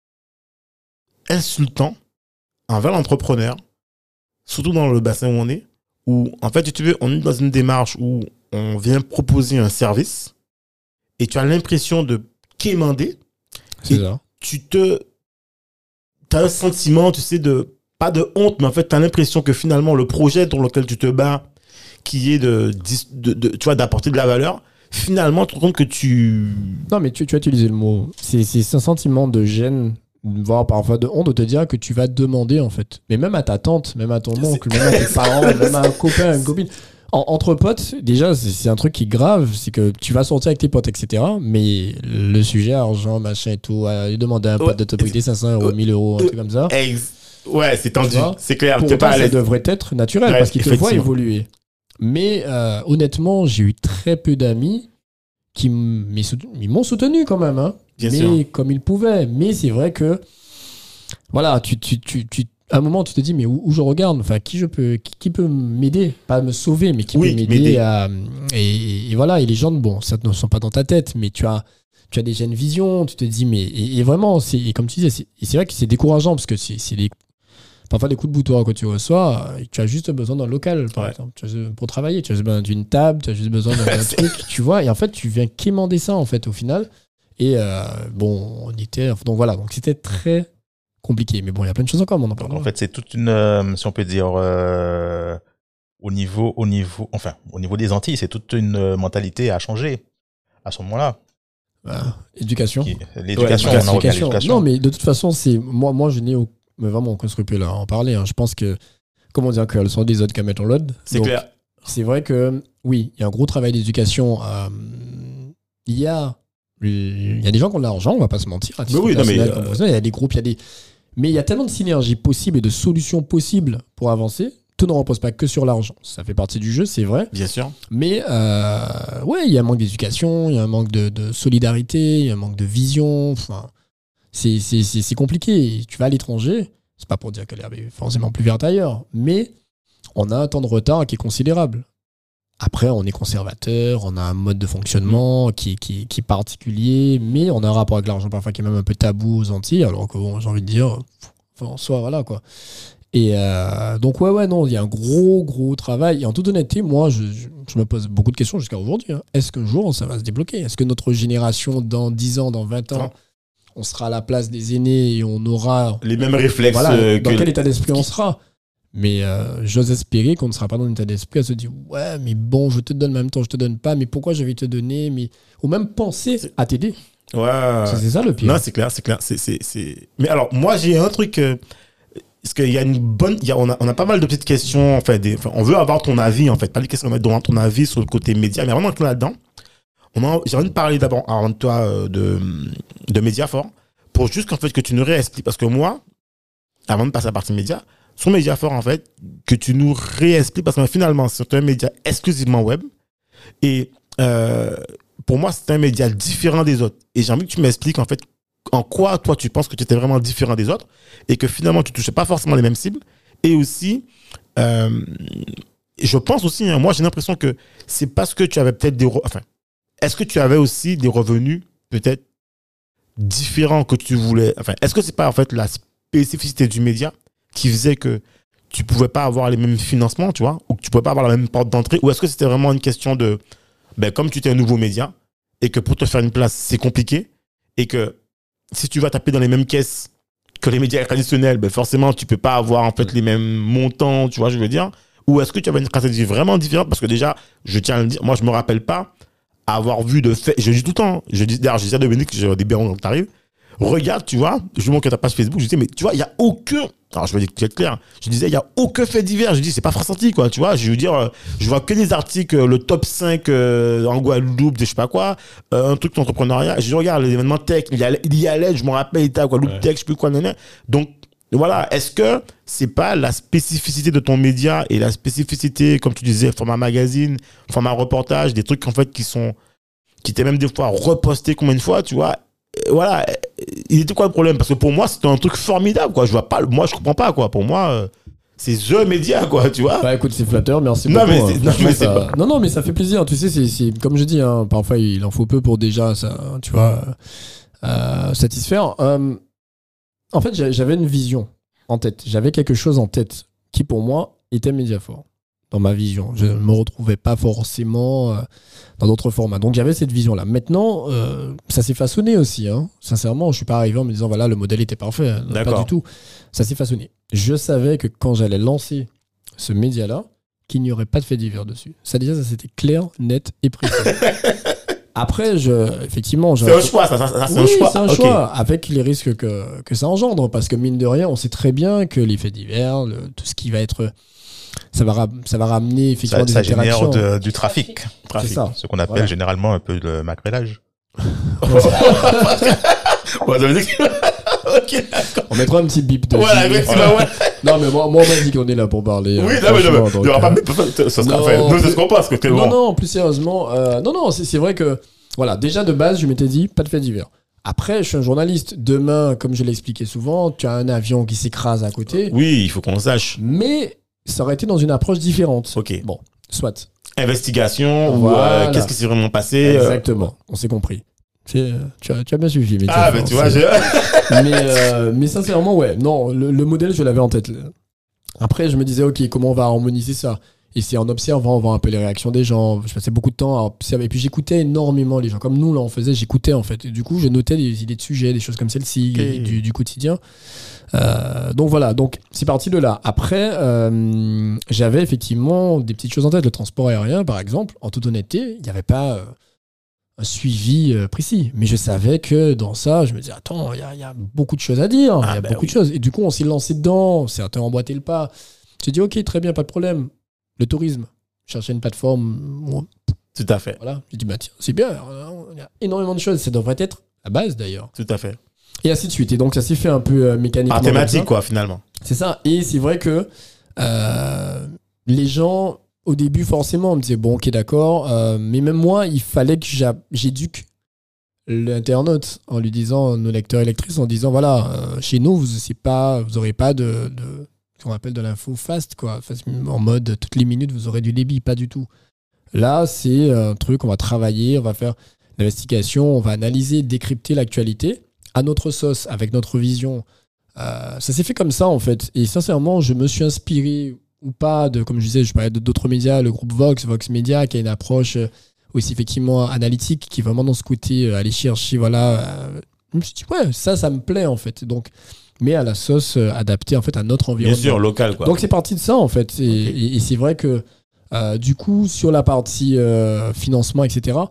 insultant envers l'entrepreneur, surtout dans le bassin où on est, où, en fait, tu veux, on est dans une démarche où on vient proposer un service et tu as l'impression de quémander. C'est ça. Tu te... as un sentiment, tu sais, de... Pas de honte, mais en fait, tu as l'impression que finalement, le projet dans lequel tu te bats, qui est de, de, de, tu vois, d'apporter de la valeur, finalement, tu te rends compte que tu... Non, mais tu, tu as utilisé le mot. C'est, c'est un sentiment de gêne, voire parfois de honte, de te dire que tu vas demander, en fait. Mais même à ta tante, même à ton oncle, même à tes parents, même à un copain, à une copine... En, entre potes, déjà, c'est, c'est un truc qui est grave, c'est que tu vas sortir avec tes potes, et cetera. Mais le sujet argent, machin et tout, aller demander à un pote ouais, de te prêter cinq cents euros, mille euros, un truc comme ça. Ex- Ouais, c'est tendu, c'est clair. Pour T'es pas autant, à ça l'aise. devrait être naturel Ouais, parce qu'ils te voient effectivement. évoluer. Mais euh, honnêtement, j'ai eu très peu d'amis qui m- m'y sout- ils m'ont soutenu quand même, hein. Bien mais sûr. comme ils pouvaient. Mais c'est vrai que, voilà, tu, tu, tu, tu, à un moment, tu te dis, mais où, où je regarde, enfin, qui je peux, qui, qui peut m'aider, pas me sauver, mais qui Oui, peut m'aider. m'aider à, et, et voilà, et les gens, bon, ça ne sont pas dans ta tête, mais tu as, tu as déjà une vision, tu te dis, mais, et, et vraiment, c'est, et comme tu disais, c'est, et c'est vrai que c'est décourageant parce que c'est, c'est des, parfois des coups de bouton que tu reçois, euh, tu as juste besoin d'un local, par Ouais. exemple. Tu as, pour travailler, tu as juste besoin d'une table, tu as juste besoin d'un truc, tu vois, et en fait, tu viens quémander ça, en fait, au final. Et euh, bon, on était. Donc voilà, donc c'était très compliqué. Mais bon, il y a plein de choses encore, mais on en Donc, parlera. en fait, c'est toute une, euh, si on peut dire, euh, au niveau, au niveau, enfin, au niveau des Antilles, c'est toute une euh, mentalité à changer à ce moment-là. Voilà. Éducation. Qui- L'éducation, Ouais, on en revient à éducation. l'éducation. Non, mais de toute façon, c'est moi, moi, je n'ai au- mais vraiment aucun scrupule à en parler. hein. Je pense que, comment dire, qu'elles sont des autres qu'à mettre en l'autre. C'est Donc, clair. C'est vrai que, oui, il y a un gros travail d'éducation. euh, Il y a. Il y a des gens qui ont de l'argent, on va pas se mentir. à titre Mais oui, non, mais, personnel, euh, comme professionnel. Il y a des groupes, il y a des. Mais il y a tellement de synergies possibles et de solutions possibles pour avancer. Tout ne repose pas que sur l'argent. Ça fait partie du jeu, c'est vrai. Bien sûr. Mais euh, ouais, il y a un manque d'éducation, il y a un manque de, de solidarité, il y a un manque de vision. Enfin, c'est, c'est, c'est, c'est compliqué. Tu vas à l'étranger, c'est pas pour dire que l'herbe est forcément plus verte ailleurs, mais on a un temps de retard qui est considérable. Après, on est conservateur, on a un mode de fonctionnement qui, qui, qui est particulier, mais on a un rapport avec l'argent parfois qui est même un peu tabou aux Antilles, alors que bon, j'ai envie de dire, enfin, en soi, voilà quoi. Et euh, donc, ouais, ouais, non, il y a un gros, gros travail. Et en toute honnêteté, moi, je, je, je me pose beaucoup de questions jusqu'à aujourd'hui. hein. Est-ce qu'un jour, ça va se débloquer ? Est-ce que notre génération, dans dix ans, dans vingt ans, Non. on sera à la place des aînés et on aura... Les mêmes réflexes Voilà, euh, dans que. quel état d'esprit on sera ? Mais euh, j'ose espérer qu'on ne sera pas dans un état d'esprit à se dire « Ouais, mais bon, je te donne, en même temps, je te donne pas, mais pourquoi je vais te donner » mais... Ou même penser à t'aider. Ouais. C'est, c'est ça le pire. Non, c'est clair, c'est clair. C'est, c'est, c'est... Mais alors, moi, j'ai un truc. euh, Parce qu'il y a une bonne. Il y a, on, a, on a pas mal de petites questions. Enfin, des, enfin, on veut avoir ton avis, en fait. Pas les questions, mais dont ton avis sur le côté média. Mais vraiment, là-dedans, on a, j'ai envie de parler d'abord, avant de toi, euh, de, de Mediafort. Pour juste qu'en fait, que tu nous réexpliques. Parce que moi, avant de passer à la partie média, sur Mediafort, en fait, que tu nous réexpliques. Parce que finalement, c'est un média exclusivement web. Et euh, pour moi, c'est un média différent des autres. Et j'ai envie que tu m'expliques, en fait, en quoi, toi, tu penses que tu étais vraiment différent des autres et que finalement, tu touchais pas forcément les mêmes cibles. Et aussi, euh, je pense aussi, hein, moi, j'ai l'impression que c'est parce que tu avais peut-être des... re- Enfin, est-ce que tu avais aussi des revenus peut-être différents que tu voulais... Enfin, est-ce que c'est pas, en fait, la spécificité du média qui faisait que tu pouvais pas avoir les mêmes financements, tu vois, ou que tu pouvais pas avoir la même porte d'entrée, ou est-ce que c'était vraiment une question de... Ben, comme tu étais un nouveau média et que pour te faire une place, c'est compliqué et que si tu vas taper dans les mêmes caisses que les médias traditionnels, ben forcément, tu peux pas avoir en fait les mêmes montants, tu vois, je veux dire. Ou est-ce que tu avais une stratégie vraiment différente? Parce que déjà, je tiens à le dire, moi, je me rappelle pas avoir vu de fait. Je dis tout le temps, je dis, d'ailleurs, je disais à Dominique, j'ai au début quand t'arrives, regarde, tu vois, je montre ta page Facebook, je disais, mais tu vois, il y a aucun. Alors, je vais être clair, je disais, il y a aucun fait divers. Je dis, c'est pas France Antilles, quoi, tu vois. Je veux dire, euh, je vois que des articles, euh, le top cinq euh, en Guadeloupe, je sais pas quoi, euh, un truc d'entrepreneuriat. Je dis, regarde, les événements tech, il y allait, il y allait je me rappelle, il était à Guadeloupe Ouais. Tech, je sais plus quoi, nanana. Donc, voilà, est-ce que c'est pas la spécificité de ton média et la spécificité, comme tu disais, format magazine, format reportage, des trucs en fait qui sont, qui étaient même des fois repostés combien de fois, tu vois, euh, voilà, euh, il était quoi le problème? Parce que pour moi, c'était un truc formidable, quoi. Je vois pas, moi, je comprends pas, quoi. Pour moi, euh, c'est the média, quoi, tu vois. Bah écoute, c'est flatteur, merci Non, beaucoup. mais hein. c'est- non, Franchement, mais c'est ça- pas- non, non, mais ça fait plaisir. Tu sais, c'est, c'est comme je dis, hein, parfois il en faut peu pour déjà, ça, tu vois, euh, satisfaire. Euh, en fait, j'a- j'avais une vision en tête. J'avais quelque chose en tête qui, pour moi, était Mediafort. Dans ma vision. Je ne me retrouvais pas forcément euh, dans d'autres formats. Donc j'avais cette vision-là. Maintenant, euh, ça s'est façonné aussi. Hein. Sincèrement, je ne suis pas arrivé en me disant, voilà, le modèle était parfait. Non, pas D'accord. du tout. Ça s'est façonné. Je savais que quand j'allais lancer ce média-là, qu'il n'y aurait pas de fait divers dessus. Ça déjà, ça c'était clair, net et précis. Après, je, effectivement... C'est un choix, ça, ça, ça, c'est un Oui, choix. c'est un Ok. choix, avec les risques que, que ça engendre. Parce que mine de rien, on sait très bien que les faits divers, le- tout ce qui va être... Ça va, ra- ça va ramener effectivement Ça, des ça génère interactions. de- du trafic. Trafic. C'est ça. Ce qu'on appelle Voilà. généralement un peu le macrélage. Ouais, ça veut dire que- ok, d'accord. On mettra un petit bip dessus. Voilà, effectivement, ouais. Non, mais moi, moi, on m'a dit qu'on est là pour parler. Oui, euh, non, mais non, mais franchement, il y aura donc, pas euh, de. Ça sera non, fait. Nous, c'est plus- ce qu'on pense, que c'est Non, bon. non, plus sérieusement, euh, non, non, c'est c'est vrai que, voilà, déjà de base, je m'étais dit, pas de fait divers. Après, je suis un journaliste. Demain, comme je l'ai expliqué souvent, tu as un avion qui s'écrase à côté. Oui, il faut qu'on sache. Mais ça aurait été dans une approche différente. Ok. Bon, soit. Investigation, ou Voilà. euh, qu'est-ce qui s'est vraiment passé. euh, Exactement, on s'est compris. C'est- Tu as, tu as bien suivi. Mais Ah, ben tu vois, j'ai. mais, euh, mais sincèrement, ouais, non, le, le modèle, je l'avais en tête. Après, je me disais, ok, comment on va harmoniser ça? Et c'est en observant, en voyant un peu les réactions des gens. Je passais beaucoup de temps à observer. Et puis j'écoutais énormément les gens. Comme nous, là, on faisait, j'écoutais en fait. Et du coup, je notais des idées de sujets, des choses comme celle-ci, Ok. du, du quotidien. Euh, donc voilà, donc c'est parti de là. Après, euh, j'avais effectivement des petites choses en tête. Le transport aérien, par exemple, en toute honnêteté, il n'y avait pas euh, un suivi euh, précis. Mais je savais que dans ça, je me disais, attends, il y, a- il y a beaucoup de choses à dire. Il Ah, y a bah beaucoup oui. de choses. Et du coup, on s'est lancé dedans. Certains ont emboîté le pas. J'ai dit, ok, très bien, pas de problème. Le tourisme, chercher une plateforme. Bon, Tout à fait. voilà. J'ai dit, bah tiens, c'est bien. Il y a énormément de choses. Ça devrait être la base d'ailleurs. Tout à fait. Et ainsi de suite. Et donc, ça s'est fait un peu euh, mécaniquement. Par comme thématique, ça. quoi, finalement. C'est ça. Et c'est vrai que euh, les gens, au début, forcément, on me disait, bon, ok, d'accord. euh, mais même moi, il fallait que j'a- j'éduque l'internaute en lui disant, nos lecteurs et lectrices, en disant, voilà, euh, chez nous, vous c'est pas, vous aurez pas de, de ce qu'on appelle de l'info fast, quoi. Fast, en mode, toutes les minutes, vous aurez du débit. Pas du tout. Là, c'est un truc, on va travailler, on va faire l'investigation, on va analyser, décrypter l'actualité à notre sauce, avec notre vision. Euh, ça s'est fait comme ça, en fait. Et sincèrement, je me suis inspiré ou pas de, comme je disais, je parlais de d'autres médias, le groupe Vox, Vox Media, qui a une approche euh, aussi effectivement analytique, qui est vraiment dans ce côté, euh, aller chercher, voilà. euh, je me suis dit, ouais, ça, ça me plaît, en fait. Donc, mais à la sauce euh, adaptée, en fait, à notre Bien environnement. sûr, local, quoi. Donc c'est parti de ça en fait. Et, Ok. et- et c'est vrai que euh, du coup, sur la partie euh, financement, et cetera,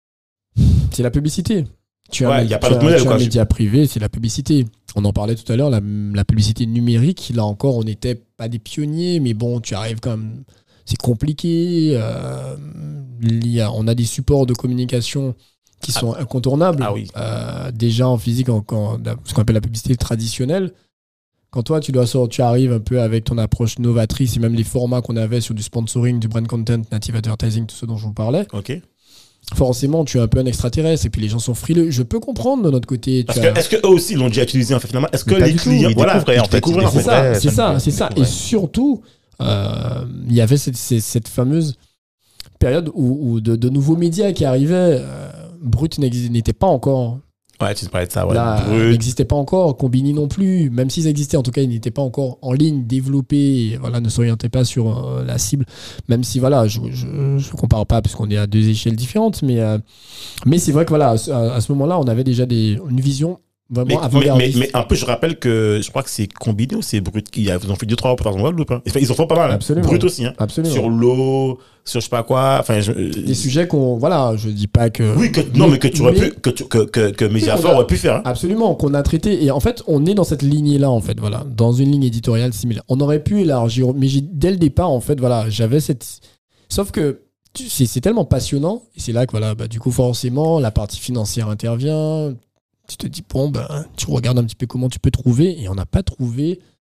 c'est la publicité. Tu as, Ouais, un- y a pas tu d'autre as- modèle, tu as quoi. un média privé, c'est la publicité. On en parlait tout à l'heure, la, la publicité numérique, là encore, on n'était pas des pionniers, mais bon, tu arrives quand même. C'est compliqué. euh, il y a- on a des supports de communication qui sont incontournables. Ah oui. Euh, déjà en physique, en, en- ce qu'on appelle la publicité traditionnelle. Quand toi, tu dois sortir, tu arrives un peu avec ton approche novatrice et même les formats qu'on avait sur du sponsoring, du brand content, native advertising, tout ce dont je vous parlais, Ok. forcément, tu es un peu un extraterrestre et puis les gens sont frileux. Je peux comprendre de notre côté. Parce tu que, as- est-ce que eux aussi l'ont déjà utilisé, en fait, finalement? Est-ce que Mais pas les du tout, clients. ils Voilà, découvraient, en ils fait, découvraient, ils en fait. C'est ça, Ouais, c'est ça ça, me- c'est ça. ouais. Et surtout, euh, il y avait cette, cette, cette fameuse période où, où de, de nouveaux médias qui arrivaient. euh, Brut n'exi- n'était pas encore. Ouais, tu parlais de ça, ouais. Là, Brut. n'existait pas encore. Combini non plus. Même s'ils existaient, en tout cas, ils n'étaient pas encore en ligne, développés. Et voilà, ne s'orientaient pas sur euh, la cible. Même si, voilà, je ne compare pas parce qu'on est à deux échelles différentes. Mais, euh, mais c'est vrai que, voilà, à, ce- à ce moment-là, on avait déjà des, une vision Mais, vraiment mais, avant-gardiste. mais, mais un peu, je rappelle que je crois que c'est Combiné ou c'est Brut qui a- ils ont fait deux trois reportages en Guadeloupe. Hein. Enfin, ils en font pas mal. Hein. Absolument. Brut aussi. Hein. Absolument. Sur l'eau, sur je sais pas quoi. Enfin, je- Des sujets qu'on. Voilà, je dis pas que. Oui, que, non, mais que tu aurais mais- pu, que, tu- que, que, que Mediafor on a- aurait pu faire. Hein. Absolument, qu'on a traité. Et en fait, on est dans cette lignée-là, en fait, voilà, dans une ligne éditoriale similaire. On aurait pu élargir, mais j'ai- dès le départ, en fait, voilà, j'avais cette. Sauf que tu- c'est c'est tellement passionnant, et c'est là que, voilà, bah, du coup, forcément, la partie financière intervient. Tu te dis, bon, ben, tu regardes un petit peu comment tu peux trouver, et on n'a pas trouvé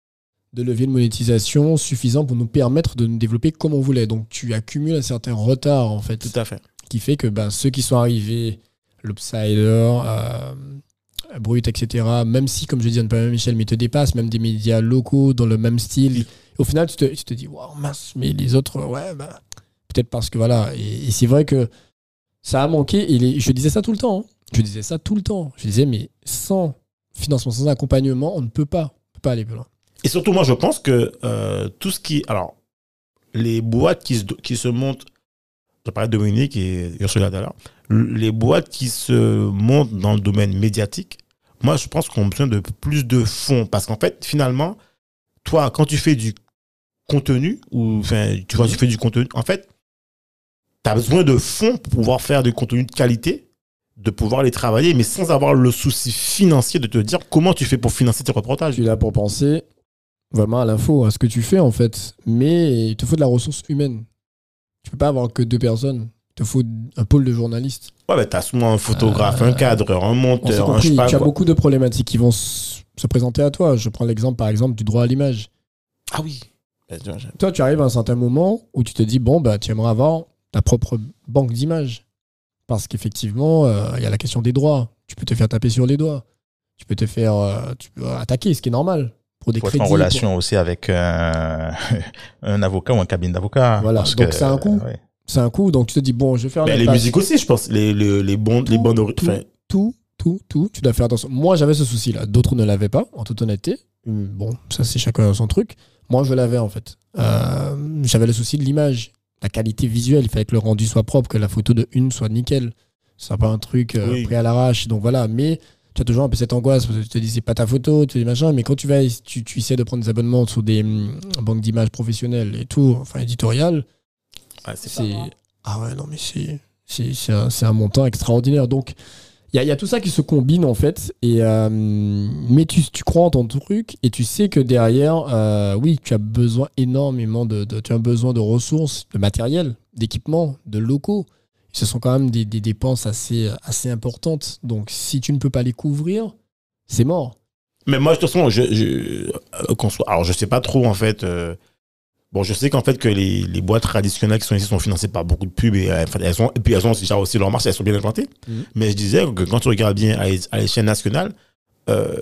de levier de monétisation suffisant pour nous permettre de nous développer comme on voulait. Donc, tu accumules un certain retard, en fait, Tout à fait. qui fait que ben, ceux qui sont arrivés, l'Upsider, euh, Brut, et cetera, même si, comme je dis, à ne pas la même échelle, mais te dépassent, même des médias locaux dans le même style, au final, tu te, tu te dis, waouh, mince, mais les autres, ouais, ben, peut-être parce que voilà. Et, et c'est vrai que ça a manqué, et les- je disais ça tout le temps. hein. Je disais ça tout le temps. Je disais, mais sans financement, sans accompagnement, on ne peut pas, on peut pas aller plus loin. Et surtout, moi, je pense que euh, tout ce qui. Alors, les boîtes qui se, qui se montent. Je parlais de Dominique et Ursula tout à l'heure. Les boîtes qui se montent dans le domaine médiatique, moi, je pense qu'on a besoin de plus de fonds. Parce qu'en fait, finalement, toi, quand tu fais du contenu, ou enfin, tu vois, tu fais du contenu, en fait, tu as besoin de fonds pour pouvoir faire du contenu de qualité, de pouvoir les travailler, mais sans avoir le souci financier de te dire comment tu fais pour financer tes reportages. Je suis là pour penser vraiment à l'info, à ce que tu fais en fait. Mais il te faut de la ressource humaine. Tu peux pas avoir que deux personnes. Il te faut un pôle de journalistes. Ouais, mais t'as souvent un photographe, Euh, un cadreur, un On s'est monteur, un compris, je sais pas tu as quoi. beaucoup de problématiques qui vont s- se présenter à toi. Je prends l'exemple, par exemple, du droit à l'image. Ah oui. Ben, tu vois, j'ai- Toi, tu arrives à un certain moment où tu te dis, bon, bah, tu aimerais avoir ta propre banque d'images. Parce qu'effectivement, euh, il y a la question des droits. Tu peux te faire taper sur les doigts. Tu peux te faire euh, tu peux attaquer, ce qui est normal. Pour des Faut être crédits. en relation aussi avec un, un avocat ou un cabinet d'avocat. Voilà, parce donc que, c'est un coût. euh, ouais. C'est un coup, donc tu te dis, bon, je vais faire Ben, les les pages. musiques aussi, je pense. Les, les, les, bons, les Tout, bonnes ori- tout, enfin, tout, tout, tout, tu dois faire attention. Moi, j'avais ce souci-là. D'autres ne l'avaient pas, en toute honnêteté. Hum, Bon, ça, c'est chacun son truc. Moi, je l'avais, en fait. Euh, j'avais le souci de l'image. La qualité visuelle, il fallait que le rendu soit propre, que la photo de une soit nickel. C'est pas un truc euh, Oui. pris à l'arrache. Donc voilà, mais tu as toujours un peu cette angoisse parce que tu te dis, c'est pas ta photo, tu dis machin. Mais quand tu vas, tu, tu essaies de prendre des abonnements sur des hum, banques d'images professionnelles et tout, enfin éditoriales, ouais, c'est c'est. Ah ouais, non, mais c'est, c'est, c'est, un, c'est un montant extraordinaire. Donc, il y a, y a tout ça qui se combine, en fait. Et, euh, mais tu, tu crois en ton truc et tu sais que derrière, euh, oui, tu as besoin énormément de, de. Tu as besoin de ressources, de matériel, d'équipements, de locaux. Ce sont quand même des, des dépenses assez, assez importantes. Donc, si tu ne peux pas les couvrir, c'est mort. Mais moi, de toute façon, je, je, euh, qu'on soit- alors je sais pas trop, en fait. euh, bon, je sais qu'en fait, que les, les boîtes traditionnelles qui sont ici sont financées par beaucoup de pubs et, euh, enfin, elles sont, et puis elles ont déjà aussi leur marché, elles sont bien implantées. Mhm. Mais je disais que quand tu regardes bien à, l'é- à l'échelle nationale, euh,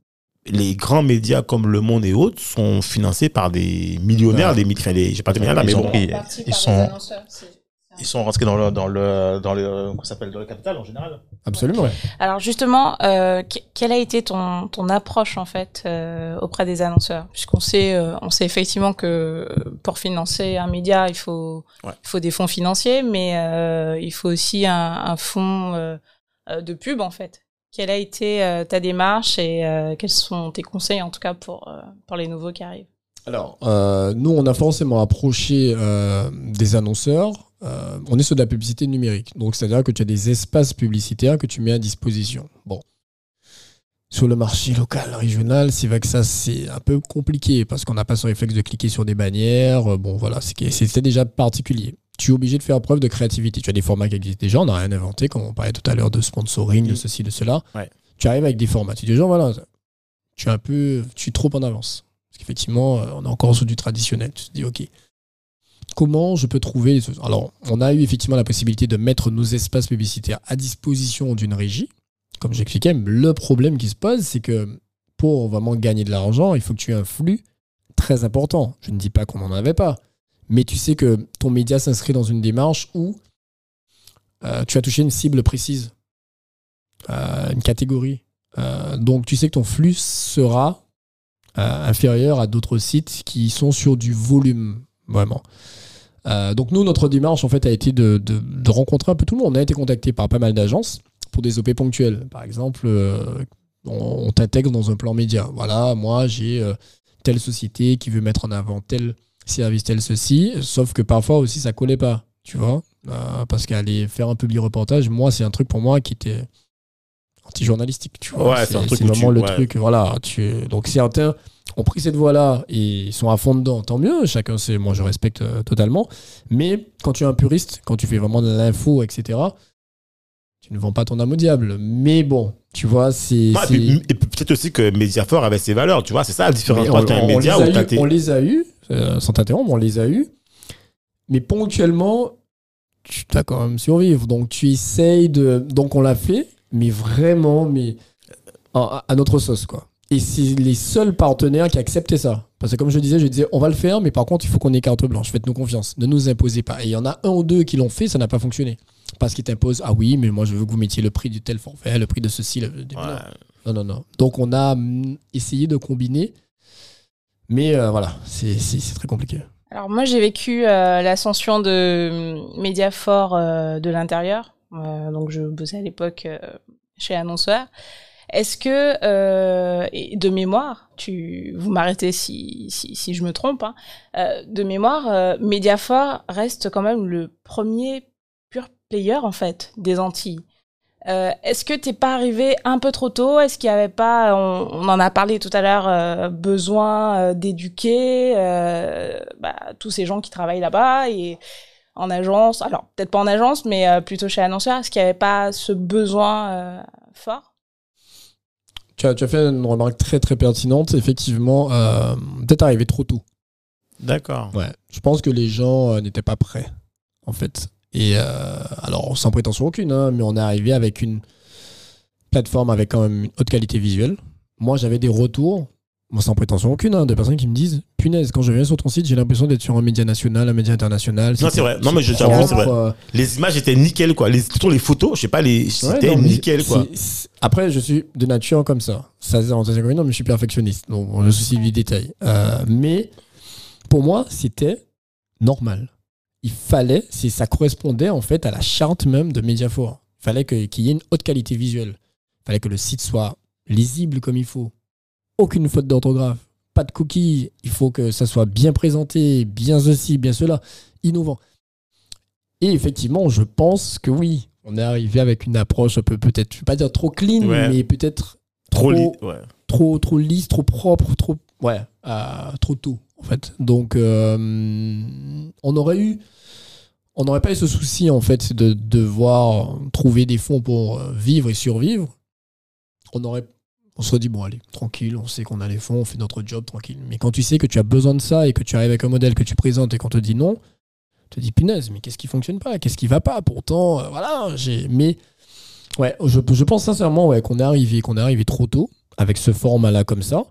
les grands médias comme Le Monde et autres sont financés par des millionnaires, Ouais. des milliardaires, enfin, des, j'ai pas de milliardaires, mais Ils ont bon. pris- ils sont, ils sont rentrés dans le, dans le, dans le, comment ça s'appelle, dans le capital en général. Absolument. Alors justement, euh, que- quelle a été ton, ton approche en fait euh, auprès des annonceurs? Puisqu'on sait, euh, on sait effectivement que euh, pour financer un média, il faut, Ouais. il faut des fonds financiers, mais euh, il faut aussi un, un fonds euh, euh, de pub en fait. Quelle a été euh, ta démarche et euh, quels sont tes conseils en tout cas pour euh, pour les nouveaux qui arrivent? Alors, euh, nous, on a forcément approché euh, des annonceurs. Euh, on est sur de la publicité numérique. Donc, c'est-à-dire que tu as des espaces publicitaires que tu mets à disposition. Bon. Sur le marché local, régional, c'est vrai que ça, c'est un peu compliqué parce qu'on n'a pas ce réflexe de cliquer sur des bannières. Bon, voilà, c'est- c'était déjà particulier. Tu es obligé de faire preuve de créativité. Tu as des formats qui existent déjà. On n'a rien inventé, comme on parlait tout à l'heure de sponsoring, de ceci, de cela. Ouais. Tu arrives avec des formats. Tu dis, genre, voilà, tu es un peu, tu es trop en avance. Parce qu'effectivement, euh, on est encore sur du traditionnel. Tu te dis, OK, comment je peux trouver... les- Alors, on a eu effectivement la possibilité de mettre nos espaces publicitaires à disposition d'une régie. Comme j'expliquais, le problème qui se pose, c'est que pour vraiment gagner de l'argent, il faut que tu aies un flux très important. Je ne dis pas qu'on n'en avait pas, mais tu sais que ton média s'inscrit dans une démarche où euh, tu as touché une cible précise, euh, une catégorie. Euh, donc, tu sais que ton flux sera Euh, inférieur à d'autres sites qui sont sur du volume, vraiment. Euh, donc nous, notre démarche en fait a été de, de, de rencontrer un peu tout le monde. On a été contacté par pas mal d'agences pour des O P ponctuels. Par exemple, euh, on, on t'intègre dans un plan média. Voilà, moi j'ai euh, telle société qui veut mettre en avant tel service, tel ceci, sauf que parfois aussi ça collait pas, tu vois, euh, parce qu'aller faire un public reportage, moi c'est un truc pour moi qui était anti-journalistique, tu vois. Ouais, c'est un truc c'est où vraiment tu- le ouais. truc, voilà. Tu, donc certains ont pris cette voie-là et ils sont à fond dedans, tant mieux. Chacun sait, moi je respecte euh, totalement. Mais quand tu es un puriste, quand tu fais vraiment de l'info, et cetera, tu ne vends pas ton âme au diable. Mais bon, tu vois, c'est. Ouais, et c'est- puis, et puis peut-être aussi que Mediafor avait ses valeurs, tu vois, c'est ça la différence. mais Toi, on, t'as un on- on média les a où t'as eu, tes- on les a eus, euh, sans t'interrompre, on les a eus. Mais ponctuellement, tu dois quand même survivre. Donc tu essayes de. Donc on l'a fait, mais vraiment, mais à, à notre sauce, quoi. Et c'est les seuls partenaires qui acceptaient ça. Parce que comme je disais, je disais, on va le faire, mais par contre, il faut qu'on ait carte blanche. Faites-nous confiance. Ne nous imposez pas. Et il y en a un ou deux qui l'ont fait, ça n'a pas fonctionné. Parce qu'ils t'imposent, ah oui, mais moi, je veux que vous mettiez le prix du tel forfait, le prix de ceci. Le... Ouais. Non, non, non. Donc, on a hum, essayé de combiner. Mais euh, voilà, c'est c'est- c'est très compliqué. Alors moi j'ai vécu euh, l'ascension de Mediafor euh, de l'intérieur. Euh, donc je bossais à l'époque euh, chez Annonceur. Est-ce que euh, et de mémoire, tu vous m'arrêtez si, si si je me trompe, hein, euh, de mémoire, euh, Mediafor reste quand même le premier pure player en fait des Antilles. Euh, est-ce que t'es pas arrivé un peu trop tôt? Est-ce qu'il y avait pas, on, on en a parlé tout à l'heure, euh, besoin euh, d'éduquer euh, bah, tous ces gens qui travaillent là-bas et en agence, alors peut-être pas en agence, mais euh, plutôt chez annonceur. Est-ce qu'il n'y avait pas ce besoin euh, fort? Tu as, tu as fait une remarque très très pertinente. Effectivement, euh, peut-être arrivé trop tôt. D'accord. Ouais. Je pense que les gens euh, n'étaient pas prêts, en fait. Et euh, alors, sans prétention aucune, hein, mais on est arrivé avec une plateforme avec quand même une haute qualité visuelle. Moi, j'avais des retours, moi, sans prétention aucune, hein, de personnes qui me disent « Punaise, quand je viens sur ton site, j'ai l'impression d'être sur un média national, un média international. » Non, c'est vrai. Non, mais je t'avoue, c'est vrai. Euh... Les images étaient nickel, quoi. Les, surtout les photos, je sais pas, les, c'était ouais, non, nickel, quoi. C'est, c'est... Après, je suis de nature comme ça. Ça, c'est non, mais je suis perfectionniste. Donc, je soucie du détail. Euh, mais pour moi, c'était normal. Il fallait, c'est, ça correspondait en fait à la charte même de Mediafor. Il fallait que, qu'il y ait une haute qualité visuelle. Il fallait que le site soit lisible comme il faut. Aucune faute d'orthographe. Pas de cookies. Il faut que ça soit bien présenté, bien ceci, bien cela. Innovant. Et effectivement, je pense que oui, on est arrivé avec une approche un peu, peut-être, je ne vais pas dire trop clean, ouais. mais peut-être trop, trop, li- ouais. trop, trop lisse, trop propre, trop, ouais, euh, trop tôt, en fait. Donc, euh, on aurait eu, on n'aurait pas eu ce souci, en fait, de devoir trouver des fonds pour vivre et survivre. On aurait, on se serait dit, bon, allez, tranquille, on sait qu'on a les fonds, on fait notre job, tranquille. Mais quand tu sais que tu as besoin de ça et que tu arrives avec un modèle que tu présentes et qu'on te dit non, tu te dis, punaise, mais qu'est-ce qui fonctionne pas? Qu'est-ce qui va pas? Pourtant, euh, voilà, j'ai... Mais, ouais, je, je pense sincèrement ouais, qu'on est arrivé, qu'on est arrivé trop tôt avec ce format-là comme ça.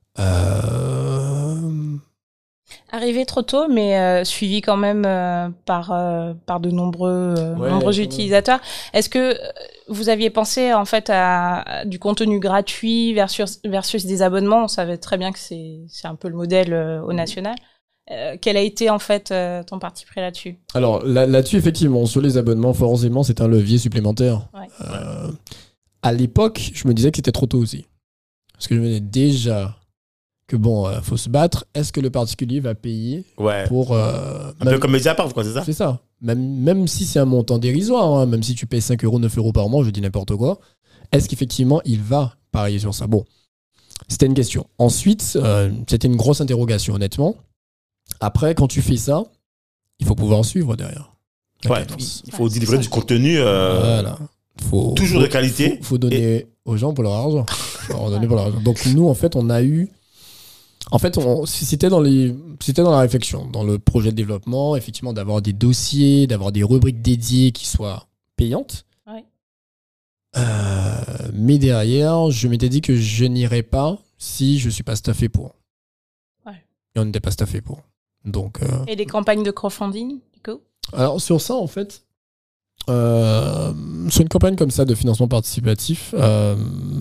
Euh... Arrivé trop tôt, mais euh, suivi quand même euh, par, euh, par de nombreux, euh, ouais, nombreux utilisateurs. Est-ce que vous aviez pensé en fait à, à du contenu gratuit versus, versus des abonnements? On savait très bien que c'est, c'est un peu le modèle euh, au national. Euh, quel a été en fait euh, ton parti pris là-dessus? Alors là, là-dessus, effectivement, sur les abonnements, forcément, c'est un levier supplémentaire. Ouais. Euh, à l'époque, je me disais que c'était trop tôt aussi. Parce que je me disais déjà que bon, euh, faut se battre. Est-ce que le particulier va payer ouais. pour... Euh, un même... peu comme Mediapart, quoi, c'est ça? C'est ça. Même, même si c'est un montant dérisoire, hein, même si tu payes cinq euros, neuf euros par mois, je dis n'importe quoi, est-ce qu'effectivement, il va parier sur ça? Bon, c'était une question. Ensuite, euh, c'était une grosse interrogation, honnêtement. Après, quand tu fais ça, il faut pouvoir suivre derrière. Ouais, il faut délivrer du contenu euh, voilà. faut, toujours faut, de qualité. Il faut, faut donner et... aux gens pour leur argent. Faut leur donner pour leur argent. Donc nous, en fait, on a eu... En fait, on... c'était, dans les... c'était dans la réflexion, dans le projet de développement, effectivement, d'avoir des dossiers, d'avoir des rubriques dédiées qui soient payantes. Ouais. Euh... Mais derrière, je m'étais dit que je n'irais pas si je ne suis pas staffé pour. Ouais. Et on n'était pas staffé pour. Donc, euh... Et des campagnes de crowdfunding, du coup? Alors, sur ça, en fait, euh, sur une campagne comme ça de financement participatif, euh,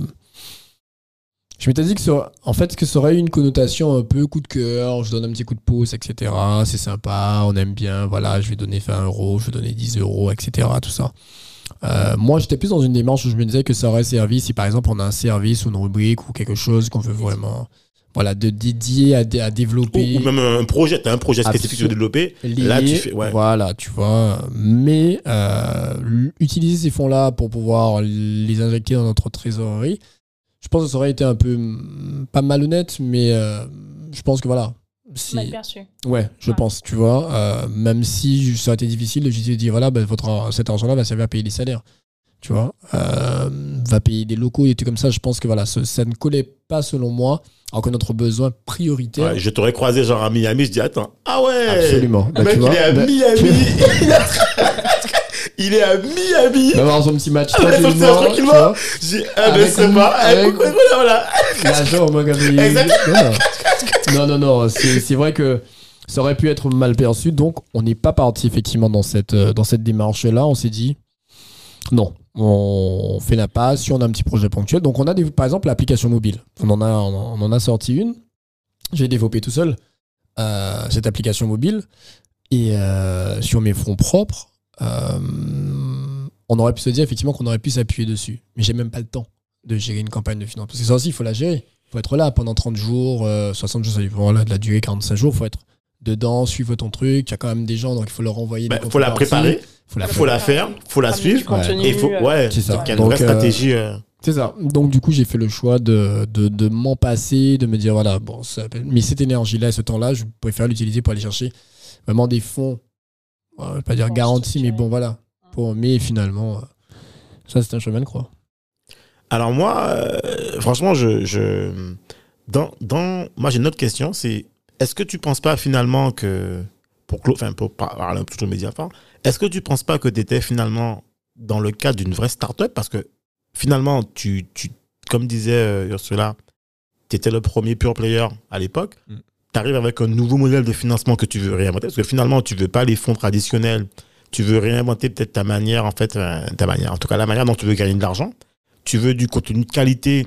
je m'étais dit que ça, en fait, que ça aurait eu une connotation un peu coup de cœur, je donne un petit coup de pouce, et cetera. C'est sympa, on aime bien, voilà, je vais donner vingt euros, je vais donner dix euros, et cetera. Tout ça. Euh, moi, j'étais plus dans une démarche où je me disais que ça aurait servi si, par exemple, on a un service ou une rubrique ou quelque chose qu'on veut vraiment... Voilà, de dédier à, dé- à développer. Ou, ou même un projet, tu as un projet spécifique à développer. Lié, là, tu fais. Ouais. Voilà, tu vois. Mais euh, utiliser ces fonds-là pour pouvoir les injecter dans notre trésorerie, je pense que ça aurait été un peu, pas malhonnête, mais euh, je pense que voilà. Si... Mal perçu. Ouais, je ouais. pense, tu vois. Euh, même si ça aurait été difficile de juste dire, voilà, ben, votre, cet argent-là va servir à payer les salaires. Tu vois, euh, va payer des locaux et tout comme ça. Je pense que voilà, ça, ça ne collait pas selon moi. Alors que notre besoin prioritaire. Ouais, je t'aurais croisé genre à Miami, je dis attends, ah ouais, absolument. Le bah, mec, il est à bah, Miami. Il est à Miami. Il va avoir son petit match tranquillement. tranquillement. J'ai ah ben c'est pas. Avec voilà voilà. L'agent au Magabi. Exactement. Non non non, c'est c'est vrai que ça aurait pu être mal perçu, donc on n'est pas parti effectivement dans cette dans cette démarche là. On s'est dit non. On fait la passe si on a un petit projet ponctuel. Donc on a des, par exemple l'application mobile. On en a, on en a sorti une. J'ai développé tout seul euh, cette application mobile et euh, sur mes fonds propres, euh, on aurait pu se dire effectivement qu'on aurait pu s'appuyer dessus. Mais j'ai même pas le temps de gérer une campagne de finance. Parce que ça aussi, il faut la gérer. Il faut être là pendant trente jours, euh, soixante jours, ça dépend de la durée, quarante-cinq jours. Il faut être dedans, suivre ton truc. Il y a quand même des gens, donc il faut leur envoyer bah, des faut la préparer. Faut la, faut la faire, faut la suivre, ouais. et faut, ouais, c'est ça. Donc, il y a une vraie stratégie. Euh... C'est ça. Donc, du coup, j'ai fait le choix de, de, de m'en passer, de me dire, voilà, bon, ça, mais cette énergie-là et ce temps-là, je préfère l'utiliser pour aller chercher vraiment des fonds ouais, je vais pas dire Bon, garantie, mais structuré. bon, voilà. Pour, mais finalement, euh, ça, c'est un chemin de croix. Alors moi, euh, franchement, je, je dans, dans, moi j'ai une autre question, c'est est-ce que tu penses pas finalement que pour clo- enfin pour parler un peu tout au Mediapart, est-ce que tu penses pas que tu étais finalement dans le cadre d'une vraie start-up parce que finalement tu, tu comme disait euh, Ursula, tu étais le premier pure player à l'époque, Mm. tu arrives avec un nouveau modèle de financement que tu veux réinventer parce que finalement tu veux pas les fonds traditionnels, tu veux réinventer peut-être ta manière en fait euh, ta manière en tout cas la manière dont tu veux gagner de l'argent. Tu veux du contenu de qualité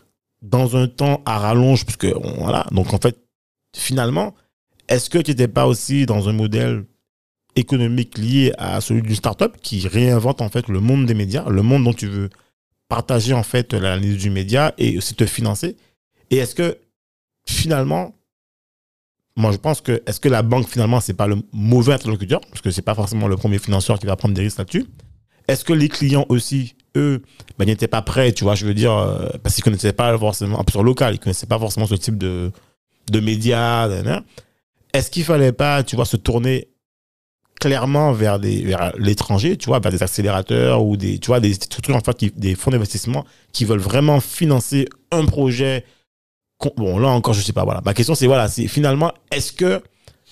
dans un temps à rallonge, parce que on- voilà. Donc en fait, finalement, est-ce que tu n'étais pas aussi dans un modèle économique lié à celui d'une start-up qui réinvente en fait le monde des médias, le monde dont tu veux partager en fait l'analyse du média et aussi te financer? Et est-ce que finalement, moi je pense que est-ce que la banque finalement c'est pas le mauvais interlocuteur, parce que c'est pas forcément le premier financeur qui va prendre des risques là-dessus? Est-ce que les clients aussi, eux, ben, n'étaient pas prêts, tu vois, je veux dire, euh, parce qu'ils ne connaissaient pas forcément, en plus sur local, ils ne connaissaient pas forcément ce type de, de médias. Nan, nan. Est-ce qu'il ne fallait pas, tu vois, se tourner clairement vers, des, vers l'étranger, tu vois, vers des accélérateurs ou des, tu vois, des trucs, en fait, qui, des fonds d'investissement qui veulent vraiment financer un projet. Bon, là encore, je ne sais pas, voilà. Ma question, c'est, voilà, c'est finalement, est-ce que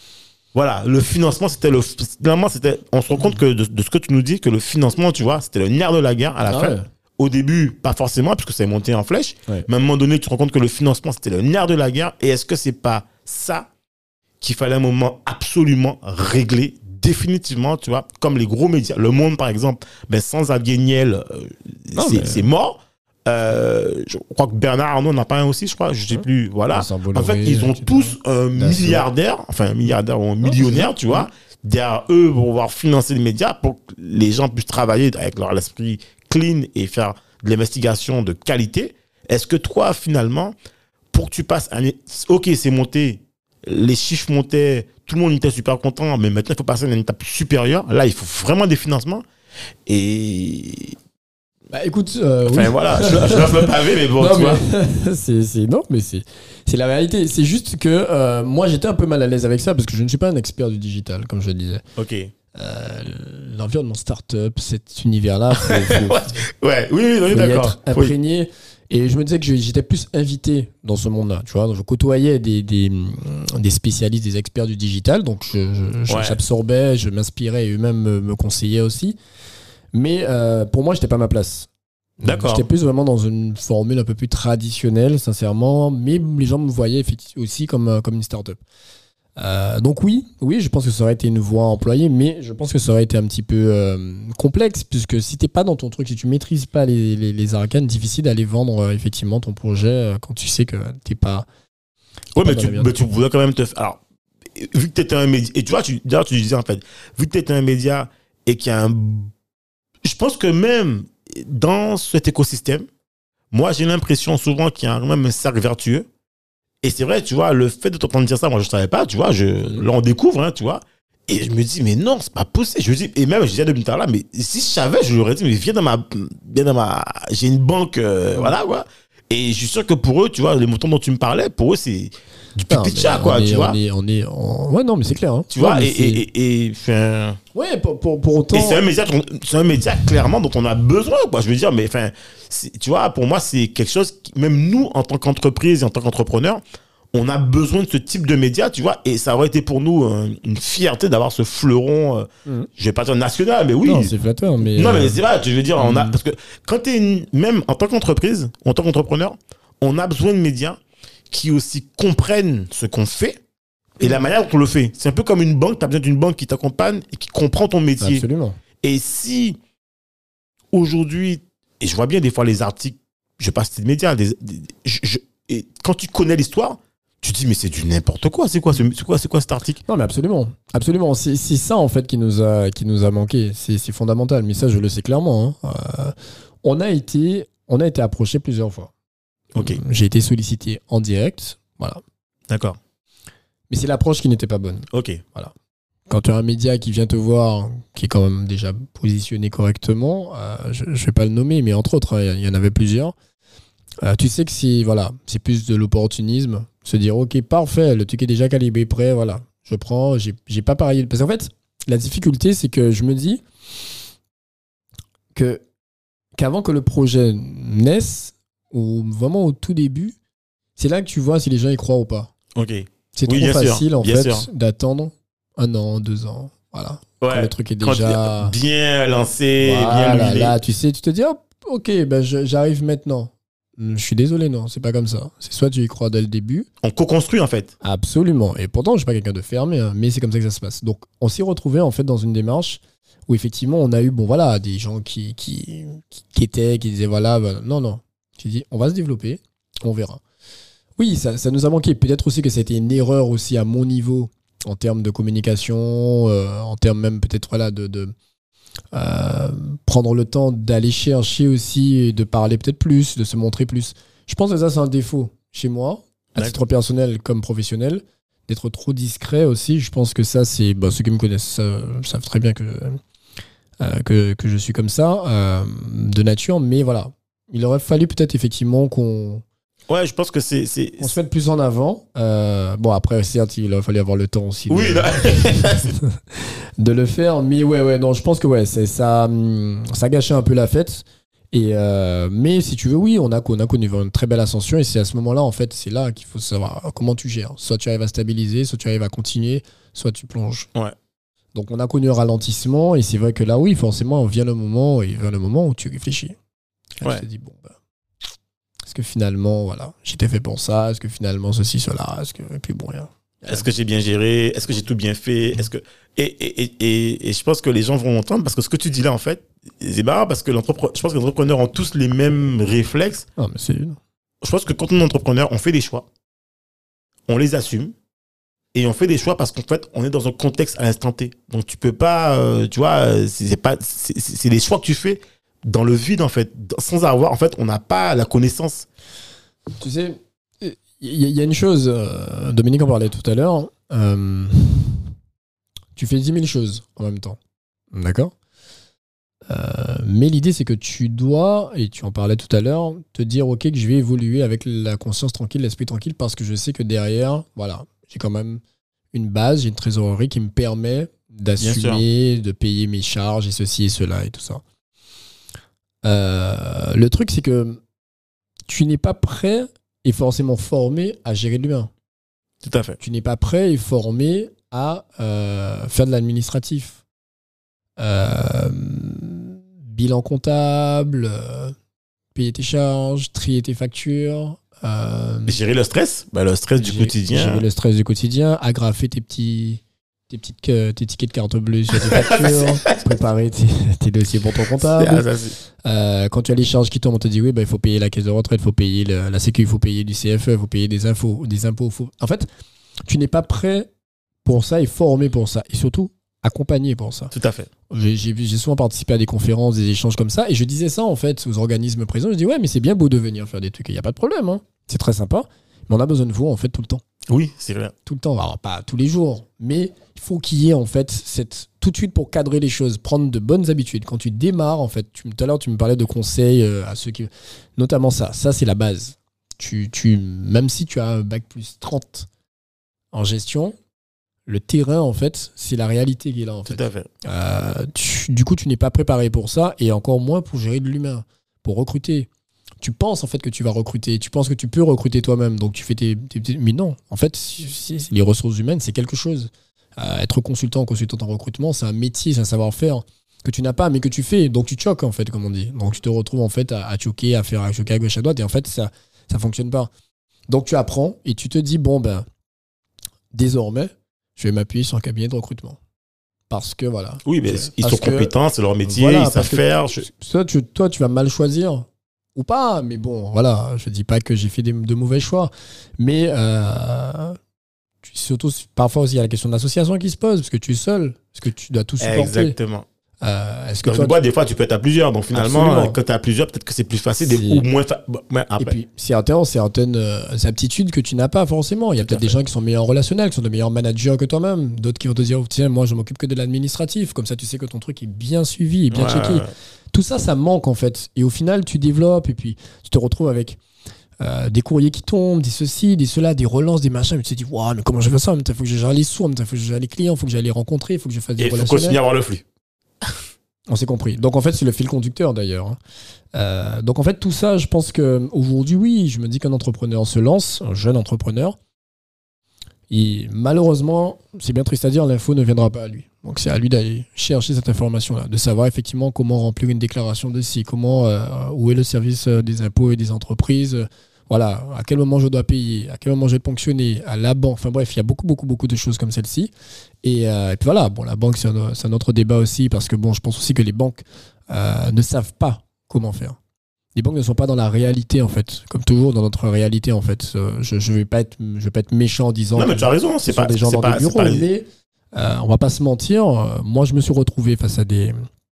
voilà, le financement, c'était le. Finalement, c'était. On se rend compte que de, de ce que tu nous dis, que le financement, tu vois, c'était le nerf de la guerre à la Ah fin. ouais. Au début, pas forcément, puisque ça est monté en flèche. Ouais. Mais à un moment donné, tu te rends compte que le financement, c'était le nerf de la guerre. Et est-ce que c'est pas ça qu'il fallait à un moment absolument régler définitivement, tu vois, comme les gros médias. Le Monde, par exemple, ben, sans Xavier Niel, euh, Non, c'est mais- c'est mort. Euh, je crois que Bernard Arnault n'a pas un aussi, je crois, je sais Ouais. plus. Voilà. Vincent En Bolloré, fait, ils ont et cetera. tous un Dassault. milliardaire, enfin un milliardaire ou un millionnaire, tu vois, derrière eux pour pouvoir financer les médias, pour que les gens puissent travailler avec leur esprit clean et faire de l'investigation de qualité. Est-ce que toi, finalement, pour que tu passes un... Ok, c'est monté, les chiffres montaient, tout le monde était super content, mais maintenant, il faut passer à une étape supérieure. Là, il faut vraiment des financements. Et... Bah écoute, euh, Enfin, oui. voilà, je, je lance le pavé, mais bon, non, tu vois. mais c'est, c'est, non, mais c'est, c'est la réalité. C'est juste que euh, moi, j'étais un peu mal à l'aise avec ça parce que je ne suis pas un expert du digital, comme je le disais. Ok. Euh, l'environnement startup, cet univers-là, faut, faut, Ouais, oui, oui, on est faut y d'accord. être imprégné. Et je me disais que je- j'étais plus invité dans ce monde-là, tu vois. Donc, je côtoyais des, des, des spécialistes, des experts du digital, donc je, je- je- Ouais. j'absorbais, je m'inspirais et eux-mêmes me, me conseillaient aussi. Mais euh, pour moi, j'étais pas à ma place. Donc, D'accord. J'étais plus vraiment dans une formule un peu plus traditionnelle, sincèrement, mais les gens me voyaient effectivement aussi comme, euh, comme une start-up. Euh, donc oui, oui, je pense que ça aurait été une voie employée, mais je pense que ça aurait été un petit peu euh, complexe, puisque si t'es pas dans ton truc, si tu maîtrises pas les, les, les arcanes, difficile d'aller vendre euh, effectivement ton projet euh, quand tu sais que t'es pas... Ouais, pas mais dans tu, la merde. mais tu voulais quand même te faire. Alors, vu que tu étais un média. Et tu vois, tu, d'ailleurs, tu disais en fait, vu que tu étais un média et qu'il y a un. Je pense que même dans cet écosystème, moi, j'ai l'impression souvent qu'il y a quand même un cercle vertueux. Et c'est vrai, tu vois, le fait de t'entendre dire ça, moi, je ne savais pas, tu vois, je, là, on découvre, hein, tu vois. Et je me dis, mais non, c'est pas possible. Je me dis, et même, je disais depuis tout à l'heure, mais si je savais, je lui aurais dit, mais viens dans ma. Viens dans ma. J'ai une banque, euh, voilà, quoi. Et je suis sûr que pour eux, tu vois, les montants dont tu me parlais, pour eux, c'est du Non, petit mais chat, quoi, on est- tu vois. on est, on est, on- Ouais, non, mais c'est clair. Hein. Tu Non, vois, mais et, c'est- et, et, et, enfin, Ouais, pour, pour, pour autant... et c'est un média, dont- c'est un média clairement dont on a besoin, quoi. Je veux dire, mais enfin, c'est- tu vois, pour moi, c'est quelque chose, qui, même nous, en tant qu'entreprise et en tant qu'entrepreneur, on a besoin de ce type de média, tu vois, et ça aurait été pour nous euh, une fierté d'avoir ce fleuron, euh, Mhm. je vais pas dire national, mais oui. Non, c'est flatteur, mais... Non, euh, mais c'est vrai, je veux dire, on a, Mhm. parce que quand t'es une, même en tant qu'entreprise, en tant qu'entrepreneur, on a besoin de médias qui aussi comprennent ce qu'on fait et la manière dont on le fait. C'est un peu comme une banque, tu as besoin d'une banque qui t'accompagne et qui comprend ton métier. Absolument. Et si aujourd'hui, et je vois bien des fois les articles, je sais pas si c'est des médias, des, des- je- je- et quand tu connais l'histoire, tu te dis mais c'est du n'importe quoi, c'est quoi, ce- c'est quoi, c'est quoi cet article? Non, mais absolument. Absolument. C'est, c'est ça, en fait, qui nous a, qui nous a manqué. C'est, c'est fondamental. Mais ça, je le sais clairement. Hein. Euh, on, a été, on a été approché plusieurs fois. Ok, J'ai été sollicité en direct. Voilà. d'accord, Mais c'est l'approche qui n'était pas bonne. ok, Quand tu as un média qui vient te voir, qui est quand même déjà positionné correctement, euh, je ne vais pas le nommer, mais entre autres, hein, il y en avait plusieurs. Euh, tu sais que c'est, voilà, c'est plus de l'opportunisme. Se dire, ok, parfait, le truc est déjà calibré, prêt, voilà. Je prends, j'ai, j'ai pas parié. Parce qu'en fait, La difficulté, c'est que je me dis que qu'avant que le projet naisse, ou vraiment au tout début, c'est là que tu vois si les gens y croient ou pas. Ok. C'est Oui, trop bien sûr, facile en bien fait sûr. d'attendre un an, deux ans, voilà. Ouais. Quand le truc est Quand déjà bien lancé, voilà, bien huilé. là, tu sais, tu te dis, oh, ok, ben je- j'arrive maintenant. Je suis désolé, non, c'est pas comme ça. C'est soit tu y crois dès le début. On co-construit en fait. Absolument. Et pourtant, je suis pas quelqu'un de fermé, hein, mais c'est comme ça que ça se passe. Donc, on s'est retrouvé en fait dans une démarche où effectivement, on a eu, bon voilà, des gens qui qui, qui, qui étaient, qui disaient, voilà, voilà. non, non. J'ai dit, on va se développer, on verra. Oui, ça, ça nous a manqué. Peut-être aussi que c'était une erreur aussi à mon niveau en termes de communication, euh, en termes même peut-être voilà de, de euh, prendre le temps d'aller chercher aussi et de parler peut-être plus, de se montrer plus. Je pense que ça c'est un défaut chez moi, à titre personnel comme professionnel, d'être trop discret aussi. Je pense que ça c'est bah, ceux qui me connaissent ça, savent très bien que euh, que, que je suis comme ça euh, de nature, mais voilà, il aurait fallu peut-être effectivement qu'on Ouais, je pense que c'est. c'est... on se mette plus en avant. Euh, bon, après, certes, il a fallu avoir le temps aussi de, Oui, là. de le faire. Mais ouais, ouais, non, je pense que ouais, c'est, ça, ça gâchait un peu la fête. Et euh, mais si tu veux, oui, on a, on a connu une très belle ascension. Et c'est à ce moment-là, en fait, c'est là qu'il faut savoir comment tu gères. Soit tu arrives à stabiliser, soit tu arrives à continuer, soit tu plonges. Ouais. Donc, on a connu un ralentissement. Et c'est vrai que là, oui, forcément, vient le moment, et vient le moment où tu réfléchis. Et Ouais. tu te dis, bon, bah. Est-ce que finalement, voilà, j'étais fait pour ça? Est-ce que finalement, ceci, cela? Est-ce que... Et puis bon, rien. Est-ce que j'ai bien géré? Est-ce que j'ai tout bien fait? Est-ce que... et, et, et, et, et je pense que les gens vont entendre parce que ce que tu dis là, en fait, c'est marrant parce que l'entrepreneur, je pense que les entrepreneurs ont tous les mêmes réflexes. Ah, mais c'est une. Je pense que quand on est entrepreneur, on fait des choix, on les assume et on fait des choix parce qu'en fait, on est dans un contexte à l'instant T. Donc tu peux pas, euh, tu vois, c'est, c'est pas, c'est, c'est des choix que tu fais dans le vide, en fait, sans avoir, en fait, on n'a pas la connaissance. Tu sais, il y, y a une chose, euh, Dominique en parlait tout à l'heure, euh, tu fais dix mille choses en même temps, d'accord euh, mais l'idée, c'est que tu dois, et tu en parlais tout à l'heure, te dire, ok, que je vais évoluer avec la conscience tranquille, l'esprit tranquille, parce que je sais que derrière, voilà, j'ai quand même une base, j'ai une trésorerie qui me permet d'assumer, de payer mes charges, et ceci et cela, et tout ça. Euh, le truc, c'est que tu n'es pas prêt et forcément formé à gérer de l'humain. Tout à fait. Tu n'es pas prêt et formé à euh, faire de l'administratif. Euh, bilan comptable, euh, payer tes charges, trier tes factures. Euh, gérer le stress, bah, le stress du gérer, quotidien. Gérer le stress du quotidien, agrafer tes petits... Tes, petites, tes tickets de carte bleue sur tes factures, préparer tes, tes dossiers pour ton comptable. Ah, ça, c'est... Euh, quand tu as les charges qui tombent, on te dit oui, bah, il faut payer la caisse de retraite, il faut payer le, la sécu, il faut payer du C F E, il faut payer des, infos, des impôts. Faut... En fait, tu n'es pas prêt pour ça et formé pour ça. Et surtout, accompagné pour ça. Tout à fait. J'ai, j'ai, j'ai souvent participé à des conférences, des échanges comme ça, et je disais ça en fait aux organismes présents. Je dis ouais, mais c'est bien beau de venir faire des trucs, il n'y a pas de problème. Hein. C'est très sympa, mais on a besoin de vous en fait tout le temps. Oui, c'est vrai. Tout le temps, alors pas tous les jours, mais il faut qu'il y ait en fait cette, tout de suite pour cadrer les choses, prendre de bonnes habitudes. Quand tu démarres, en fait, tu, tout à l'heure tu me parlais de conseils euh, à ceux qui, notamment ça, ça c'est la base. Tu, tu, même si tu as un bac plus trente en gestion, le terrain en fait, c'est la réalité qui est là en fait. Tout à fait. Euh, tu, du coup, tu n'es pas préparé pour ça et encore moins pour gérer de l'humain, pour recruter. Tu penses en fait que tu vas recruter, tu penses que tu peux recruter toi-même, donc tu fais tes, tes, tes... mais non, en fait, si, si, les ressources humaines, c'est quelque chose. Euh, être consultant, consultante en recrutement, c'est un métier, c'est un savoir-faire que tu n'as pas, mais que tu fais, donc tu choques en fait, comme on dit. Donc tu te retrouves en fait à, à choquer, à faire à choquer à gauche à droite, et en fait ça, ça fonctionne pas. Donc tu apprends et tu te dis bon ben, désormais, je vais m'appuyer sur un cabinet de recrutement. Parce que voilà. Oui, mais ils sont que, compétents, c'est leur métier, voilà, ils savent faire. Je... Toi, tu, toi, tu vas mal choisir. Ou pas, mais bon, voilà, je dis pas que j'ai fait des, de mauvais choix. Mais euh, surtout, parfois aussi, il y a la question de l'association qui se pose, parce que tu es seul, parce que tu dois tout supporter. Exactement. Euh, est-ce que Dans toi, une boîte, tu... des fois, tu peux être à plusieurs. Donc finalement, Absolument. quand tu es à plusieurs, peut-être que c'est plus facile c'est... ou moins. Fa... Ouais, Et puis, certaines, certaines euh, aptitudes que tu n'as pas forcément. Il y a peut-être des gens qui sont meilleurs relationnels, qui sont de meilleurs managers que toi-même. D'autres qui vont te dire, tiens, moi, je m'occupe que de l'administratif. Comme ça, tu sais que ton truc est bien suivi et bien ouais, checké. Ouais. Tout ça, ça manque en fait. Et au final, tu développes et puis tu te retrouves avec euh, des courriers qui tombent, des ceci, des cela, des relances, des machins. Mais tu te dis, waouh, mais comment je fais ça? Il faut que je gère les sous, il faut que je gère les clients, il faut que j'aille les rencontrer, il faut que je fasse des Et il faut relationnels. continuer à avoir le flux. On s'est compris. Donc en fait, c'est le fil conducteur d'ailleurs. Euh, donc en fait, tout ça, je pense qu'aujourd'hui, oui, je me dis qu'un entrepreneur se lance, un jeune entrepreneur, et malheureusement, c'est bien triste à dire, l'info ne viendra pas à lui. Donc c'est à lui d'aller chercher cette information-là, de savoir effectivement comment remplir une déclaration de ci, comment, euh, où est le service des impôts et des entreprises, euh, voilà, à quel moment je dois payer, à quel moment je vais ponctionner, à la banque, enfin bref, il y a beaucoup, beaucoup, beaucoup de choses comme celle-ci. Et, euh, et puis voilà, bon, la banque, c'est un, c'est un autre débat aussi, parce que bon, je pense aussi que les banques euh, ne savent pas comment faire. Les banques ne sont pas dans la réalité, en fait. Comme toujours, dans notre réalité, en fait. Euh, je ne vais pas être, je vais pas être méchant en disant Non, mais tu as raison, ce c'est sont pas des gens c'est dans pas, des bureaux, c'est pas- mais euh, on va pas se mentir. euh, moi, je me suis retrouvé face à des,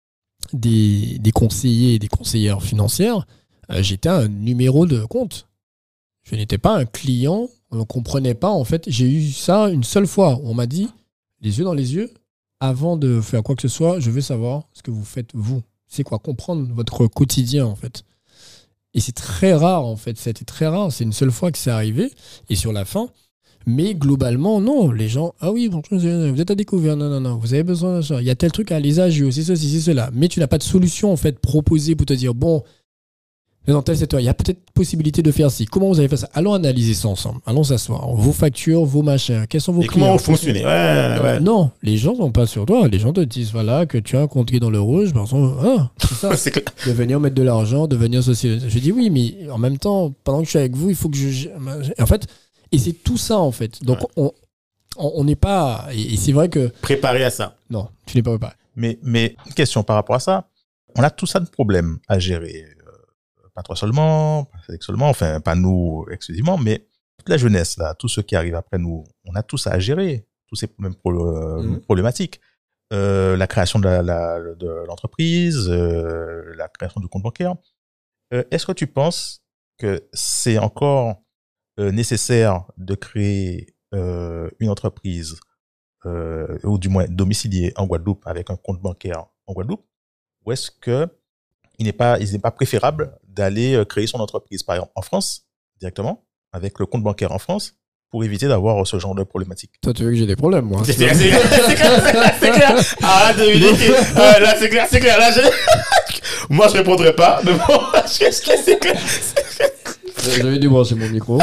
des, des conseillers et des conseillères financières. Euh, j'étais un numéro de compte. Je n'étais pas un client. On ne comprenait pas, en fait. J'ai eu ça une seule fois. On m'a dit, les yeux dans les yeux, avant de faire quoi que ce soit, je veux savoir ce que vous faites, vous. C'est quoi? Comprendre votre quotidien, en fait. Et c'est très rare, en fait. C'était très rare. C'est une seule fois que c'est arrivé. Et sur la fin. Mais globalement, non. Les gens, ah oui, bonjour, vous êtes à découvert. Non, non, non. Vous avez besoin de ça. Il y a tel truc à les agios. C'est ceci, c'est cela. Mais tu n'as pas de solution, en fait, proposée pour te dire, bon, dans tel secteur, il y a peut-être possibilité de faire ci. Comment vous avez fait ça? Allons analyser ça ensemble. Allons s'asseoir. Vos factures, vos machins. Quels sont vos Et clients? comment vous fonctionnez? Ouais, ouais. Non, les gens ne sont pas sur toi. Les gens te disent, voilà, que tu as un compte qui est dans le rouge. Par exemple, ah, c'est ça. C'est clair. De venir mettre de l'argent, de venir associer. Je dis oui, mais en même temps, pendant que je suis avec vous, il faut que je. En fait, et c'est tout ça en fait. Donc Ouais. on on n'est pas. Et, et c'est vrai que Préparé à ça. non, tu n'es pas préparé. Mais, mais une question par rapport à ça. On a tout ça de problèmes à gérer. Euh, pas toi seulement, pas Félix seulement, enfin, pas nous exclusivement, mais toute la jeunesse, là, tous ceux qui arrivent après nous, on a tout ça à gérer. Tous ces mêmes pro- euh, Mhm. problématiques. Euh, la création de, la, la- de l'entreprise, euh, la création du compte bancaire. Euh, est-ce que tu penses que c'est encore euh, nécessaire de créer euh, une entreprise euh, ou du moins domiciliée en Guadeloupe avec un compte bancaire en Guadeloupe, ou est-ce que il n'est pas, il n'est pas préférable d'aller euh, créer son entreprise, par exemple, en France, directement, avec le compte bancaire en France, pour éviter d'avoir ce genre de problématique? Toi, tu veux que j'ai des problèmes, moi. C'est clair, c'est clair, c'est clair, c'est clair. Ah, là, Dominique, euh, là, c'est clair, c'est clair. Là, je... Moi, je répondrai pas, mais bon, c'est clair, c'est clair. J'avais débranché mon micro.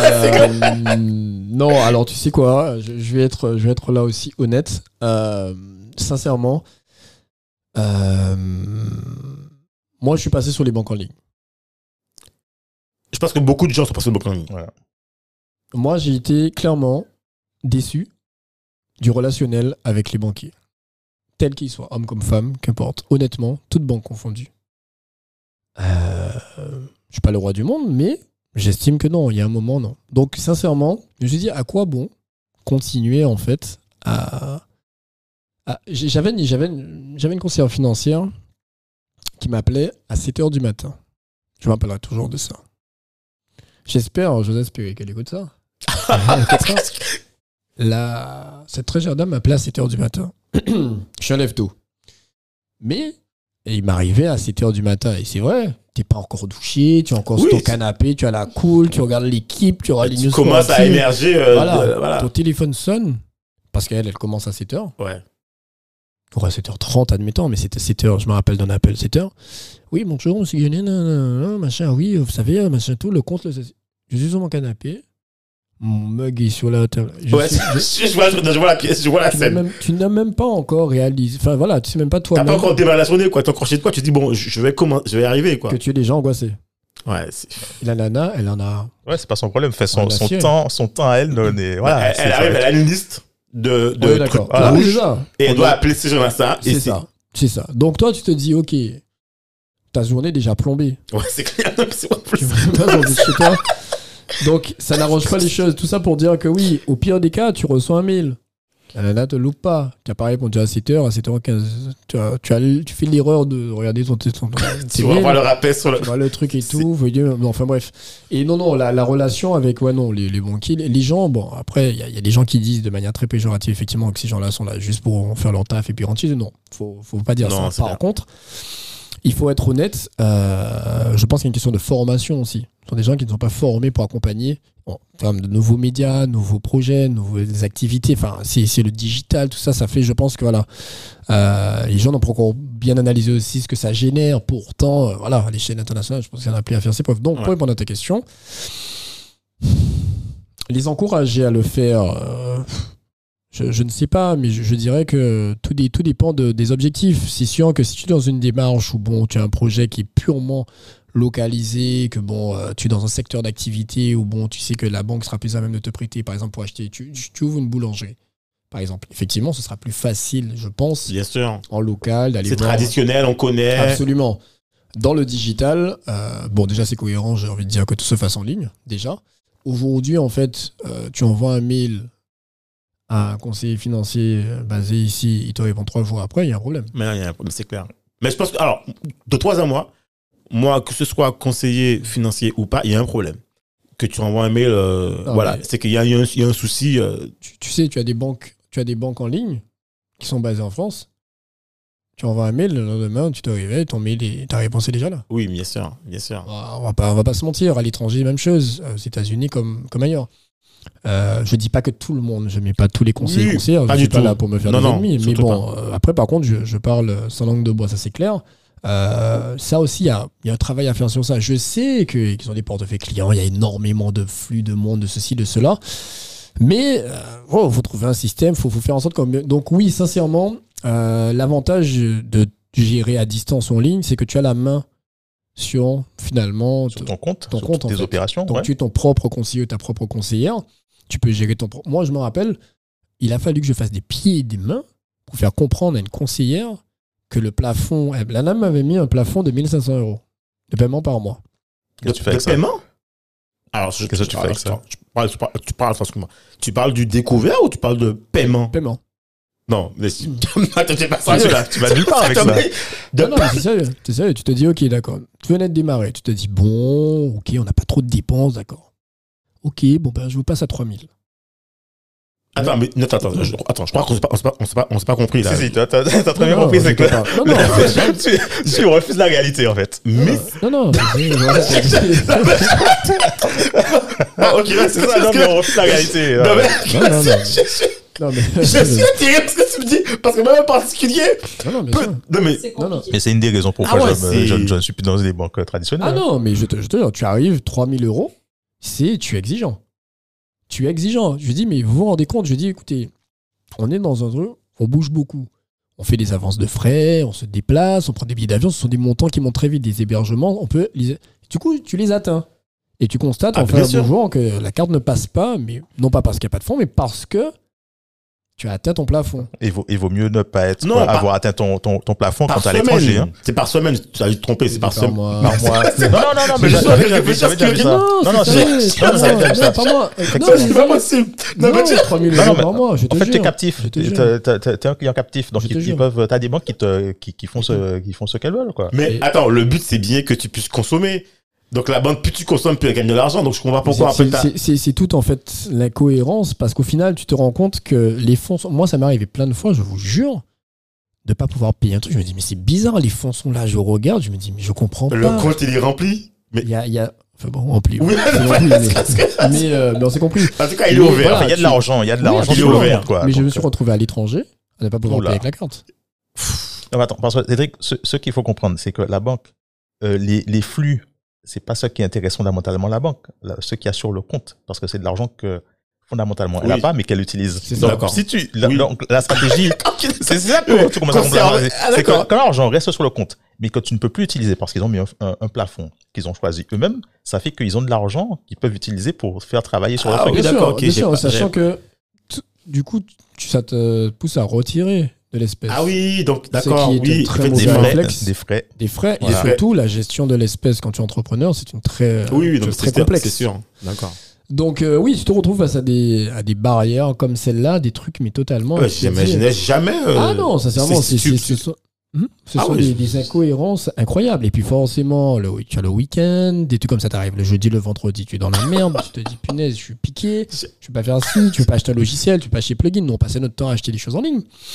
Euh, non, alors tu sais quoi, je, je vais être, je vais être là aussi honnête. Euh, sincèrement, euh, moi, je suis passé sur les banques en ligne. Je pense que beaucoup de gens sont passés beaucoup en ligne. Voilà. Moi, j'ai été clairement déçu du relationnel avec les banquiers. Tel qu'ils soient, hommes comme femmes, qu'importe. Honnêtement, toutes banques confondues. Euh, je ne suis pas le roi du monde, mais j'estime que non, il y a un moment, non. Donc, sincèrement, je me suis dit, à quoi bon continuer, en fait, à... à- J'avais une, j'avais une, j'avais une conseillère financière qui m'appelait à sept heures du matin. Je me rappellerai toujours de ça. J'espère, j'ose espérer qu'elle écoute ça. Elle écoute ça. La... Cette très chère dame m'appelait à sept heures du matin. Je suis un lève-tôt. Mais il m'arrivait à sept heures du matin. Et c'est vrai, t'es pas encore douché, tu es encore Oui, sur ton c'est- canapé, tu as la cool, tu regardes l'équipe, tu regardes les Tu news commences à sportives. émerger. euh, Voilà. de- voilà. Ton téléphone sonne, parce qu'elle, elle commence à sept heures. Ouais. Ouais, sept heures trente, admettons, mais c'était sept heures. Je me rappelle d'un appel, sept heures. Oui, bonjour, monsieur Guénin, nanana, machin, oui, vous savez, machin, tout, le compte, le... Je suis sur mon canapé, mon mug est sur la table. Je Ouais, suis- je, je vois, je vois la pièce, je vois la tu n'as scène. même, tu n'as même pas encore réalisé, enfin voilà, tu sais même pas T'as toi-même pas encore démarré la journée, quoi. T'es encore chez toi, tu te dis, bon, je je vais, comment, je vais y arriver, quoi. que tu es déjà angoissé. Ouais, c'est- Et la nana, elle en a... Ouais, c'est pas son problème. Fait son, Ouais, son la temps, son temps à elle, non, est, voilà. elle, c'est- elle ça arrive, va elle être- a une liste de, de Ouais, trucs d'accord. voilà. Oui, rouges, c'est ça. et elle On doit a- appeler ces gens à ça. et C'est ça. C'est ça. Donc toi, tu te dis, ok, ta journée est déjà plombée. Ouais, c'est clair. C'est pas Tu plus. vas pas sortir de chez toi. Donc, ça n'arrange pas les choses. Tout ça pour dire que oui, au pire des cas, tu reçois un mail. La nana te loupe pas. Tu as pas répondu à sept heures, à sept heures quinze. Tu, as, tu, as, tu fais l'erreur de regarder ton ton- ton- Tu vas avoir le rappel sur le. tu vois le truc et tout. Veux dire, non, enfin bref. Et non, non, la, la relation avec ouais, non, les, les banquiers, les, les gens, bon, après, il y, a- il y a des gens qui disent de manière très péjorative, effectivement, que ces gens-là sont là juste pour faire leur taf et puis rentiers. Non, faut, faut pas dire Non, ça. c'est Par clair. contre, il faut être honnête. Euh, je pense qu'il y a une question de formation aussi. Ce sont des gens qui ne sont pas formés pour accompagner en termes de nouveaux médias, nouveaux projets, nouvelles activités. Enfin, c'est, c'est le digital, tout ça. Ça fait, je pense que voilà, euh, les gens n'ont pas encore bien analysé aussi ce que ça génère. Pourtant, euh, voilà, à l'échelle internationale, je pense qu'il y en a appelé à faire ses preuves. Donc, ouais. Pour répondre à ta question, les encourager à le faire. Euh, Je, je ne sais pas, mais je, je dirais que tout, des, tout dépend de, des objectifs. C'est sûr que si tu es dans une démarche où bon, tu as un projet qui est purement localisé, que bon, euh, tu es dans un secteur d'activité où bon, tu sais que la banque sera plus à même de te prêter, par exemple, pour acheter, tu, tu ouvres une boulangerie, par exemple. Effectivement, ce sera plus facile, je pense, bien sûr, en local, d'aller c'est voir. traditionnel, on connaît. Absolument. Dans le digital, euh, bon, déjà, c'est cohérent, j'ai envie de dire que tout se fasse en ligne, déjà. Aujourd'hui, en fait, euh, tu envoies un mail à un conseiller financier basé ici, il te répond trois jours après, il y a un problème. Mais là, il y a un problème, c'est clair. Mais je pense que, alors, de toi à moi, moi, que ce soit conseiller financier ou pas, il y a un problème. Que tu envoies un mail, euh, non, voilà, c'est qu'il y a, il y a, un, il y a un souci. Euh... Tu, tu sais, tu as des banques, tu as des banques en ligne qui sont basées en France. Tu envoies un mail, le lendemain, tu te réveilles, ton mail, est, ta réponse est déjà là. Oui, bien sûr, bien sûr. On va pas, on va pas se mentir, à l'étranger, même chose, aux États-Unis comme, comme ailleurs. Euh, je dis pas que tout le monde, je mets pas tous les conseillers oui, conseillers, je suis pas là pour me faire non, des non, ennemis, mais bon, euh, après par contre, je, je parle sans langue de bois, ça c'est clair. Euh, ça aussi, il y a, y a un travail à faire sur ça. Je sais que, qu'ils ont des portefeuilles clients, il y a énormément de flux de monde, de ceci, de cela, mais il euh, oh, faut trouver un système, faut, faut faire en sorte comme. Donc oui, sincèrement, euh, l'avantage de gérer à distance en ligne, c'est que tu as la main sur finalement sur ton compte, ton sur compte tes fait. opérations. Donc ouais. tu es ton propre conseiller, ta propre conseillère. Tu peux gérer ton. Pro... Moi, je me rappelle, il a fallu que je fasse des pieds et des mains pour faire comprendre à une conseillère que le plafond. La dame m'avait mis un plafond de mille cinq cents euros de paiement par mois. De, tu fais de paiement. Alors, je, qu'est-ce que tu fais avec ça? Tu parles, tu parles, tu parles, excuse-moi. Tu parles du découvert ou tu parles de paiement? Paiement. Non, mais si. Attends, j'ai pas sérieux là. Tu vas nulle part avec ça. Non, non, c'est sérieux. C'est sérieux. Tu te dis, ok, d'accord. Tu venais de démarrer. Tu te dis, bon, ok, on n'a pas trop de dépenses, d'accord. Ok, bon, ben, je vous passe à trois mille. Attends, mais attends, attends, je, attends, je crois qu'on s'est pas, on s'est pas, on s'est pas, on s'est pas compris là. Si, si, t'as, t'as, t'as très bien non, compris, c'est que non, non, tu, tu refuses la réalité en fait. Mais non, non. Ah, ok, là, c'est ça. Non, mais on refuse la réalité. Non, mais non, non, non. Non, mais je suis attiré parce que tu me dis, parce que même en particulier. Non, non, mais, peut... non, mais... C'est non, non. mais c'est une des raisons pourquoi ah ouais, je, je, je ne suis plus dans les banques traditionnelles. Ah non, mais je te, je te dis, tu arrives, trois mille euros, c'est, tu es exigeant. Tu es exigeant. Je dis, mais vous vous rendez compte, je dis, écoutez, on est dans un truc, on bouge beaucoup. On fait des avances de frais, on se déplace, on prend des billets d'avion, ce sont des montants qui montent très vite, des hébergements, on peut les... Du coup, tu les atteins. Et tu constates ah, en fait bonjour que la carte ne passe pas, mais non pas parce qu'il n'y a pas de fonds, mais parce que tu as atteint ton plafond. Il vaut, il vaut mieux ne pas être, non, quoi, par, avoir atteint ton, ton, ton plafond quand tu es à semaine. l'étranger. Hein. C'est par semaine, tu as dû te tromper, c'est, c'est par semaine. Par mois. Non, non, non, mais j'avais déjà vu ça. Non, non, c'est pas moi. Non, c'est pas possible. Non, mais trois mille euros par mois, je te jure. En fait, t'es captif. T'es un client captif. Donc, ils peuvent, t'as des banques qui te, qui font ce, qui font ce qu'elles veulent, quoi. Mais attends, le but, c'est bien que tu puisses consommer. Donc la banque, plus tu consommes, plus elle gagne de l'argent. Donc je comprends pourquoi. C'est, en fait, c'est, c'est, c'est tout en fait l'incohérence parce qu'au final, tu te rends compte que les fonds sont... Moi, ça m'est arrivé plein de fois, je vous jure, de pas pouvoir payer un truc. Je me dis, mais c'est bizarre, les fonds sont là, je regarde, je me dis, mais je comprends le pas. Le compte, il est rempli. Mais il y a... Y a... Enfin bon, rempli. Oui, c'est rempli, mais, mais, euh, mais on s'est compris. En tout cas, il est ouvert. Voilà, il y a de l'argent, il y a de l'argent. Oui, il est ouvert, quoi. Mais donc, je me suis retrouvé à l'étranger à ne pas pouvoir payer avec la carte. Non, mais attends, parce que Cédric, ce, ce qu'il faut comprendre, c'est que la banque, euh, les, les flux, c'est pas ça qui intéresse fondamentalement la banque, là, ce qu'il y a sur le compte, parce que c'est de l'argent que fondamentalement elle n'a oui. pas, mais qu'elle utilise. C'est donc, ça, si tu, la, oui. donc, la stratégie, c'est ça que oui. tu commences à comprendre. Ah, c'est que quand l'argent reste sur le compte, mais que tu ne peux plus utiliser parce qu'ils ont mis un, un, un plafond qu'ils ont choisi eux-mêmes, ça fait qu'ils ont de l'argent qu'ils peuvent utiliser pour faire travailler sur ah, le truc. Bien sûr, okay, bien sûr, sachant que t- du coup, tu, ça te pousse à retirer de l'espèce. Ah oui, donc d'accord, oui, des frais, des frais, des frais, voilà. Et surtout la gestion de l'espèce quand tu es entrepreneur, c'est une très, oui, oui, donc très complexe. C'est sûr, d'accord. Donc euh, oui, tu te retrouves face à des à des barrières comme celle-là, des trucs mais totalement. Ouais, j'imaginais jamais. Euh, ah non, sincèrement, c'est, c'est, c'est, c'est Mmh. Ce ah sont oui. des, des incohérences incroyables. Et puis forcément, le, tu as le week-end, des trucs comme ça t'arrivent le jeudi, le vendredi, tu es dans la merde, tu te dis punaise, je suis piqué, je vais pas faire ci, tu veux pas acheter un logiciel, tu veux pas acheter plugin, nous on passait notre temps à acheter des choses en ligne.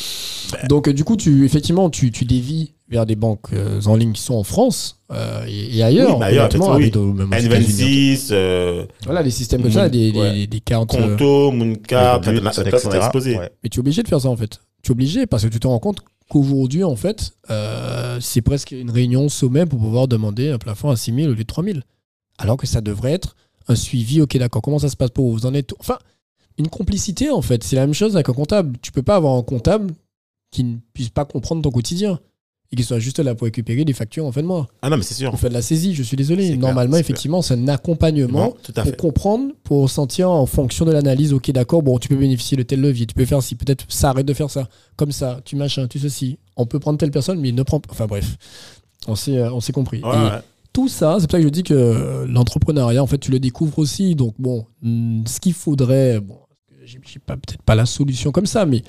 Ben. Donc, du coup, tu, effectivement, tu, tu dévies vers des banques euh, en ligne qui sont en France euh, et, et ailleurs. Oui, bah ailleurs, honnêtement, oui. avec de- même aux N États-Unis. vingt-six, euh, Voilà, les systèmes comme ça, des, Ouais. des, des cartes. euh, Conto, Mooncard, Le but, ça et a cetera. explosé. Ouais. Mais tu es obligé de faire ça, en fait. Tu es obligé parce que tu te rends compte qu'aujourd'hui, en fait, euh, c'est presque une réunion sommet pour pouvoir demander un plafond à six mille au lieu de trois mille. Alors que ça devrait être un suivi. Ok, d'accord, comment ça se passe pour vous? Vous en êtes. Enfin, une complicité, en fait. C'est la même chose avec un comptable. Tu peux pas avoir un comptable qui ne puisse pas comprendre ton quotidien et qui soit juste là pour récupérer des factures en fin de mois. Ah non, mais c'est sûr. Pour faire de la saisie, je suis désolé. C'est Normalement, clair, c'est effectivement, c'est un accompagnement Non, tout à pour fait. comprendre, pour sentir en fonction de l'analyse, ok, d'accord, bon, tu peux bénéficier de tel levier, tu peux faire ci, peut-être ça, arrête de faire ça, comme ça, tu machin, tu ceci. On peut prendre telle personne, mais il ne prend pas. Enfin bref, on s'est, euh, on s'est compris. Ouais, Et ouais. tout ça, c'est pour ça que je dis que euh, l'entrepreneuriat, en fait, tu le découvres aussi. Donc bon, hmm, ce qu'il faudrait, bon, j'ai, j'ai pas, peut-être pas la solution comme ça, mais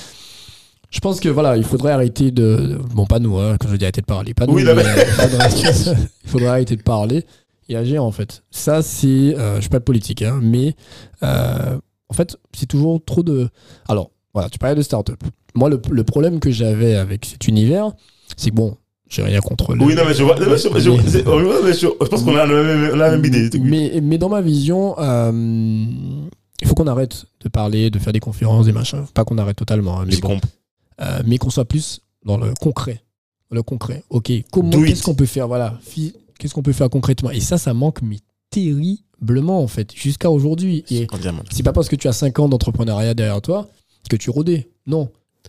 je pense que voilà, il faudrait arrêter de. Bon, pas nous, hein, quand je dis arrêter de parler. Pas nous, Oui, mais, non, mais- euh, il, faudrait, il faudrait arrêter de parler et agir, en fait. Ça, c'est. Euh, je suis pas de politique, hein, mais euh, en fait, c'est toujours trop de. Alors, voilà, tu parlais de start-up. Moi, le, le problème que j'avais avec cet univers, c'est que bon, j'ai rien contre le. Oui, non, mais je vois. non, mais je, je- je- c'est- oh, ouais, mais je, je pense qu'on a la même, la même idée. Mais, mais dans ma vision, euh, il faut qu'on arrête de parler, de faire des conférences, des machins. Faut pas qu'on arrête totalement, hein, mais J'y bon. comprends. Euh, mais qu'on soit plus dans le concret. Dans le concret. Ok, comment, Do it. qu'est-ce qu'on peut faire, voilà. Fi- Qu'est-ce qu'on peut faire concrètement? Et ça, ça manque mais terriblement, en fait, jusqu'à aujourd'hui. Et Quand diamant. c'est pas parce que tu as cinq ans d'entrepreneuriat derrière toi que tu rôdais. Non.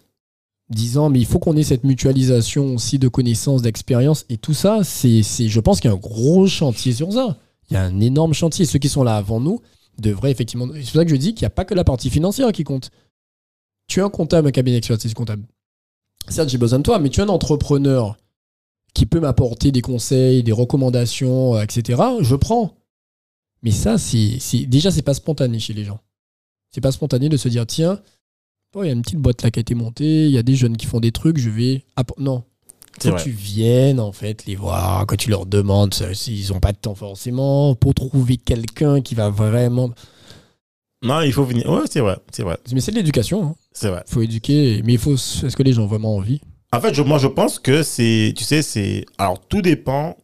dix ans, mais il faut qu'on ait cette mutualisation aussi de connaissances, d'expérience. Et tout ça, c'est, c'est, je pense qu'il y a un gros chantier sur ça. Il y a un énorme chantier. Ceux qui sont là avant nous devraient effectivement. C'est pour ça que je dis qu'il n'y a pas que la partie financière qui compte. Tu es un comptable, un cabinet d'expertise comptable. Certes, j'ai besoin de toi, mais tu es un entrepreneur qui peut m'apporter des conseils, des recommandations, euh, et cetera. Je prends. Mais ça, c'est, c'est, déjà, c'est pas spontané chez les gens. C'est pas spontané de se dire, tiens, oh, il y a une petite boîte là qui a été montée, il y a des jeunes qui font des trucs, je vais. app- Non. C'est Faut que vrai. tu viennes, en fait, les voir, que tu leur demandes ça, s'ils n'ont pas de temps forcément, pour trouver quelqu'un qui va vraiment. Non, il faut venir. Ouais, c'est vrai, c'est vrai, Mais c'est de l'éducation. Hein. c'est vrai. Faut éduquer, mais il faut. Est-ce que les gens ont vraiment envie? En fait, je, moi, je pense que c'est, tu sais, c'est, alors tout dépend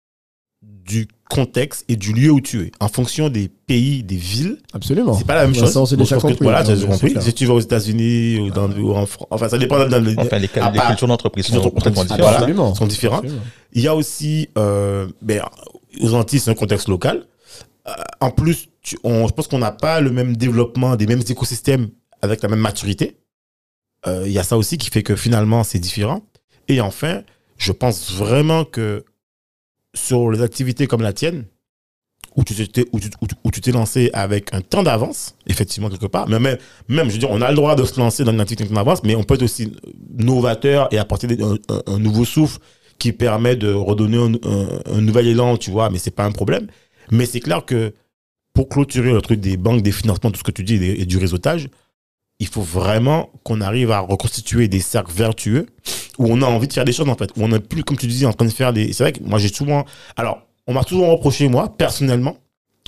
du contexte et du lieu où tu es. En fonction des pays, des villes, Absolument. c'est pas la même Ouais, chose. ça, on s'est Bon, déjà sauf que, compris. Voilà, Non, tu as mais c'est compris. clair. Si tu vas aux États-Unis ou, dans, ou en France, enfin, ça dépend dans le. Enfin, les, à les part- cultures d'entreprise sont sont- complètement sont- différentes. voilà. Absolument. sont différents. Absolument. Il y a aussi, euh, ben, aux Antilles, c'est un contexte local. Euh, en plus, tu- on, je pense qu'on n'a pas le même développement, des mêmes écosystèmes avec la même maturité. Euh, Il y a ça aussi qui fait que finalement, c'est différent. Et enfin, je pense vraiment que sur les activités comme la tienne, où tu t'es, où tu, où tu- où tu t'es lancé avec un temps d'avance, effectivement, quelque part, mais même, même, je veux dire, on a le droit de se lancer dans une activité avec un temps d'avance, mais on peut être aussi novateur et apporter des- un, un- un nouveau souffle qui permet de redonner un, un- un nouvel élan, tu vois, mais c'est pas un problème. Mais c'est clair que pour clôturer le truc des banques, des financements, tout ce que tu dis et, des- et du réseautage, il faut vraiment qu'on arrive à reconstituer des cercles vertueux où on a envie de faire des choses, en fait, où on n'est plus, comme tu dis, en train de faire des... C'est vrai que moi, j'ai souvent... Alors, on m'a toujours reproché, moi, personnellement,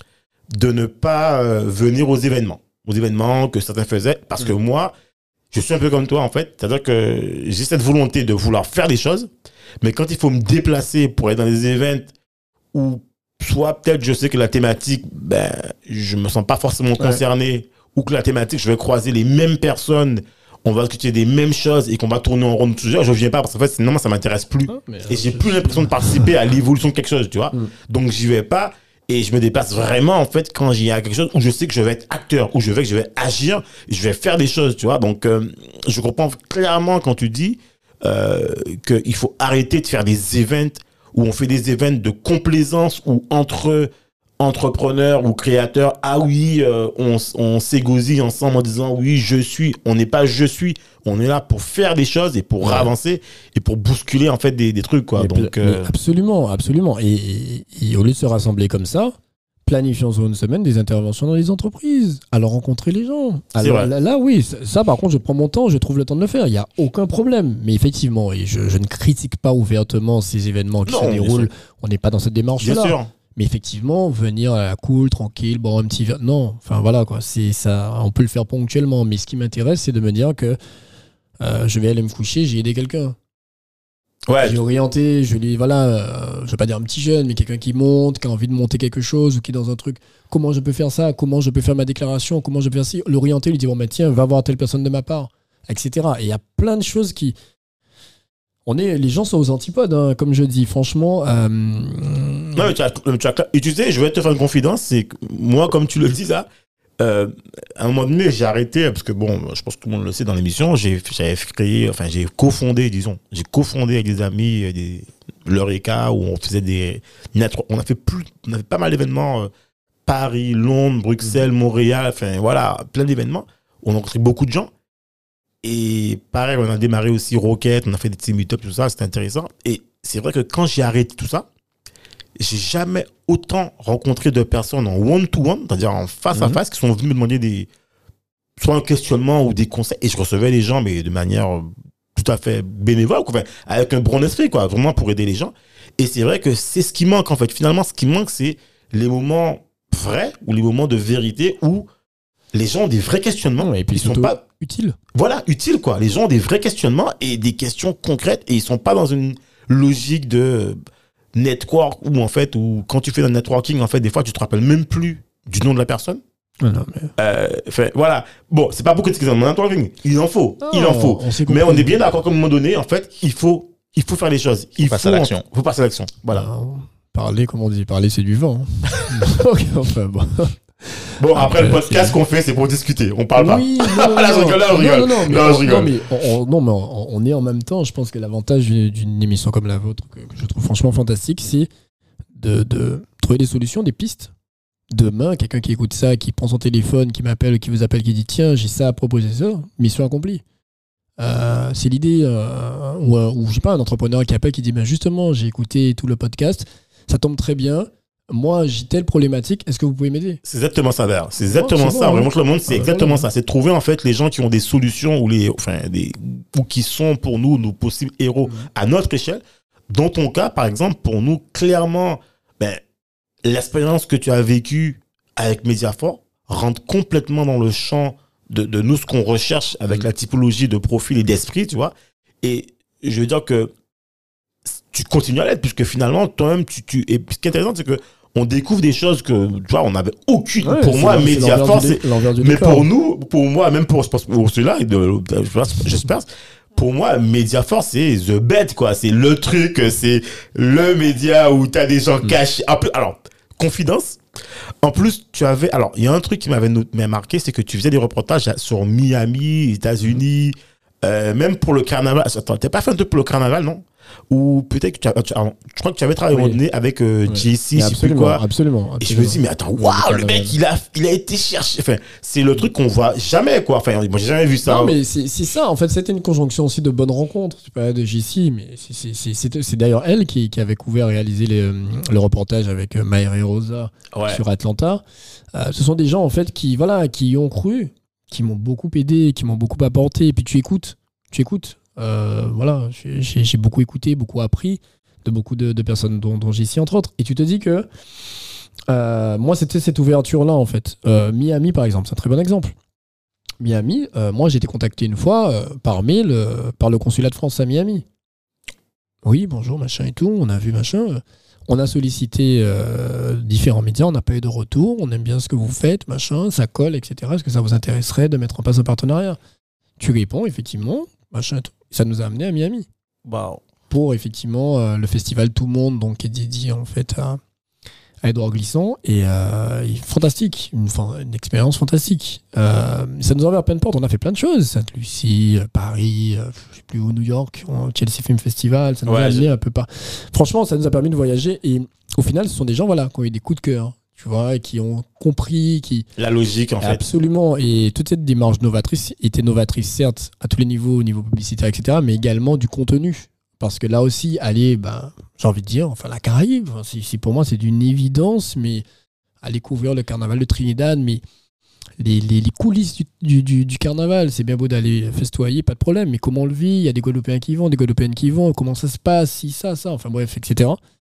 de ne pas euh, venir aux événements. Aux événements que certains faisaient, parce que moi, je suis un peu comme toi, en fait. C'est-à-dire que j'ai cette volonté de vouloir faire des choses, mais quand il faut me déplacer pour aller dans des événements où soit peut-être je sais que la thématique, ben, je me sens pas forcément concerné, ou que la thématique, je vais croiser les mêmes personnes, on va discuter des mêmes choses et qu'on va tourner en rond de sujet, je viens pas parce qu'en fait, sinon, moi, ça m'intéresse plus. Ah, mais, Et euh, j'ai plus l'impression de participer à l'évolution de quelque chose, tu vois. Mm. Donc, j'y vais pas. Et je me déplace vraiment, en fait, quand il y a quelque chose où je sais que je vais être acteur, où je vais que je vais agir, je vais faire des choses, tu vois. Donc, euh, je comprends clairement quand tu dis euh, qu'il faut arrêter de faire des events où on fait des events de complaisance ou entre entrepreneurs ou créateurs, ah oui, euh, on, on s'égosille ensemble en disant oui, je suis. On n'est pas je suis. On est là pour faire des choses et pour Ouais. avancer et pour bousculer, en fait, des, des trucs, quoi. Mais Donc, pla- euh, mais absolument, absolument. Et, et- et au lieu de se rassembler comme ça, planifions sur une semaine des interventions dans les entreprises, alors rencontrer les gens. C'est Alors vrai. là, là, oui, ça, ça, par contre, je prends mon temps, je trouve le temps de le faire. Il n'y a aucun problème. Mais effectivement, et je, je ne critique pas ouvertement ces événements qui Non, se bien déroulent. sûr. On n'est pas dans cette bien démarche-là. sûr. Mais effectivement, venir à la cool, tranquille, boire un petit verre. Non, enfin voilà quoi. C'est ça. On peut le faire ponctuellement. Mais ce qui m'intéresse, c'est de me dire que Euh, je vais aller me coucher, j'ai aidé quelqu'un. Ouais. J'ai orienté, je lui, voilà, euh, je vais pas dire un petit jeune, mais quelqu'un qui monte, qui a envie de monter quelque chose ou qui est dans un truc. Comment je peux faire ça? Comment je peux faire ma déclaration? Comment je peux faire ça? L'orienter, lui dire, bon, bah, tiens, va voir telle personne de ma part, et cetera. Et il y a plein de choses qui. On est, les gens sont aux antipodes, hein, comme je dis, franchement. Euh... Non, mais tu as, tu as, et tu sais, je vais te faire une confidence, c'est que moi, comme tu le dis là, euh, à un moment donné, j'ai arrêté, parce que bon, je pense que tout le monde le sait dans l'émission, j'ai, j'avais créé, enfin, j'ai cofondé, disons, j'ai cofondé avec des amis, des, l'Eureka, où on faisait des, on a fait plus, on avait pas mal d'événements, euh, Paris, Londres, Bruxelles, Montréal, enfin, voilà, plein d'événements, où on a rencontré beaucoup de gens. Et pareil, on a démarré aussi Rocket, on a fait des petits meet-up, tout ça, c'était intéressant. Et c'est vrai que quand j'ai arrêté tout ça, j'ai jamais autant rencontré de personnes en one-to-one, c'est-à-dire en face-à-face, mm-hmm. qui sont venus me demander des, soit un questionnement ou des conseils. Et je recevais les gens, mais de manière tout à fait bénévole, quoi, enfin, avec un bon esprit, quoi, vraiment pour aider les gens. Et c'est vrai que c'est ce qui manque, en fait. Finalement, ce qui manque, c'est les moments vrais ou les moments de vérité où les gens ont des vrais questionnements. Et puis ils sont pas utiles. Voilà, utiles, quoi. Les gens ont des vrais questionnements et des questions concrètes et ils sont pas dans une logique de network où, en fait, où quand tu fais un networking, en fait, des fois, tu te rappelles même plus du nom de la personne. Non, mais... Euh, fait, voilà. Bon, c'est pas beaucoup de questions dans le networking. Il en faut. Oh, il en faut. On mais on est bien d'accord qu'à un moment donné, en fait, il faut, il faut faire les choses. Il faut, passer à l'action. Il faut passer à l'action. Voilà. Alors, parler, comme on dit, parler, c'est du vent. Hein. Donc, enfin, bon. Bon, après, après le podcast qu'on fait, c'est pour discuter. On parle oui, pas. Non, là, je rigole, là, je rigole. Non, non, non, mais, non, je rigole. Non, mais, on, non, mais on, on est en même temps. Je pense que l'avantage d'une émission comme la vôtre, que, que je trouve franchement fantastique, c'est de, de trouver des solutions, des pistes. Demain, quelqu'un qui écoute ça, qui prend son téléphone, qui m'appelle, qui vous appelle, qui dit tiens, j'ai ça à proposer, ça, mission accomplie. Euh, c'est l'idée, euh, ou, ou je sais pas, un entrepreneur qui appelle, qui dit ben justement, j'ai écouté tout le podcast, ça tombe très bien. Moi, j'ai telle problématique, est-ce que vous pouvez m'aider? C'est exactement ça, d'ailleurs. C'est exactement non, ça. Bon, Vraiment, montre le monde, c'est ah, exactement voilà. ça. C'est de trouver, en fait, les gens qui ont des solutions ou les, enfin, des, ou qui sont pour nous nos possibles héros mmh. à notre échelle. Dans ton cas, par exemple, pour nous, clairement, ben, l'expérience que tu as vécue avec Mediafor rentre complètement dans le champ de, de nous, ce qu'on recherche avec mmh. la typologie de profil et d'esprit, tu vois. Et je veux dire que tu continues à l'être, puisque finalement, toi-même, tu, tu, et ce qui est intéressant, c'est que on découvre des choses que, tu vois, on n'avait aucune. Ouais, pour moi, Mediafor, c'est. Mais décor. pour nous, pour moi, même pour, pour ceux-là, j'espère, pour moi, Mediafor, c'est the bet, quoi. C'est le truc, c'est le média où t'as des gens mmh. cachés. Alors, confidence. En plus, tu avais. Alors, il y a un truc qui m'avait marqué, c'est que tu faisais des reportages sur Miami, États-Unis, euh, même pour le carnaval. Attends, t'as pas fait un truc pour le carnaval, non? Ou peut-être que tu, as, tu as, je crois que tu avais travaillé oui. avec euh, oui. J C, je sais plus quoi. Absolument, absolument. Et je me dis, mais attends, waouh, le mec, il a, il a été cherché. Enfin, c'est le truc qu'on voit jamais, quoi. Enfin, moi, j'ai jamais vu ça. Non, mais c'est ça. En fait, c'était une conjonction aussi de bonnes rencontres. Tu parlais de J C, mais c'est d'ailleurs elle qui, qui avait couvert réalisé les, le reportage avec Maïr et Rosa ouais. sur Atlanta. Euh, ce sont des gens, en fait, qui, voilà, qui y ont cru, qui m'ont beaucoup aidé, qui m'ont beaucoup apporté. Et puis, tu écoutes. Tu écoutes. Euh, voilà, j'ai beaucoup écouté, beaucoup appris de beaucoup de, de personnes, dont, dont J C entre autres. Et tu te dis que euh, moi, c'était cette ouverture-là, en fait. Euh, Miami, par exemple, c'est un très bon exemple. Miami, euh, moi, j'ai été contacté une fois euh, par mail euh, par le consulat de France à Miami. Oui, bonjour, machin et tout, on a vu machin. On a sollicité euh, différents médias, on n'a pas eu de retour, on aime bien ce que vous faites, machin, ça colle, et cetera. Est-ce que ça vous intéresserait de mettre en place un partenariat? Tu réponds, effectivement, machin et tout. Ça nous a amené à Miami. Wow. Pour effectivement euh, le festival Tout le Monde, donc qui est dédié en fait à, à Édouard Glissant. Et euh, fantastique, une, une expérience fantastique. Euh, ça nous a ouvert plein de portes. On a fait plein de choses. Sainte-Lucie, Paris, euh, je sais plus où, New York, Chelsea Film Festival. Ça nous ouais, a amené un peu pas. Franchement, ça nous a permis de voyager. Et au final, ce sont des gens voilà, qui ont eu des coups de cœur. Tu vois, qui ont compris, qui... La logique, en fait. Absolument. Et toute cette démarche novatrice était novatrice, certes, à tous les niveaux, au niveau publicitaire, et cetera, mais également du contenu. Parce que là aussi, aller, ben, j'ai envie de dire, enfin, la Caraïbe, c'est, pour moi, c'est d'une évidence, mais aller couvrir le carnaval de Trinidad, mais les, les, les coulisses du, du, du, du carnaval, c'est bien beau d'aller festoyer, pas de problème, mais comment on le vit? Il y a des Guadeloupéens qui y vont, des Guadeloupéennes qui y vont, comment ça se passe, si, ça, ça, enfin bref, et cetera.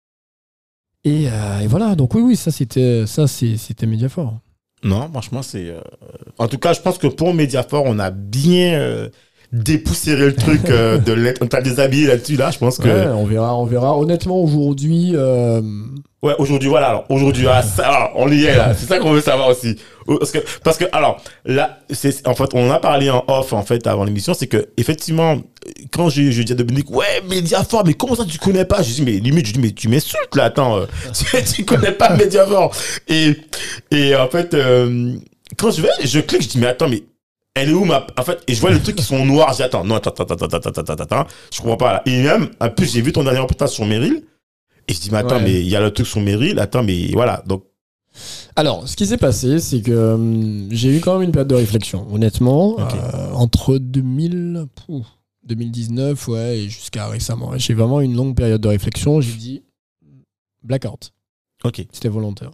Et, euh, et voilà, donc oui, oui, ça c'était, ça c'était Mediafor. Non, franchement, c'est. Euh... En tout cas, je pense que pour Mediafor, on a bien, euh, dépoussiérer le truc euh, de l'être. On t'a déshabillé là-dessus, là, je pense que. Ouais, on verra, on verra. Honnêtement, aujourd'hui. Euh... Ouais, aujourd'hui, voilà. Alors, aujourd'hui, ah, ça, alors, on y est là. C'est ça qu'on veut savoir aussi. Parce que, parce que, alors, là, c'est, en fait, on en a parlé en off, en fait, avant l'émission, c'est que, effectivement, quand j'ai, je dis à Dominique, ouais, Mediafort, mais comment ça tu connais pas? Je dis, mais limite, je dis, mais tu m'insultes, là, attends, euh, tu, tu connais pas Mediafort. Et, et, en fait, euh, quand je vais, je clique, je dis, mais attends, mais, elle est où ma, en fait, et je vois les trucs qui sont noirs, je dis, attends, non, attends, attends, attends, attends, attends, attends, attends, je comprends pas, là. Et même, en plus, j'ai vu ton dernier reportage sur Meryl. Et je dis, mais attends, ouais. mais il y a le truc sur Meryl, attends, mais voilà, donc. Alors, ce qui s'est passé, c'est que euh, j'ai eu quand même une période de réflexion, honnêtement, okay. euh, entre deux mille, pouf, deux mille dix-neuf, ouais, et jusqu'à récemment. J'ai vraiment une longue période de réflexion, j'ai dit, blackout. Ok. C'était volontaire.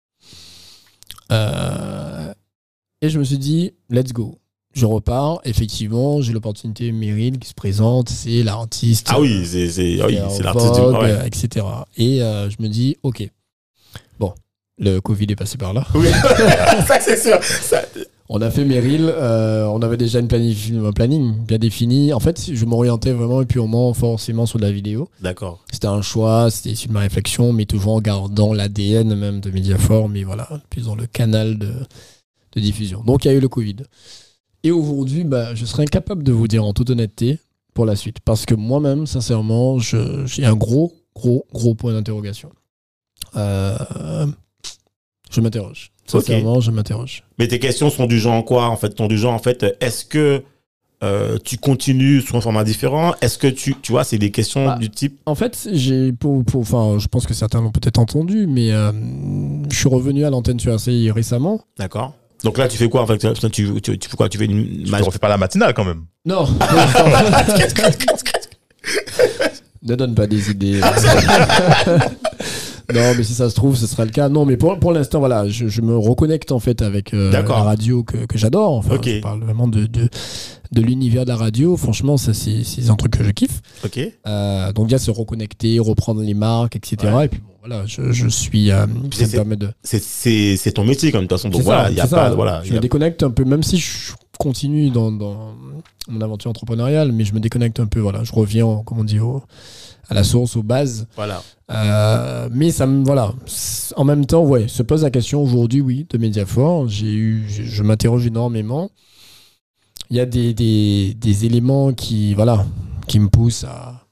Euh, et je me suis dit, let's go. Je repars, effectivement, j'ai l'opportunité Meryl qui se présente, c'est l'artiste. Ah oui, c'est, c'est, oui, c'est l'artiste Vogue, du ouais. et cetera. Et euh, je me dis, ok, bon, le Covid est passé par là. Oui, ça c'est sûr. Ça... On a fait Meryl, euh, on avait déjà une planif- un planning bien défini. En fait, je m'orientais vraiment purement, forcément sur de la vidéo. D'accord. C'était un choix, c'était issu de ma réflexion, mais toujours en gardant l'A D N même de Mediafort, mais voilà, plus dans le canal de, de diffusion. Donc il y a eu le Covid. Et aujourd'hui, bah, je serais incapable de vous dire en toute honnêteté pour la suite. Parce que moi-même, sincèrement, je, j'ai un gros, gros, gros point d'interrogation. Euh, je m'interroge. Sincèrement, okay. je m'interroge. Mais tes questions sont du genre quoi, en fait? Sont du genre, en fait, est-ce que euh, tu continues sur un format différent? Est-ce que tu, tu vois, c'est des questions bah, du type... En fait, j'ai, pour, pour, enfin, je pense que certains l'ont peut-être entendu, mais euh, je suis revenu à l'antenne sur R C I récemment. D'accord. Donc là, tu fais quoi en fait? Tu, tu, tu, tu fais quoi? Tu fais une. Tu ne refais pas la matinale quand même? Non. Ne donne pas des idées. Non, mais si ça se trouve, ce sera le cas. Non, mais pour, pour l'instant, voilà, je, je me reconnecte en fait avec euh, la radio que, que j'adore. Enfin, okay. Je parle vraiment de, de, de l'univers de la radio. Franchement, ça, c'est, c'est un truc que je kiffe. Ok. Euh, donc, il y a se reconnecter, reprendre les marques, et cetera. Ouais. Et puis, bon, voilà, je, je suis. Euh, ça c'est, me permet de. C'est, c'est, c'est ton métier, comme de toute façon. Donc, c'est voilà, il y a pas. Voilà, je me a... déconnecte un peu, même si je continue dans, dans mon aventure entrepreneuriale, mais je me déconnecte un peu. Voilà, je reviens, comme on dit, au. à la source, aux bases. Voilà. Euh, mais ça me, voilà. En même temps, ouais, se pose la question aujourd'hui, oui, de Mediafort. J'ai eu, je, je m'interroge énormément. Il y a des, des, des éléments qui, voilà, qui me poussent à,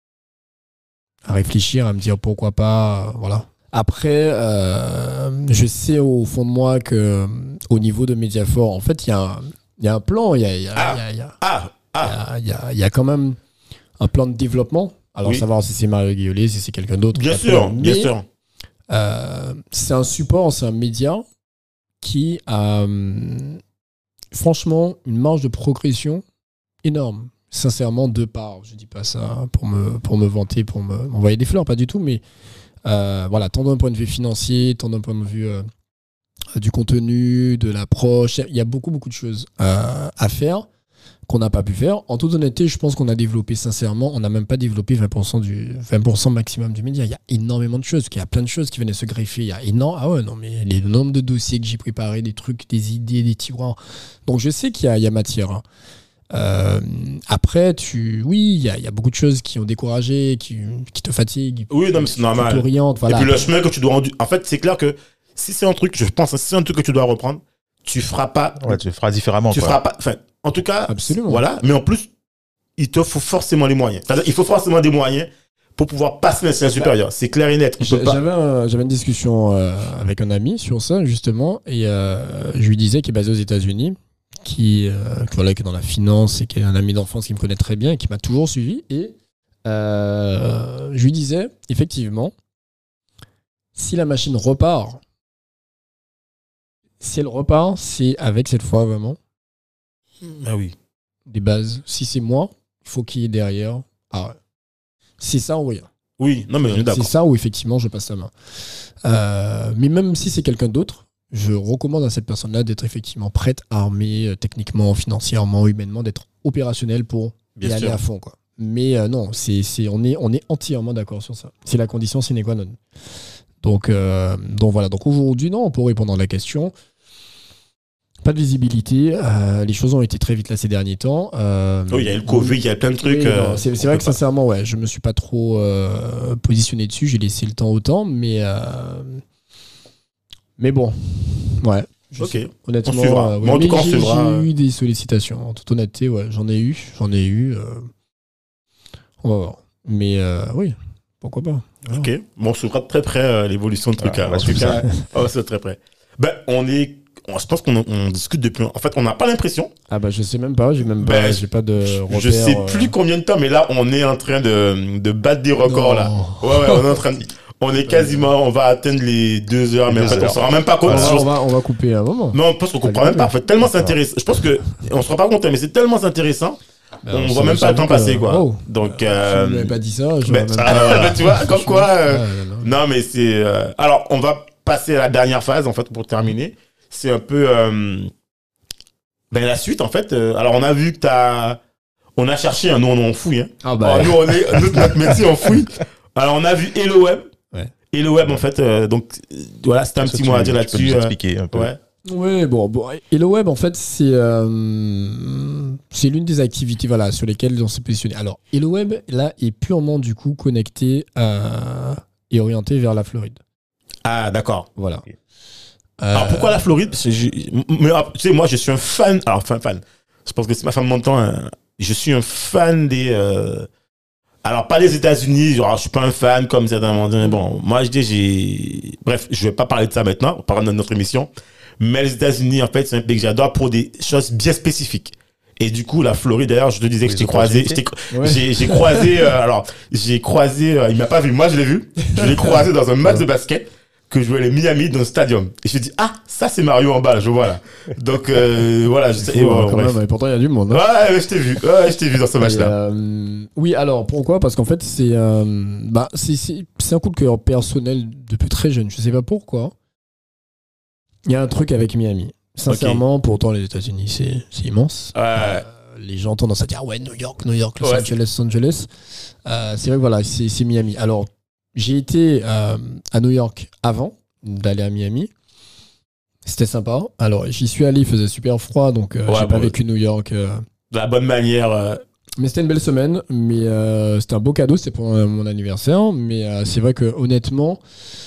à réfléchir, à me dire pourquoi pas, voilà. Après, euh, je sais au fond de moi que au niveau de Mediafort, en fait, il y a un, il y a un plan, il y a, il y a, ah, il y a, il y a, ah, ah. il y a, il y a quand même un plan de développement. Alors, oui. Savoir si c'est Mario Guillaulet, si c'est quelqu'un d'autre. Bien sûr, mais, bien sûr. Euh, c'est un support, c'est un média qui a, hum, franchement, une marge de progression énorme. Sincèrement, de part, je dis pas ça pour me, pour me vanter, pour me, m'envoyer des fleurs, pas du tout, mais euh, voilà, tant d'un point de vue financier, tant d'un point de vue euh, du contenu, de l'approche, il y a beaucoup, beaucoup de choses euh, à faire qu'on n'a pas pu faire. En toute honnêteté, je pense qu'on a développé sincèrement, on n'a même pas développé vingt pour cent du vingt pour cent maximum du média. Il y a énormément de choses, il y a plein de choses qui venaient se greffer. Il y a énorme, ah ouais, non, mais les nombres de dossiers que j'ai préparés, des trucs, des idées, des tiroirs. Donc je sais qu'il y a, il y a matière. Hein. Euh, après, tu, oui, il y a, il y a beaucoup de choses qui ont découragé, qui, qui te fatiguent. Oui, non, mais c'est normal. Qui t'orientent, voilà. Et puis le chemin que tu dois rendre. En fait, c'est clair que si c'est un truc, je pense, si c'est un truc que tu dois reprendre, tu feras pas. Ouais, tu feras différemment. Tu quoi. feras pas. Enfin, en tout cas, absolument. Voilà. Mais en plus, il te faut forcément les moyens. C'est-à-dire, il faut forcément des moyens pour pouvoir passer l'institut supérieur. C'est clair et net. J'avais, un, j'avais une discussion euh, avec un ami sur ça, justement, et euh, je lui disais qu'il est basé aux États-Unis, qui, euh, voilà, qui est dans la finance et qui est un ami d'enfance qui me connaît très bien et qui m'a toujours suivi. Et euh, je lui disais, effectivement, si la machine repart, si elle repart, c'est avec cette fois vraiment. Ah oui. Des bases. Si c'est moi, il faut qu'il y ait derrière. Ah ouais. C'est ça ou rien. Oui, non mais on est d'accord. C'est ça où effectivement je passe la main. Euh, mais même si c'est quelqu'un d'autre, je recommande à cette personne-là d'être effectivement prête, armée, euh, techniquement, financièrement, humainement, d'être opérationnelle pour Bien y sûr. aller à fond, quoi. Mais euh, non, c'est, c'est, on, est, on est entièrement d'accord sur ça. C'est la condition sine qua non. Donc, euh, donc voilà. Donc aujourd'hui, non, pour répondre à la question, pas de visibilité. Euh, les choses ont été très vite là ces derniers temps. Euh, oh, il y a eu le Covid, il y a plein de trucs. Oui, euh, non, c'est c'est vrai que pas. sincèrement, ouais, je me suis pas trop euh, positionné dessus. J'ai laissé le temps au temps, mais euh, mais bon, ouais. Ok. Sais, honnêtement, on suivra. Euh, ouais, mais en tout cas, on j'ai, suivra. J'ai eu des sollicitations. En toute honnêteté, ouais, j'en ai eu, j'en ai eu. Euh, on va voir. Mais euh, oui, pourquoi pas. Alors. Ok. Bon, on suivra de très près euh, l'évolution de trucs. Ah, en tout cas, oh, c'est très près. Ben, on est. Je pense qu'on on discute depuis. En fait, on n'a pas l'impression. Ah bah je sais même pas, j'ai même pas, ben, j'ai pas de repère. Je sais euh... plus combien de temps, mais là, on est en train de, de battre des records non. là. Ouais, ouais, on est en train de. On est quasiment, on va atteindre les deux heures, mais en fait, on se rend même pas compte. On va, on va, on va couper un moment. Non, parce qu'on comprend même pas. En fait, tellement c'est intéressant. Je pense que on se rend pas compte, mais c'est tellement intéressant. Ben, on, on voit même pas le temps passer, quoi. Oh. Donc, euh, tu m'avais pas dit ça. Mais, même pas... tu vois, comme quoi. Euh... Ah, non, non. non, mais c'est. Euh... Alors, on va passer à la dernière phase, en fait, pour terminer. C'est un peu euh... ben, la suite, en fait. Euh... Alors, on a vu que t'as. On a cherché, hein. Nous, on, on fouille. Hein. Ah bah. Alors, nous, on est notre, notre métier, on fouille. Alors, on a vu Hello Web. Ouais. Hello Web, en fait. Euh... Donc, voilà, c'était un petit mot à dire là-dessus. Tu peux nous expliquer un peu. Ouais. Oui, bon, bon, Hello Web, en fait, c'est euh, c'est l'une des activités voilà, sur lesquelles on s'est positionné. Alors, Hello Web, là, est purement, du coup, connecté à, et orienté vers la Floride. Ah, d'accord. Voilà. Okay. Euh... Alors, pourquoi la Floride? Parce que je, mais, tu sais, moi, je suis un fan. Alors, fan, fan. Je pense que si ma femme m'entend, hein, je suis un fan des... Euh, alors, pas des États-Unis, genre, je suis pas un fan comme certains m'ont dit. Bon, moi, je dis, j'ai... Bref, je vais pas parler de ça maintenant, on parlera de notre émission. Mais les États-Unis, en fait, c'est un pays que j'adore pour des choses bien spécifiques. Et du coup, la Floride, d'ailleurs, je te disais que je t'ai croisé. Ouais. J'ai, j'ai croisé, euh, alors, j'ai croisé, euh, il m'a pas vu, moi je l'ai vu. Je l'ai croisé dans un match de basket que je jouais les Miami dans le stadium. Et je me dis, ah, ça c'est Mario en bas, je vois là. Donc, euh, voilà. Je sais, et bon, quand même, et pourtant, il y a du monde. Hein. Ouais, ouais, je t'ai vu. Ouais, je t'ai vu dans ce match-là. Euh, oui, alors, pourquoi? Parce qu'en fait, c'est, euh, bah, c'est, c'est, c'est un coup de cœur personnel depuis très jeune. Je sais pas pourquoi. Il y a un truc avec Miami. Sincèrement, okay. Pourtant, les États-Unis, c'est, c'est immense. Ouais. Euh, les gens ont tendance à dire, ouais, New York, New York, Los ouais. Angeles, Los Angeles. Euh, c'est vrai que voilà, c'est, c'est Miami. Alors, j'ai été euh, à New York avant d'aller à Miami. C'était sympa. Alors, j'y suis allé, il faisait super froid, donc euh, ouais, j'ai bon, pas vécu New York. Euh... De la bonne manière. Euh... Mais c'était une belle semaine, mais euh, c'était un beau cadeau, c'était pour euh, mon anniversaire. Mais euh, c'est vrai que honnêtement,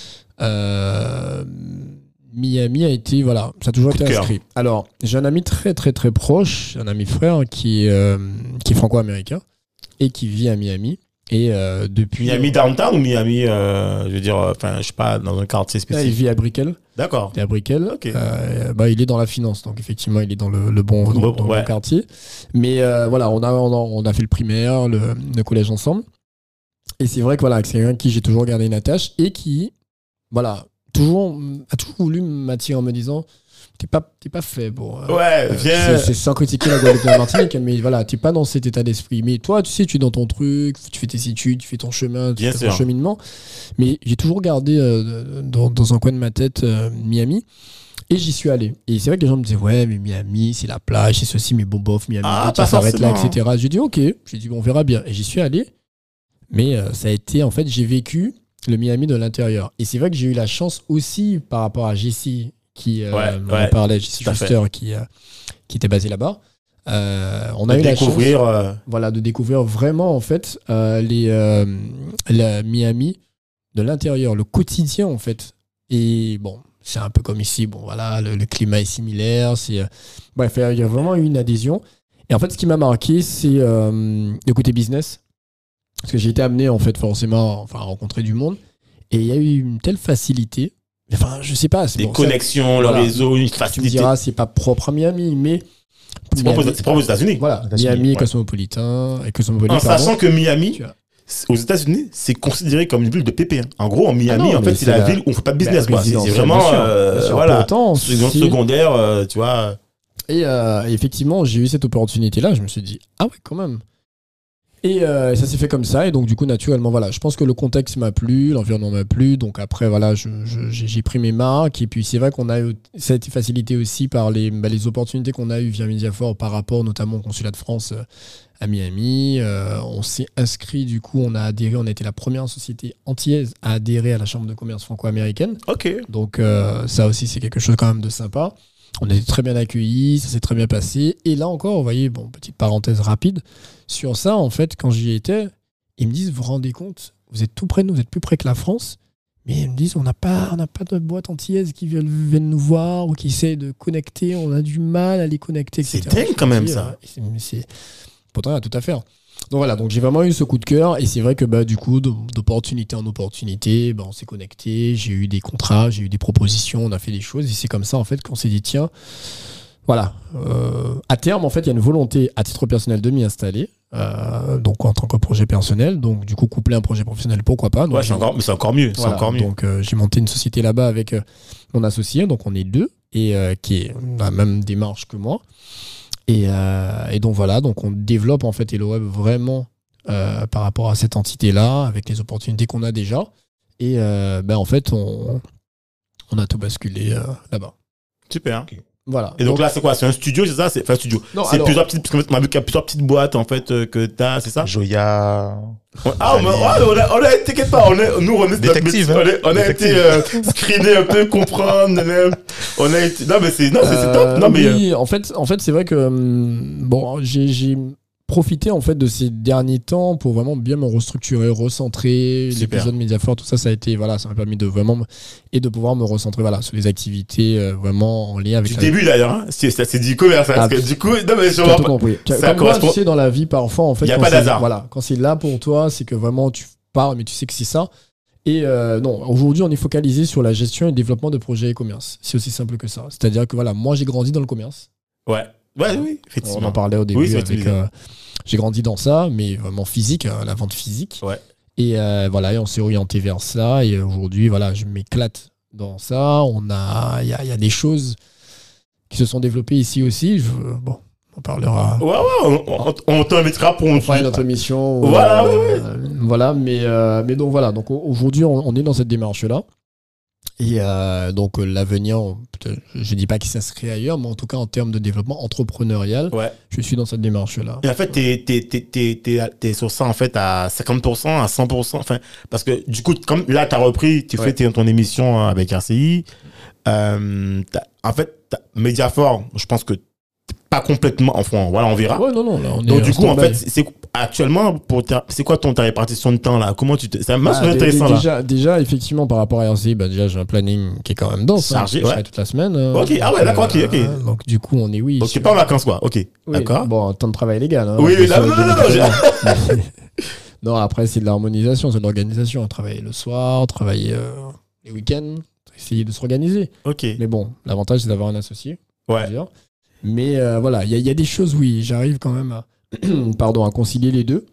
euh, Miami a été, voilà, ça a toujours été inscrit. Alors, j'ai un ami très très très proche, un ami frère qui est, euh, qui est franco-américain et qui vit à Miami. Et euh, depuis Miami downtown ou Miami, euh, je veux dire, enfin, euh, je sais pas, dans un quartier spécifique. Là, il vit à Brickell. D'accord. Il est à Brickell. Okay. Euh, bah, il est dans la finance, donc effectivement, il est dans le, le bon, dans, bon, dans ouais. le bon quartier. Mais euh, voilà, on a, on a on a fait le primaire, le, le collège ensemble. Et c'est vrai que voilà, c'est quelqu'un qui j'ai toujours gardé une attache et qui, voilà, toujours a toujours voulu m'attirer en me disant. T'es pas, t'es pas fait pour. Euh, ouais, viens. C'est, c'est sans critiquer la Guadeloupe et la Martinique, mais voilà, t'es pas dans cet état d'esprit. Mais toi, tu sais, tu es dans ton truc, tu fais tes études, tu fais ton chemin, tu Bien fais sûr. ton cheminement. Mais j'ai toujours gardé euh, dans, dans un coin de ma tête euh, Miami. Et j'y suis allé. Et c'est vrai que les gens me disaient, ouais, mais Miami, c'est la plage, c'est ceci, mais bon, bof, Miami, ah, ça s'arrête là, et cetera. J'ai dit, ok. J'ai dit, bon, on verra bien. Et j'y suis allé. Mais euh, ça a été, en fait, j'ai vécu le Miami de l'intérieur. Et c'est vrai que j'ai eu la chance aussi par rapport à Jessie. Qui euh, ouais, m'en ouais, parlait, Jessie Schuster, qui, euh, qui était basé là-bas. Euh, on a de eu découvrir, la chance euh... voilà, de découvrir vraiment en fait euh, les, euh, la Miami de l'intérieur, le quotidien en fait. Et bon, c'est un peu comme ici, bon voilà, le, le climat est similaire. C'est, euh... bref, il y a vraiment eu une adhésion. Et en fait, ce qui m'a marqué, c'est euh, le côté business. Parce que j'ai été amené en fait forcément enfin, à rencontrer du monde. Et il y a eu une telle facilité. Enfin, je sais pas. C'est des bon, connexions, ça, le voilà. réseau, une facilité. Tu me diras, c'est pas propre à Miami, mais. C'est propre, c'est propre aux États-Unis. Voilà, Miami est ouais. cosmopolitain. Et cosmopolitain en pardon. sachant que Miami, aux États-Unis, c'est considéré comme une ville de pépé. Hein. En gros, en Miami, ah non, en fait, c'est, c'est la, la ville où on fait pas de business. Bah, c'est, c'est vraiment. Bien sûr, euh, bien sûr, voilà. Pourtant, seconde, c'est... secondaire, euh, tu vois. Et euh, effectivement, j'ai eu cette opportunité-là. Je me suis dit, ah ouais, quand même. Et euh, ça s'est fait comme ça, et donc du coup naturellement voilà, je pense que le contexte m'a plu, l'environnement m'a plu, donc après voilà, je, je, j'ai pris mes marques, et puis c'est vrai qu'on a eu, ça a été facilité aussi par les, bah, les opportunités qu'on a eues via Mediafor par rapport notamment au consulat de France euh, à Miami. Euh, on s'est inscrit, du coup on a adhéré, on a été la première société antillaise à adhérer à la Chambre de commerce franco-américaine. Ok. Donc euh, ça aussi c'est quelque chose quand même de sympa. On a été très bien accueillis, ça s'est très bien passé. Et là encore, vous voyez, bon, petite parenthèse rapide, sur ça, en fait, quand j'y étais, ils me disent, vous vous rendez compte, vous êtes tout près de nous, vous êtes plus près que la France. Mais ils me disent, on n'a pas, on n'a pas de boîte antillaise qui viennent, viennent nous voir ou qui essaient de connecter, on a du mal à les connecter, et cetera. C'est dingue quand même, ça. C'est, c'est... Pourtant, il y a tout à faire. Donc voilà, donc j'ai vraiment eu ce coup de cœur et c'est vrai que bah, du coup, d'opportunité en opportunité, bah, on s'est connecté, j'ai eu des contrats, j'ai eu des propositions, on a fait des choses et c'est comme ça en fait qu'on s'est dit tiens, voilà, euh, à terme en fait il y a une volonté à titre personnel de m'y installer, euh, donc en tant que projet personnel, donc du coup coupler un projet professionnel pourquoi pas. Donc, ouais, c'est encore, mais c'est encore mieux, voilà, c'est encore mieux. Donc euh, j'ai monté une société là-bas avec euh, mon associé, donc on est deux et euh, qui est dans la même démarche que moi. Et, euh, et donc voilà, donc on développe en fait HelloWeb vraiment euh, par rapport à cette entité-là, avec les opportunités qu'on a déjà. Et euh, ben en fait, on, on a tout basculé euh, là-bas. Super. Okay. Voilà. Et donc, donc là, c'est quoi? C'est un studio, c'est ça? C'est enfin, un studio. Non, c'est alors... plusieurs petites, parce qu'en fait, on a vu qu'il y a plusieurs petites boîtes en fait euh, que t'as, c'est ça? Joya. Ah, on, on a, on a, t'inquiète pas, on est, nous, on est, détective, notre, hein. on, est, on a été euh, screené un peu, comprendre, on a été, non mais c'est, non, c'est, c'est top, non mais. Oui, euh... en fait, en fait, c'est vrai que bon, j'ai, j'ai profité en fait de ces derniers temps pour vraiment bien me restructurer, recentrer. Super. L'épisode Mediafort, tout ça, ça a été, voilà, ça m'a permis de vraiment et de pouvoir me recentrer, voilà, sur les activités euh, vraiment en lien avec. Du la... début d'ailleurs, hein, c'est, ça c'est du e-commerce, hein, ah, parce que du coup, non mais je vois pas. Compris. Ça Comme correspond... moi, tu sais, dans la vie, parfois, en fait, il y a pas d'hasard. Voilà, quand c'est là pour toi, c'est que vraiment tu pars, mais tu sais que c'est ça. Et euh, non, aujourd'hui, on est focalisé sur la gestion et le développement de projets e-commerce. C'est aussi simple que ça. C'est-à-dire que voilà, moi, j'ai grandi dans le commerce. Ouais. Ouais, oui, effectivement. On en parlait au début. Oui, avec, euh, j'ai grandi dans ça, mais vraiment physique, euh, la vente physique. Ouais. Et euh, voilà, et on s'est orienté vers ça. Et aujourd'hui, voilà, je m'éclate dans ça. On a, il y a, y a des choses qui se sont développées ici aussi. Je, bon, on parlera. Ouais, ouais, on, on, on t'invitera pour. On fera notre émission. Voilà, euh, ouais, ouais. Euh, voilà, mais euh, mais donc voilà. Donc aujourd'hui, on, on est dans cette démarche-là. Et euh, donc l'avenir, je dis pas qu'il s'inscrit ailleurs, mais en tout cas en termes de développement entrepreneurial, ouais. je suis dans cette démarche-là. Et en fait, t'es, t'es, t'es, t'es, t'es, t'es sur ça en fait à cinquante pour cent, à cent pour cent, enfin, parce que du coup, comme là, t'as repris, tu ouais. fais ton émission avec R C I, euh, en fait, Mediafort, je pense que pas complètement, enfin, voilà, on verra. Ouais, non, non, là, on Donc est du coup, en fait, c'est actuellement, pour ta, c'est quoi ton ta répartition de temps là? Comment tu te, c'est ah, intéressant déjà, là. Déjà, effectivement, par rapport à R C I, bah, déjà, j'ai un planning qui est quand même dense. Chargé, hein, ouais. toute la semaine. Euh, ok, ah ouais, d'accord, ok, ok. Euh, donc du coup, on est oui. Donc c'est pas en vacances quoi, ok, oui, d'accord. Bon, temps de travail légal. Hein, oui, oui, là, non, non, non, non. Non, après c'est de l'harmonisation, c'est de l'organisation. Travailler le soir, travailler euh, les week-ends, essayer de s'organiser. Ok. Mais bon, l'avantage c'est d'avoir un associé. Ouais. Mais euh, voilà, il y, y a des choses, oui, j'arrive quand même à, pardon, à concilier les deux.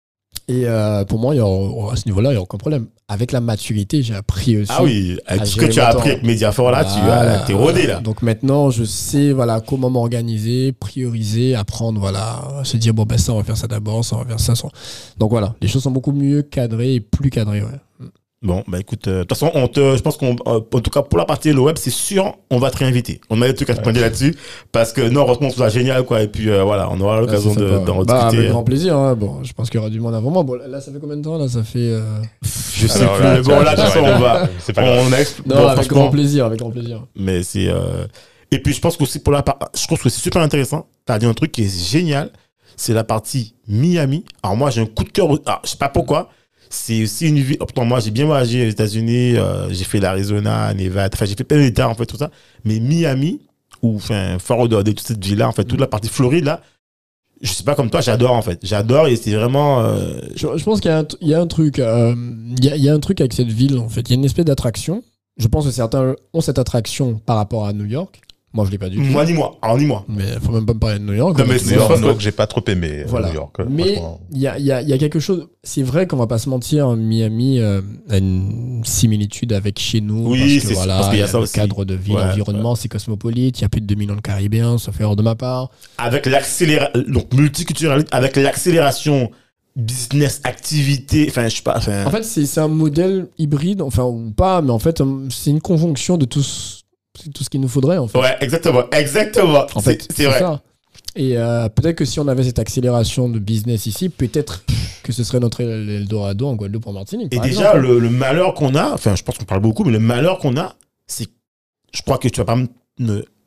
Et euh, pour moi, y a, à ce niveau-là, il n'y a aucun problème. Avec la maturité, j'ai appris aussi. Ah oui, avec tout ce que tu as appris avec Mediafort, là, voilà, tu as, t'es rodé, là. Donc maintenant, je sais voilà, comment m'organiser, prioriser, apprendre, voilà, se dire, bon, ben ça, on va faire ça d'abord, ça, on va faire ça. ça. Donc voilà, les choses sont beaucoup mieux cadrées et plus cadrées, ouais. Bon, bah écoute, de euh, toute façon, on te, je pense qu'en euh, tout cas, pour la partie HelloWeb, c'est sûr, on va te réinviter. On a des trucs à te pointer là-dessus, parce que non, heureusement, c'est génial, quoi. Et puis euh, voilà, on aura l'occasion de, d'en rediscuter. Bah, avec grand plaisir, hein. Bon, je pense qu'il y aura du monde avant moi. Bon, là, ça fait combien de temps, là? Ça fait. Euh... Je sais Alors, plus, là, mais bon, là, de toute façon, on va. C'est pas grave. On exp... Non, bon, avec grand plaisir, avec grand plaisir. Mais c'est. Euh... Et puis, je pense qu'aussi, pour la part, je trouve que c'est super intéressant. T'as dit un truc qui est génial. C'est la partie Miami. Alors, moi, j'ai un coup de cœur. Ah, je sais pas pourquoi. C'est aussi une ville. Pourtant, moi, j'ai bien voyagé aux États-Unis. Euh, j'ai fait l'Arizona, Nevada. Enfin, j'ai fait plein d'États, en fait, tout ça. Mais Miami, ou enfin, Fort Lauderdale, toute cette ville-là, en fait, toute la partie Floride, là, je sais pas comme toi, j'adore, en fait. J'adore et c'est vraiment. Euh... Je, je pense qu'il y a un, il y a un truc. Euh, il, y a, il y a un truc avec cette ville, en fait. Il y a une espèce d'attraction. Je pense que certains ont cette attraction par rapport à New York. Moi, je l'ai pas du tout. Moi, ni moi. Alors, ni moi. Mais faut même pas me parler de New York. Non, mais c'est New York, j'ai pas trop aimé voilà. New York. Mais il y a, y, a, y a quelque chose. C'est vrai qu'on va pas se mentir. Miami euh, a une similitude avec chez nous. Oui, parce que, c'est voilà, parce qu'il y a y a ça le aussi. cadre de vie, ouais, l'environnement, ouais. c'est cosmopolite. Il y a plus de deux millions de Caribéens, sauf erreur de ma part. Avec l'accélération, donc multiculturalité, avec l'accélération business, activité, enfin, je sais pas. En fait, c'est, c'est un modèle hybride, enfin, ou pas, mais en fait, c'est une conjonction de tous. C'est tout ce qu'il nous faudrait, en fait. Ouais, exactement, exactement. En fait, c'est, c'est vrai. Ça. Et euh, peut-être que si on avait cette accélération de business ici, peut-être que ce serait notre Eldorado en Guadeloupe, en Martinique. Et déjà, le, le malheur qu'on a, enfin, je pense qu'on parle beaucoup, mais le malheur qu'on a, c'est, je crois que tu vas pas me,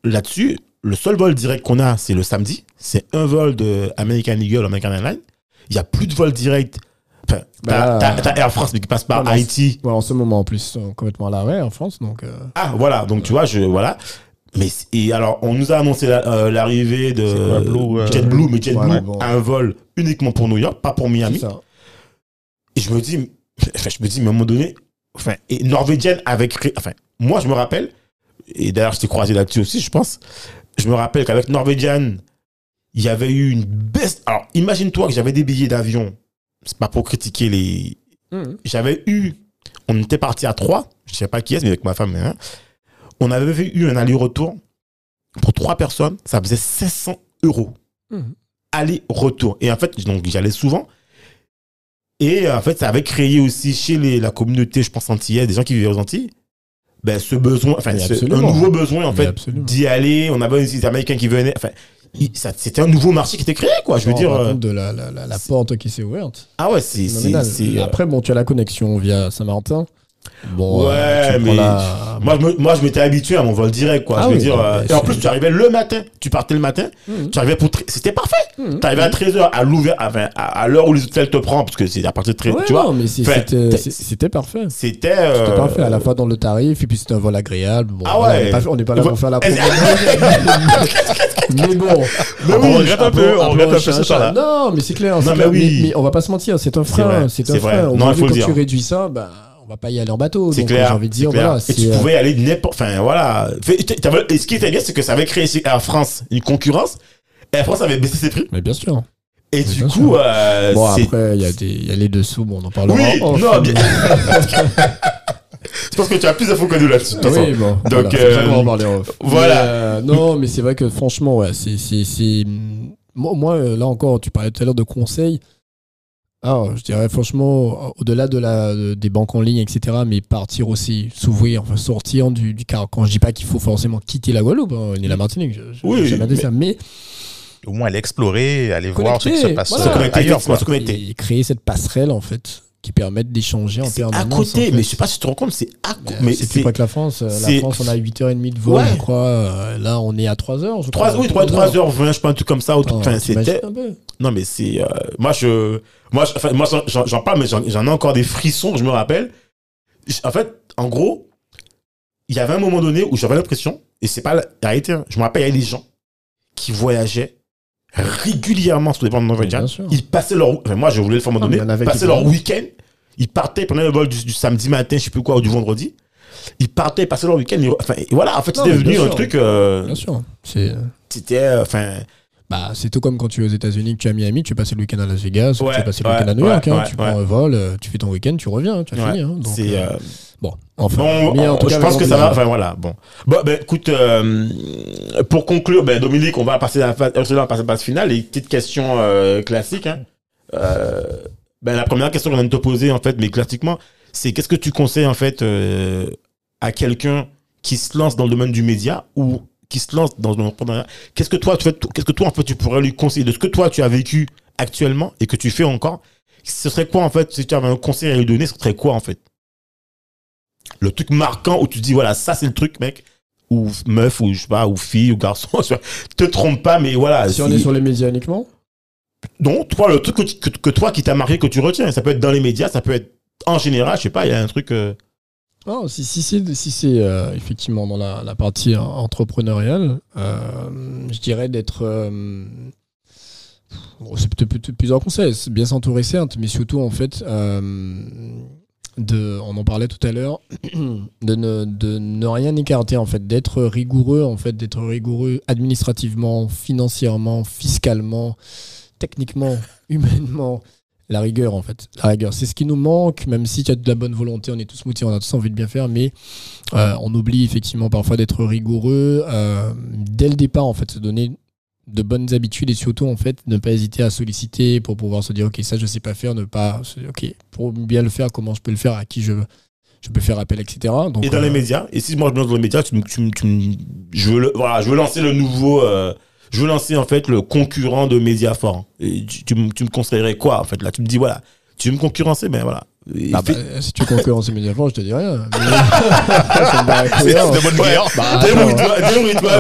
là-dessus, le seul vol direct qu'on a, c'est le samedi. C'est un vol de American Eagle, American Airlines. Il y a plus de vol direct. Enfin, bah, t'as, t'as, t'as Air France mais qui passe par ouais, Haïti. Ouais, en ce moment en plus, complètement à l'arrêt en France, donc. Euh... Ah voilà, donc ouais. tu vois, je voilà. Mais et alors, on nous a annoncé la, euh, l'arrivée de quoi, Blue, euh... JetBlue, mais JetBlue ouais, bon. a un vol uniquement pour New York, pas pour Miami. C'est ça. Et je me dis, enfin, je me dis, à un moment donné, enfin, et Norwegian avec, enfin, moi je me rappelle, et d'ailleurs je t'ai croisé là-dessus aussi, je pense. Je me rappelle qu'avec Norwegian, il y avait eu une baisse. Alors, imagine-toi que j'avais des billets d'avion. C'est pas pour critiquer les. Mmh. J'avais eu. On était parti à trois. Je sais pas qui est, mais avec ma femme. Hein. On avait eu un aller-retour pour trois personnes. Ça faisait cinq cents euros. Mmh. Aller-retour. Et en fait, donc j'allais souvent. Et en fait, ça avait créé aussi chez les, la communauté, je pense, antillais, des gens qui vivaient aux Antilles. Ben, ce besoin, enfin, ce, un nouveau besoin, en fait, absolument. D'y aller. On avait aussi des Américains qui venaient. Enfin, il, ça, c'était un nouveau marché qui était créé, quoi. Je veux dire. Euh, de la, la, la, la porte qui s'est ouverte. Ah ouais, c'est. c'est, c'est Après, bon, tu as la connexion via Saint-Martin. Bon, ouais, euh, mais la... moi, je me, moi, je m'étais habitué à mon vol direct, quoi. Ah je veux oui, dire. euh, et en plus, tu arrivais le matin. Tu partais le matin. Mmh. Tu arrivais pour. Tri- C'était parfait. Mmh. Tu arrivais à treize heures à l'ouvert, enfin, à, à l'heure où les hôtels te prennent, parce que c'est à partir de treize heures. Ouais, tu non, vois. mais c'est, enfin, c'était, c'était parfait. C'était. Euh... C'était parfait, à la fois dans le tarif, et puis c'était un vol agréable. Bon, ah ouais. Voilà, on n'est pas, pas là pour faire la promo. Mais bon. Mais oui, on regrette un peu. On regrette un peu ce là. Non, mais c'est clair. Non, mais oui. Mais on va pas se mentir, c'est un frein. C'est un frein. Non, il faut le dire. Quand tu réduis ça, bah. On va pas y aller en bateau. C'est donc, clair. J'ai envie de dire, voilà. Et tu pouvais aller n'importe. Enfin, voilà. Et ce qui était bien, c'est que ça avait créé chez Air France une concurrence. Air France avait baissé ses prix. Mais bien sûr. Et mais du coup. Euh, bon, après, il y, y a les dessous. Bon, on en parlera. Oui, en non, bien. Je pense que tu as plus d'infos que nous là-dessus. Oui, bon. Donc, voilà. euh, on va en parler off. Voilà. Mais, euh, non, mais c'est vrai que franchement, ouais, c'est, c'est, c'est. Moi, moi, là encore, tu parlais tout à l'heure de conseils. Alors, je dirais franchement, au-delà de la, de, des banques en ligne, et cetera, mais partir aussi, s'ouvrir, enfin sortir du, du car. Quand je dis pas qu'il faut forcément quitter la Guadeloupe, hein, ni la Martinique, je, je, oui, jamais dit mais... ça, mais au moins aller explorer, aller connecter, voir ce qui se passe voilà, euh, ailleurs, quoi. Se connecter. Et créer cette passerelle en fait, qui permettent d'échanger en permanence. À côté, en fait. mais je sais pas si tu te rends compte, c'est à côté. Mais c'est, c'est plus près que la France. La France, on a huit heures trente de vol, ouais. je crois. Là, on est à trois heures, je crois. trois, oui, trois heures vingt, je pense, un truc comme ça. Attends, enfin, c'était. Non, mais c'est. Euh, moi, je. Moi, je, enfin, moi j'en, j'en parle, mais j'en, j'en ai encore des frissons, je me rappelle. En fait, en gros, il y avait un moment donné où j'avais l'impression, et c'est pas la réalité, je me rappelle, il y avait des gens qui voyageaient régulièrement sur les bandes norvégiennes. Ils passaient leur. Enfin, moi, je voulais le faire à un moment donné. Ils passaient leur week-end. Ils partaient pendant le vol du, du samedi matin, je sais plus quoi, ou du vendredi. Ils partaient, ils passaient leur week-end. Ils, enfin, voilà, en fait, c'était devenu un truc. Euh, bien sûr. C'est, c'était. Enfin. Euh, bah, c'est tout comme quand tu es aux États-Unis, que tu es à Miami, tu passes le week-end à Las Vegas, ouais, tu passes le ouais, week-end à New ouais, York, hein, ouais, tu ouais. prends un vol, tu fais ton week-end, tu reviens, tu as ouais, fini. Hein, donc, c'est, euh, bon, enfin, bon, mais en tout je cas, pense que ça va. Enfin voilà, bon. Bon, ben écoute, euh, pour conclure, ben Dominique, on va passer à la phase, on va passer à la phase finale. Les petites questions euh, classiques. Hein. Euh, ben la première question qu'on vient de te poser en fait, mais classiquement, c'est qu'est-ce que tu conseilles en fait euh, à quelqu'un qui se lance dans le domaine du média ou qui se lance dans l'entrepreneuriat, qu'est-ce que toi tu fais, qu'est-ce que toi en fait tu pourrais lui conseiller de ce que toi tu as vécu actuellement et que tu fais encore, ce serait quoi en fait si tu avais un conseil à lui donner, ce serait quoi en fait le truc marquant où tu te dis voilà ça c'est le truc mec ou meuf ou je sais pas ou fille ou garçon te trompe pas mais voilà si, si on est sur les médias uniquement non toi le truc que, que, que toi qui t'a marqué que tu retiens, ça peut être dans les médias, ça peut être en général, je sais pas, il y a un truc euh... Oh, si, si c'est, si c'est euh, effectivement dans la, la partie entrepreneuriale, euh, je dirais d'être... Euh, bon, c'est peut-être, peut-être plusieurs conseils, c'est bien s'entourer certes, mais surtout en fait, euh, de, on en parlait tout à l'heure, de ne, de ne rien écarter en fait, d'être rigoureux en fait, d'être rigoureux administrativement, financièrement, fiscalement, techniquement, humainement. La rigueur, en fait. La rigueur, c'est ce qui nous manque, même si tu as de la bonne volonté, on est tous motivés, on a tous envie de bien faire, mais euh, on oublie effectivement parfois d'être rigoureux. Euh, dès le départ, en fait, se donner de bonnes habitudes et surtout, en fait, ne pas hésiter à solliciter pour pouvoir se dire, OK, ça, je sais pas faire, ne pas... OK, pour bien le faire, comment je peux le faire, à qui je, je peux faire appel, et cetera. Donc, et dans euh, les médias, et si moi je me lance dans les médias, tu, tu, tu, je, veux le, voilà, je veux lancer le nouveau... Euh, je veux lancer en fait le concurrent de Mediafort. Et tu, tu, tu me conseillerais quoi en fait là? Tu me dis voilà, Tu veux me concurrencer, ben voilà. Ah fait... bah, si tu concurrences Mediapart, je te dis rien. Mais... c'est de bonne guerre. Bah, débrouille-toi,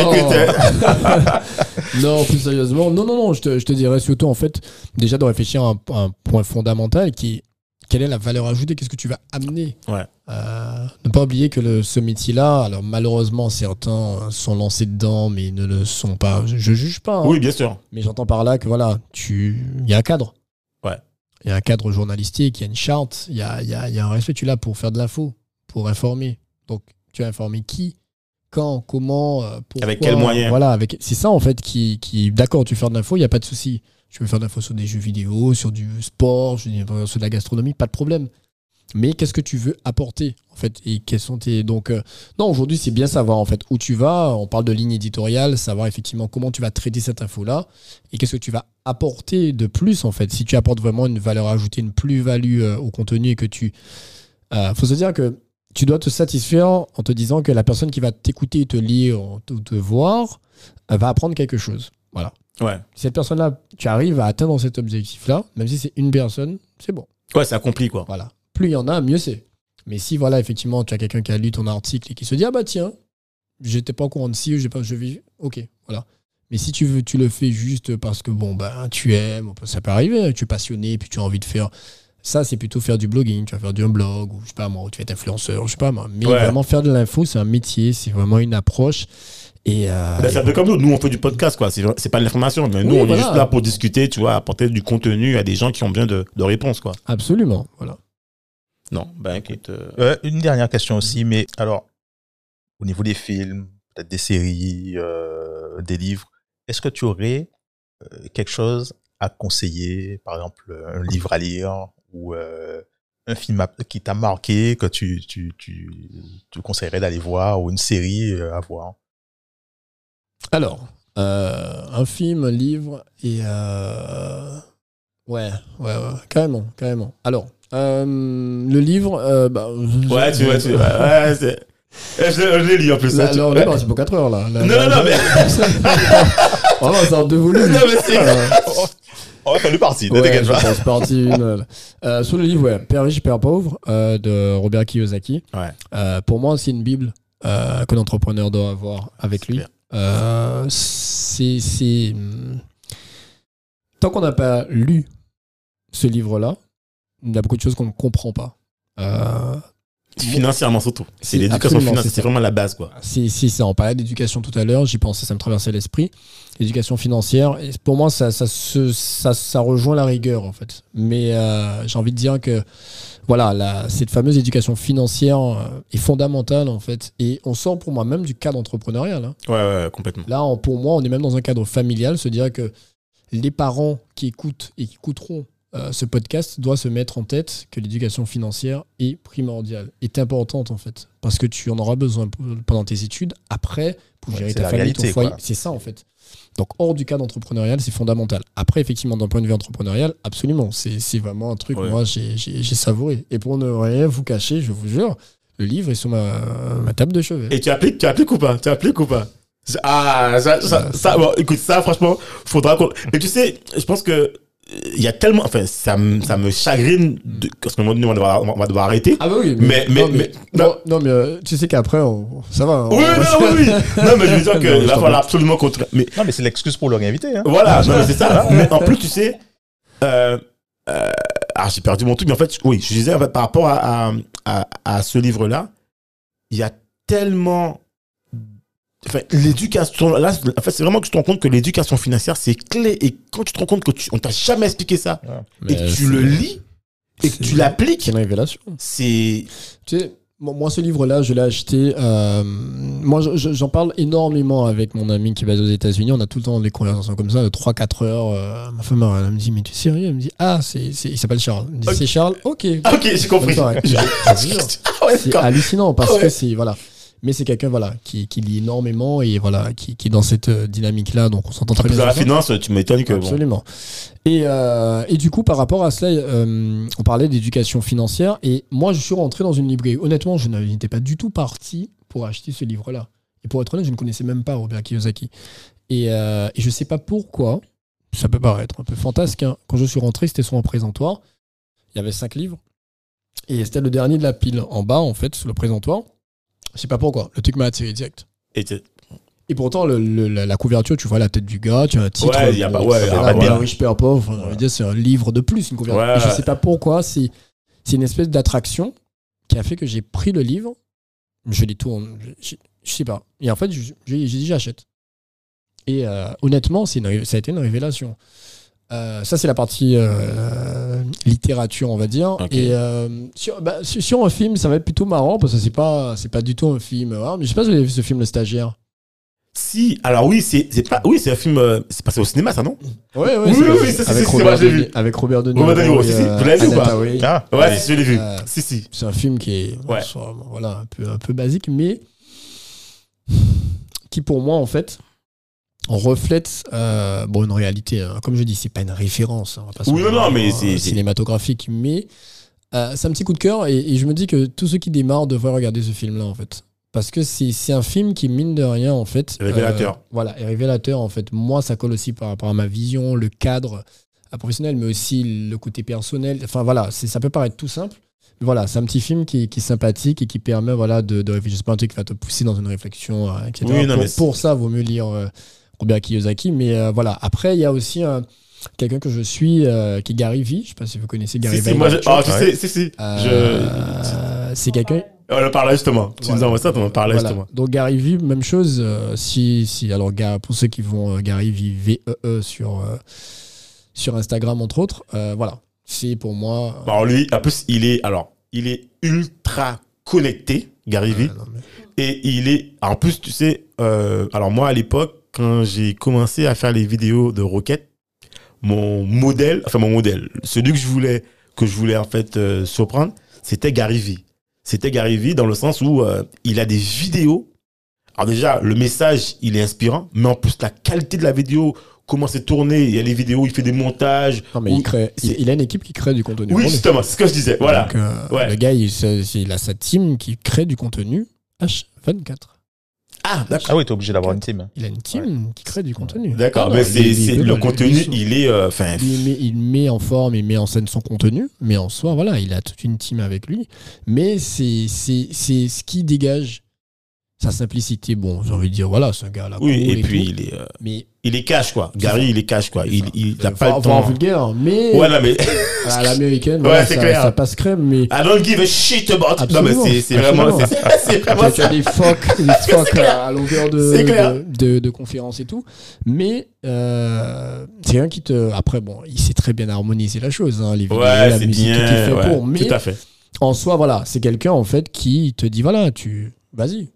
mec. Non, plus sérieusement. Non, non, non, je te, je te dirais surtout, en fait, déjà de réfléchir à un, un point fondamental qui est quelle est la valeur ajoutée, qu'est-ce que tu vas amener. Ouais. Euh, ne pas oublier que le, ce métier-là, alors malheureusement, certains sont lancés dedans, mais ils ne le sont pas. Je, je juge pas. Hein. Oui, bien sûr. Mais j'entends par là que voilà, tu, il y a un cadre. Ouais. Il y a un cadre journalistique, il y a une charte, il y a, il y a, il y a un respect. Tu es là pour faire de l'info, pour informer. Donc, tu as informé qui, quand, comment, pourquoi. Avec quels moyens. Voilà, avec, c'est ça en fait qui, qui d'accord, tu fais de l'info, il n'y a pas de souci. Tu veux faire de l'info sur des jeux vidéo, sur du sport, sur de la gastronomie, pas de problème. Mais qu'est-ce que tu veux apporter en fait, et quels sont tes donc euh, non, aujourd'hui c'est bien savoir en fait où tu vas. On parle de ligne éditoriale, savoir effectivement comment tu vas traiter cette info là et qu'est-ce que tu vas apporter de plus en fait. Si tu apportes vraiment une valeur ajoutée, une plus-value euh, au contenu et que tu euh, faut se dire que tu dois te satisfaire en te disant que la personne qui va t'écouter, te lire ou te, te voir euh, va apprendre quelque chose. Voilà. Ouais. Cette personne-là, tu arrives à atteindre cet objectif-là, même si c'est une personne, c'est bon. Ouais, c'est accompli, quoi. Voilà. Plus il y en a, mieux c'est. Mais si, voilà, effectivement, tu as quelqu'un qui a lu ton article et qui se dit « Ah bah tiens, j'étais pas au courant de ci, j'ai pas, je vis... » Ok, voilà. Mais si tu veux, tu le fais juste parce que, bon, bah, tu aimes, ça peut arriver, tu es passionné, puis tu as envie de faire... Ça, c'est plutôt faire du blogging, tu vas faire du blog, ou je sais pas moi, ou tu vas être influenceur, je sais pas moi. Mais ouais. Vraiment faire de l'info, c'est un métier, c'est vraiment une approche. Et euh, ben, c'est un peu comme nous, nous on fait du podcast, quoi. C'est, c'est pas de l'information, mais nous oui, on voilà. est juste là pour discuter, tu vois, apporter du contenu à des gens qui ont besoin de, de réponses, quoi. Absolument, voilà. Non, ben écoute. Euh... Euh, une dernière question aussi, mais alors, au niveau des films, peut-être des séries, euh, des livres, est-ce que tu aurais euh, quelque chose à conseiller, par exemple un livre à lire ou euh, un film à, qui t'a marqué, que tu, tu, tu, tu conseillerais d'aller voir, ou une série à voir? Alors, euh, un film, un livre et euh... ouais, ouais, ouais, carrément, carrément. Alors, euh, le livre, euh, bah, ouais, tu vois, tu vois, ouais, c'est. Je, je l'ai lu en plus. Là, tu... non, non, c'est pour quatre heures là. là non, là, non, là, non, mais. Oh non, c'est en deux volumes. Non, mais c'est. Euh... On va faire le parti, ne ouais, t'inquiète pas. Je pense partie une. Euh, sur le livre, ouais, Père riche, Père pauvre, euh, de Robert Kiyosaki. Ouais. Euh, pour moi, c'est une bible euh, que l'entrepreneur doit avoir avec lui. Euh, c'est, c'est... Tant qu'on n'a pas lu ce livre-là, il y a beaucoup de choses qu'on ne comprend pas. Euh... Financièrement surtout. C'est, c'est l'éducation financière, c'est, c'est vraiment la base, quoi. Si, si, ça, on parlait d'éducation tout à l'heure, j'y pensais, ça me traversait l'esprit. L'éducation financière, et pour moi, ça, ça, ça, ça, ça rejoint la rigueur, en fait. Mais euh, j'ai envie de dire que voilà, la, cette fameuse éducation financière euh, est fondamentale, en fait. Et on sort pour moi même du cadre entrepreneurial. Hein. Ouais, ouais, complètement. Là, on, pour moi, on est même dans un cadre familial, se dire que les parents qui écoutent et qui écouteront euh, ce podcast doivent se mettre en tête que l'éducation financière est primordiale, est importante, en fait. Parce que tu en auras besoin pendant tes études, après, pour ouais, gérer ta famille, réalité, ton foyer. Quoi. C'est ça, en fait. Donc, hors du cadre entrepreneurial, c'est fondamental. Après, effectivement, d'un point de vue entrepreneurial, absolument. C'est, c'est vraiment un truc, ouais. moi, j'ai, j'ai, j'ai savouré. Et pour ne rien vous cacher, je vous jure, le livre est sur ma, ma table de chevet. Et tu appliques, tu appliques ou pas? Tu appliques ou pas? Ah, ça, ça, ça, bon, écoute, ça, franchement, faudra qu'on... Mais tu sais, je pense que il y a tellement, enfin, ça me, ça me chagrine de, parce qu'à un moment donné, on va devoir, on va devoir arrêter. Ah bah oui, mais, mais, non, mais, mais non, non, non mais euh, tu sais qu'après, on, ça va. Oui, on, non, on... oui, oui. Non, mais je veux dire que il va falloir absolument contre. Mais non, mais c'est l'excuse pour leur inviter. Hein. Voilà, non, mais c'est ça. Mais en plus, tu sais, euh, euh, ah, j'ai perdu mon truc, mais en fait, oui, je disais, en fait, par rapport à, à, à, à ce livre-là, il y a tellement. Enfin, l'éducation, là, en fait, c'est vraiment que tu te rends compte que l'éducation financière, c'est clé. Et quand tu te rends compte que tu, on t'a jamais expliqué ça, ouais. et que tu le lis, et que tu l'appliques. C'est une révélation. C'est. Tu sais, moi, ce livre-là, je l'ai acheté. Euh, moi, je, je, j'en parle énormément avec mon ami qui est basé aux États-Unis. On a tout le temps des conversations comme ça, de trois à quatre heures. Euh, ma femme, elle me dit, mais tu es sérieux? Elle me dit, ah, c'est, c'est, il s'appelle Charles. Elle me dit, okay. C'est Charles? Ok. Ok, j'ai compris. C'est hallucinant parce ouais. que c'est. Voilà. Mais c'est quelqu'un voilà, qui, qui lit énormément et voilà, qui, qui est dans cette dynamique-là. Donc, on s'entend très bien. Dans la finance, tu m'étonnes que. Absolument. Bon. Et, euh, et du coup, par rapport à cela, euh, on parlait d'éducation financière. Et moi, je suis rentré dans une librairie. Honnêtement, je n'étais pas du tout parti pour acheter ce livre-là. Et pour être honnête, je ne connaissais même pas Robert Kiyosaki. Et, euh, et je ne sais pas pourquoi, ça peut paraître un peu fantasque. Hein. Quand je suis rentré, c'était sur un présentoir. Il y avait cinq livres. Et c'était le dernier de la pile, en bas, en fait, sous le présentoir. Je sais pas pourquoi. Le truc m'a attiré direct. Et t'es- Et pourtant, le, le- la, la couverture, tu vois la tête du gars, tu as un titre. Ouais, y a pas- ouais, c'est y a pas pas bien bien. riche, père pauvre. Enfin, je veux dire, c'est un livre de plus, une couverture. Ouais. Et je sais pas pourquoi, c'est, c'est une espèce d'attraction qui a fait que j'ai pris le livre, je l'ai tourné, je, je sais pas. Et en fait, je- j'ai, j'ai dit j'achète. Et euh, honnêtement, c'est une ré- ça a été une révélation. Euh, ça, c'est la partie euh, littérature, on va dire. Ok. Et euh, sur, bah, sur, sur un film, ça va être plutôt marrant parce que c'est pas, c'est pas du tout un film. hein. Mais je sais pas si vous avez vu ce film, Le Stagiaire. Si, alors oui, c'est c'est pas, oui, c'est un film, euh, c'est passé au cinéma, ça, non? Ouais, ouais, Oui, c'est- oui, oui, ça, c'est- avec c'est- Robert c'est- j'ai De- vu. avec Robert De Niro. Robert De Niro, et, si, si. euh, Vous l'avez vu ou Anna pas? Thaoué. Ah, Ouais, oui. si, je l'ai vu. Euh, Si, si. C'est un film qui est Ouais. soit, voilà, un, peu, un peu basique, mais qui pour moi, en fait, reflète euh, bon, une réalité. hein. Comme je dis, c'est pas une référence. hein, on va pas se Oui, non, mentir, non, mais hein, c'est- c'est- cinématographique, mais euh, c'est un petit coup de cœur et, et je me dis que tous ceux qui démarrent devraient regarder ce film-là, en fait. Parce que c'est c'est un film qui, mine de rien, en fait... Révélateur. euh, voilà, est révélateur, en fait. Moi, ça colle aussi par rapport à ma vision, le cadre euh, professionnel, mais aussi le côté personnel. Enfin, voilà, c'est- ça peut paraître tout simple. Mais voilà, c'est un petit film qui, qui est sympathique et qui permet voilà, de, de réfléchir. C'est pas un truc qui va te pousser dans une réflexion, euh, et cetera. Oui, non, pour, mais c'est- pour ça, vaut mieux lire euh, Robert Kiyosaki. Mais euh, voilà, après, il y a aussi un- quelqu'un que je suis, euh, qui est Gary Vee. Je sais pas si vous connaissez Gary Si, si, Vee. moi, je, ah, tu Ouais. sais, si, si. Euh, C'est quelqu'un... Je, on en parlait justement. Tu nous Voilà. envoies ça, on en parlait Voilà. justement. Donc Gary Vee, même chose. euh, si, si, alors Ga- pour ceux qui vont euh, Gary Vee, V E E sur, euh, sur Instagram entre autres, euh, voilà. C'est pour moi. euh, Alors lui, en plus, il est, alors, il est ultra connecté, Gary Vee. euh, non, mais- Et il est, en plus, tu sais, euh, alors moi, à l'époque, quand j'ai commencé à faire les vidéos de Rocket, mon modèle, enfin mon modèle, celui que je voulais, que je voulais en fait euh, surprendre, c'était Gary Vee. C'était Gary Vee dans le sens où euh, il a des vidéos. Alors déjà, le message, il est inspirant, mais en plus, la qualité de la vidéo, comment c'est tourné, il y a les vidéos, il fait des montages. non, mais où- il, crée, il, c'est- il a une équipe qui crée du contenu. Oui, pour lui. justement, c'est ce que je disais. Voilà. Donc, euh, Ouais. Le gars, il, c'est- c'est- il a sa team qui crée du contenu H vingt-quatre. Ah, d'accord. Ah oui, t'es obligé d'avoir une team. Il a une team qui crée du contenu. D'accord, Ah non, mais il- c'est, il- c'est, il- le il- contenu, il- il est, euh, enfin, Il met, il met en forme, il met en scène son contenu, mais en soi, voilà, il a toute une team avec lui. Mais c'est, c'est, c'est ce qui dégage sa simplicité. Bon, j'ai envie de dire, voilà, c'est un gars là. oui, cool et puis tout, il est, euh, mais il est cash, quoi. Gary, il est cash, quoi. Il, il, il a faut pas le avoir temps. vulgaire, mais Ouais, non, mais, à l'américaine, Ouais, voilà, c'est ça, clair. ça passe crème. Mais I don't give a shit about it. Non, mais Absolument, c'est, c'est vraiment, absolument. c'est, c'est tu vraiment as, tu as ça. des phoques, des phoques clair. à, à longueur de, C'est clair. de, de, de conférences et tout. Mais euh, c'est un qui te. Après, bon, il sait très bien harmoniser la chose, hein, les vidéos, Ouais, la c'est musique, bien. tout est fait ouais, pour. Mais tout à fait. en soi, voilà, c'est quelqu'un en fait qui te dit voilà, tu vas-y,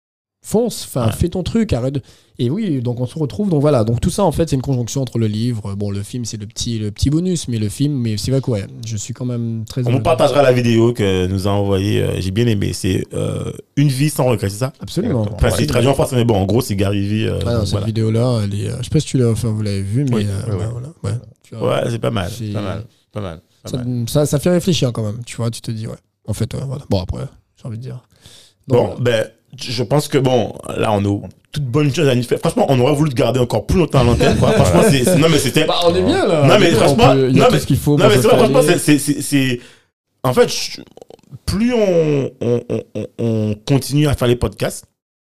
fonce, enfin, Ouais. fais ton truc, arrête. de- Et oui, donc on se retrouve. Donc voilà, donc tout ça en fait, c'est une conjonction entre le livre. Bon, le film, c'est le petit, le petit bonus, mais le film, mais c'est vrai que ouais, je suis quand même très. On vous partagera la vidéo que nous a envoyée, euh, j'ai bien aimé. C'est, euh, Une vie sans regret, c'est ça? Absolument. Exactement. Enfin, c'est traduit en français, mais bon, en gros, c'est Gary Vee. euh, Ah non, donc cette voilà. vidéo-là, elle est, euh, je sais pas si tu l'as, enfin, vous l'avez vu, mais Oui, euh, oui, ouais, oui. voilà, ouais. Tu vois, Ouais, c'est pas mal. C'est- Pas mal. Pas mal. Pas ça, mal. ça, ça fait réfléchir quand même. Tu vois, tu te dis ouais. En fait, ouais, voilà. Bon après, j'ai envie de dire. Donc, Bon, voilà. ben, je pense que bon, là, on a toutes bonnes choses à nous faire. Franchement, on aurait voulu te garder encore plus longtemps à l'antenne, quoi. Franchement, c'est, c'est- non, mais c'était, Bah, on est bien là. Non, On est mais bien, franchement, on peut- il y a non, tout mais- ce qu'il faut. non, pour mais se c'est vrai, franchement, caler. c'est, c'est, c'est, c'est- en fait, je- plus on, on, on, on continue à faire les podcasts,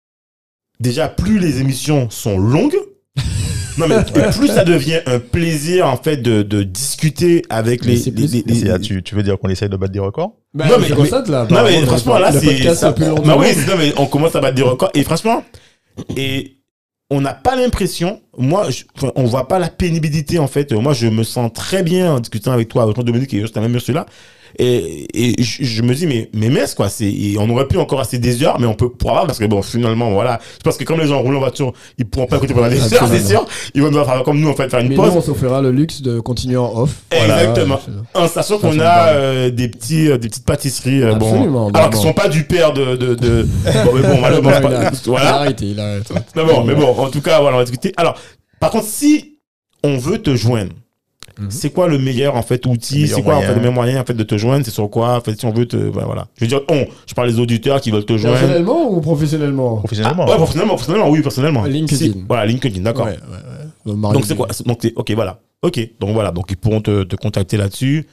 déjà, plus les émissions sont longues. Non, mais et plus ça devient un plaisir, en fait, de, de discuter avec Mais les, c'est les, plus- les- Et c'est là, les- tu, tu veux dire qu'on essaye de battre des records? Bah, non, on mais- se constate, là. Non, mais apparemment, franchement, le- là, le c'est, podcast ça- le plus long du bah oui, monde. non, mais on commence à battre des records. Et franchement, et on n'a pas l'impression, moi, je, enfin, on voit pas la pénibilité, en fait. Moi, je me sens très bien en discutant avec toi, avec toi, Dominique, et juste la même monsieur là. Et, et je, je me dis, mais, mais mince, quoi, c'est, et on aurait pu encore assez des heures, mais on peut pas, parce que bon, finalement, voilà. Je pense que comme les gens roulent en voiture, ils pourront pas écouter pendant des heures, c'est Absolument. sûr. Ils vont devoir faire comme nous, en fait, faire une Mais pause. nous, on s'offrira le luxe de continuer en off. Exactement. Voilà, En sachant Ça, qu'on c'est a une euh, des petits, euh, des petites pâtisseries, euh, bon. Absolument, Alors bon. qu'ils sont pas du père de, de, de, bon, mais bon, c'est- malheureusement, il c'est pas- a- il a voilà. arrêté, il a arrêté. Non, bon, mais bon, en tout cas, voilà, on va discuter. Alors, par contre, si on veut te joindre, Mhm. c'est quoi le meilleur, en fait, outil? Le meilleur C'est quoi, en moyen. fait, le meilleur moyen, en fait, de te joindre? C'est sur quoi? En fait, si on veut te, ben, voilà. Je veux dire, on, je parle des auditeurs qui veulent te joindre. Personnellement ou professionnellement? Professionnellement. Ah, ouais, personnellement, personnellement, oui, personnellement. LinkedIn. Si- voilà, LinkedIn, d'accord. Ouais, ouais, ouais. Marie- Donc, c'est quoi? Donc, t'es- ok, voilà. Ok, donc voilà, donc ils pourront te, te contacter là-dessus.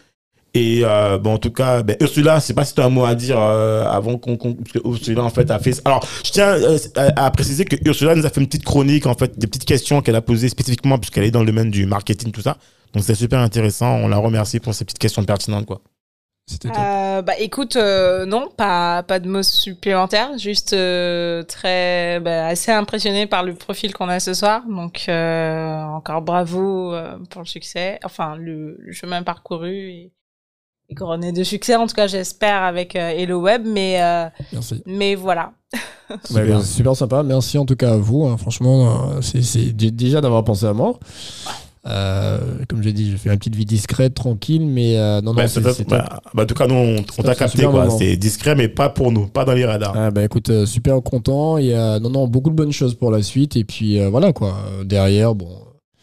Et euh, bon, en tout cas, ben, Ursula, je sais pas si tu as un mot à dire euh, avant qu'on... qu'on parce que Ursula, en fait, a fait... Alors, je tiens euh, à, à préciser que Ursula nous a fait une petite chronique, en fait, des petites questions qu'elle a posées spécifiquement, puisqu'elle est dans le domaine du marketing, tout ça. Donc, c'est super intéressant. On la remercie pour ces petites questions pertinentes, quoi. C'était top. Euh, bah écoute, euh, non, pas pas de mots supplémentaires, juste euh, très bah, assez impressionné par le profil qu'on a ce soir. Donc euh, encore bravo euh, pour le succès, enfin le, le chemin parcouru et, et couronné de succès. En tout cas, j'espère avec euh, Hello Web, mais euh, Merci. mais voilà. Super. Ouais, super sympa. Merci en tout cas à vous. Hein. Franchement, euh, c'est, c'est d- déjà d'avoir pensé à moi. Euh, comme j'ai dit, je fais une petite vie discrète, tranquille, mais euh, non, non, Bah, c'est, c'est c'est top. Bah, bah, en tout cas, nous, on, on t'a capté, quoi. Moment. C'est discret, mais pas pour nous, pas dans les radars. Ah, bah écoute, euh, super content. Il y a non, non, beaucoup de bonnes choses pour la suite. Et puis euh, voilà, quoi. Derrière, bon,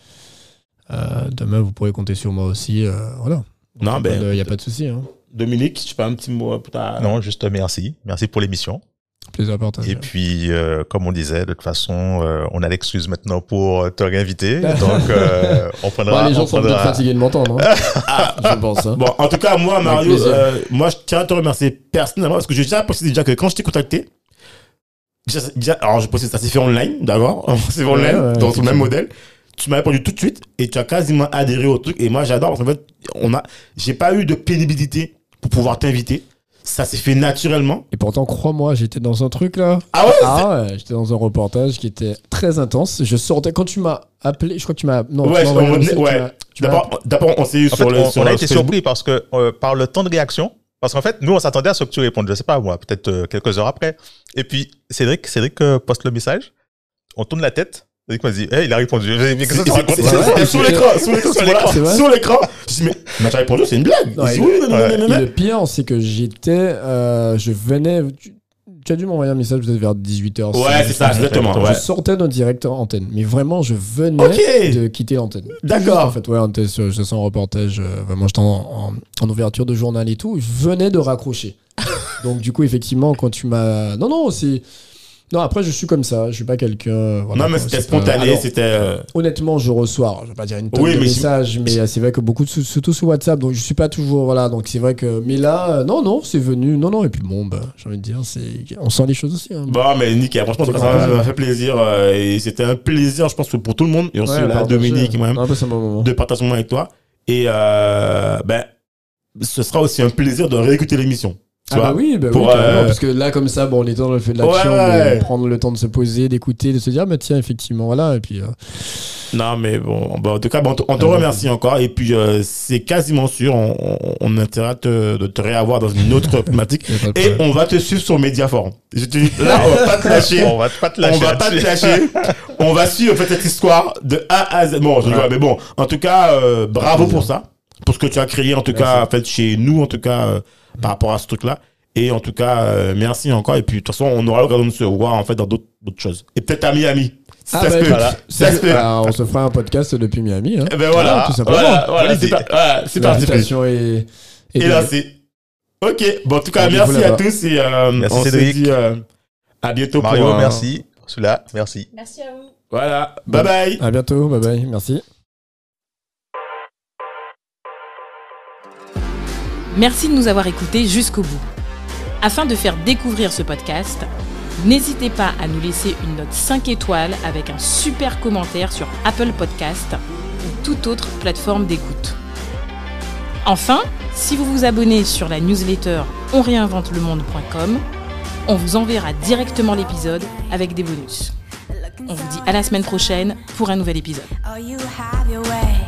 euh, demain, vous pourrez compter sur moi aussi. Euh, voilà. Non, ben. Il n'y a pas de souci. Hein. Dominique, je sais pas, un petit mot pour ta. Non, juste merci. Merci pour l'émission. Plaisir à partager. Et puis, euh, comme on disait, de toute façon, euh, on a l'excuse maintenant pour te réinviter. Donc, euh, on prendra. Ouais, les gens on sont prendra... peut-être fatigués de m'entendre. Hein. Je pense. Hein. Bon, en tout cas, moi, Mario, euh, moi, je tiens à te remercier personnellement parce que j'ai déjà précisé déjà que quand je t'ai contacté, déjà, déjà alors je précise, ça s'est fait online, d'accord? C'est fait online, ouais, ouais, dans ton même modèle. Tu m'as répondu tout de suite et tu as quasiment adhéré au truc. Et moi, j'adore parce qu'en fait, on a, j'ai pas eu de pénibilité pour pouvoir t'inviter. Ça s'est fait naturellement. Et pourtant, crois-moi, j'étais dans un truc là. Ah ouais, ah ouais j'étais dans un reportage qui était très intense. Je sortais quand tu m'as appelé. Je crois que tu m'as. Non, ouais, tu m'as on, message, ouais. tu m'as, tu d'abord, m'as... d'abord, on s'est eu en sur fait, le. On, sur on a le été Facebook. surpris parce que euh, par le temps de réaction, parce qu'en fait, nous, on s'attendait à ce que tu répondes. Je sais pas moi, peut-être euh, quelques heures après. Et puis Cédric, Cédric euh, poste le message. On tourne la tête. Cédric m'a dit, hey, il a répondu. Mais qu'est-ce que tu racontes? C'était sur l'écran, sur l'écran, sur l'écran, sur l'écran. Je dis, mais, mais t'as répondu, c'est une blague. Non, et, oui, non, non, ouais. non, non, et le pire, c'est que j'étais. Euh, je venais. Tu, tu as dû m'envoyer un message peut-être vers dix-huit heures. Ouais, c'est ça, exactement. Je Ouais. sortais d'un direct antenne. Mais vraiment, je venais okay. de quitter l'antenne. D'accord. En fait, ouais, on était sur, je sais, en reportage. Euh, vraiment, j'étais en, en, en ouverture de journal et tout. Je venais de raccrocher. Donc, du coup, effectivement, quand tu m'as. Non, non, c'est. Non, après, je suis comme ça. Je suis pas quelqu'un. Voilà, non, mais quoi, c'était c'est pas... spontané. Alors, c'était. Euh... Honnêtement, je reçois. Alors, je vais pas dire une tonne oui, de mais messages, je... mais c'est vrai que beaucoup, de, surtout sur WhatsApp. Donc, je suis pas toujours. Voilà. Donc, c'est vrai que. Mais là, non, non, c'est venu. Non, non. Et puis, bon, bah, j'ai envie de dire, c'est. On sent les choses aussi. Hein. Bon, mais nickel. Franchement, ça, ça m'a fait plaisir. Euh, et c'était un plaisir, je pense, pour tout le monde. Et aussi, ouais, là, Dominique et moi-même. Un peu, c'est un bon moment. De partager ce moment avec toi. Et, euh, ben, ce sera aussi un plaisir de réécouter l'émission. Ah bah oui, bah pour, oui euh... parce que là comme ça, bon, on est dans le fait de l'action, ouais, ouais. de prendre le temps de se poser, d'écouter, de se dire, ah, bah tiens, effectivement, voilà, et puis. Euh... Non, mais bon, bah, en tout cas, bon, on te ah, remercie bah, encore, et puis euh, c'est quasiment sûr, on, on, on a intérêt à te, de te réavoir dans une autre thématique, et on va te suivre sur Mediaforum. Je te dis, là, on va pas te lâcher. On va pas te lâcher. On va pas te lâcher. On va suivre en fait, cette histoire de A à Z. Bon, je ouais. vois, mais bon, en tout cas, euh, bravo pour ça, pour ce que tu as créé, en tout merci. Cas, en fait, chez nous, en tout cas, euh, mmh. par rapport à ce truc-là. Et en tout cas, euh, merci encore. Et puis, de toute façon, on aura l'occasion de se voir en fait dans d'autres, d'autres choses. Et peut-être à Miami. Ah bah, voilà. Ça se fait. Bah, on se fera un podcast depuis Miami. Hein. Et ben voilà. Ah, tout simplement. Voilà, voilà, c'est, par... voilà, c'est parti. L'invitation est, est et là, c'est. Ok. Bon, en tout cas, merci à tous. Et euh, merci on Cédric. se dit euh, à bientôt. Mario, pour, euh... merci. Celui-là, merci. Merci à vous. Voilà. Bye bye. À bientôt. Bye bye. Merci. Merci de nous avoir écoutés jusqu'au bout. Afin de faire découvrir ce podcast, n'hésitez pas à nous laisser une note cinq étoiles avec un super commentaire sur Apple Podcast ou toute autre plateforme d'écoute. Enfin, si vous vous abonnez sur la newsletter on réinvente le monde point com, on vous enverra directement l'épisode avec des bonus. On vous dit à la semaine prochaine pour un nouvel épisode.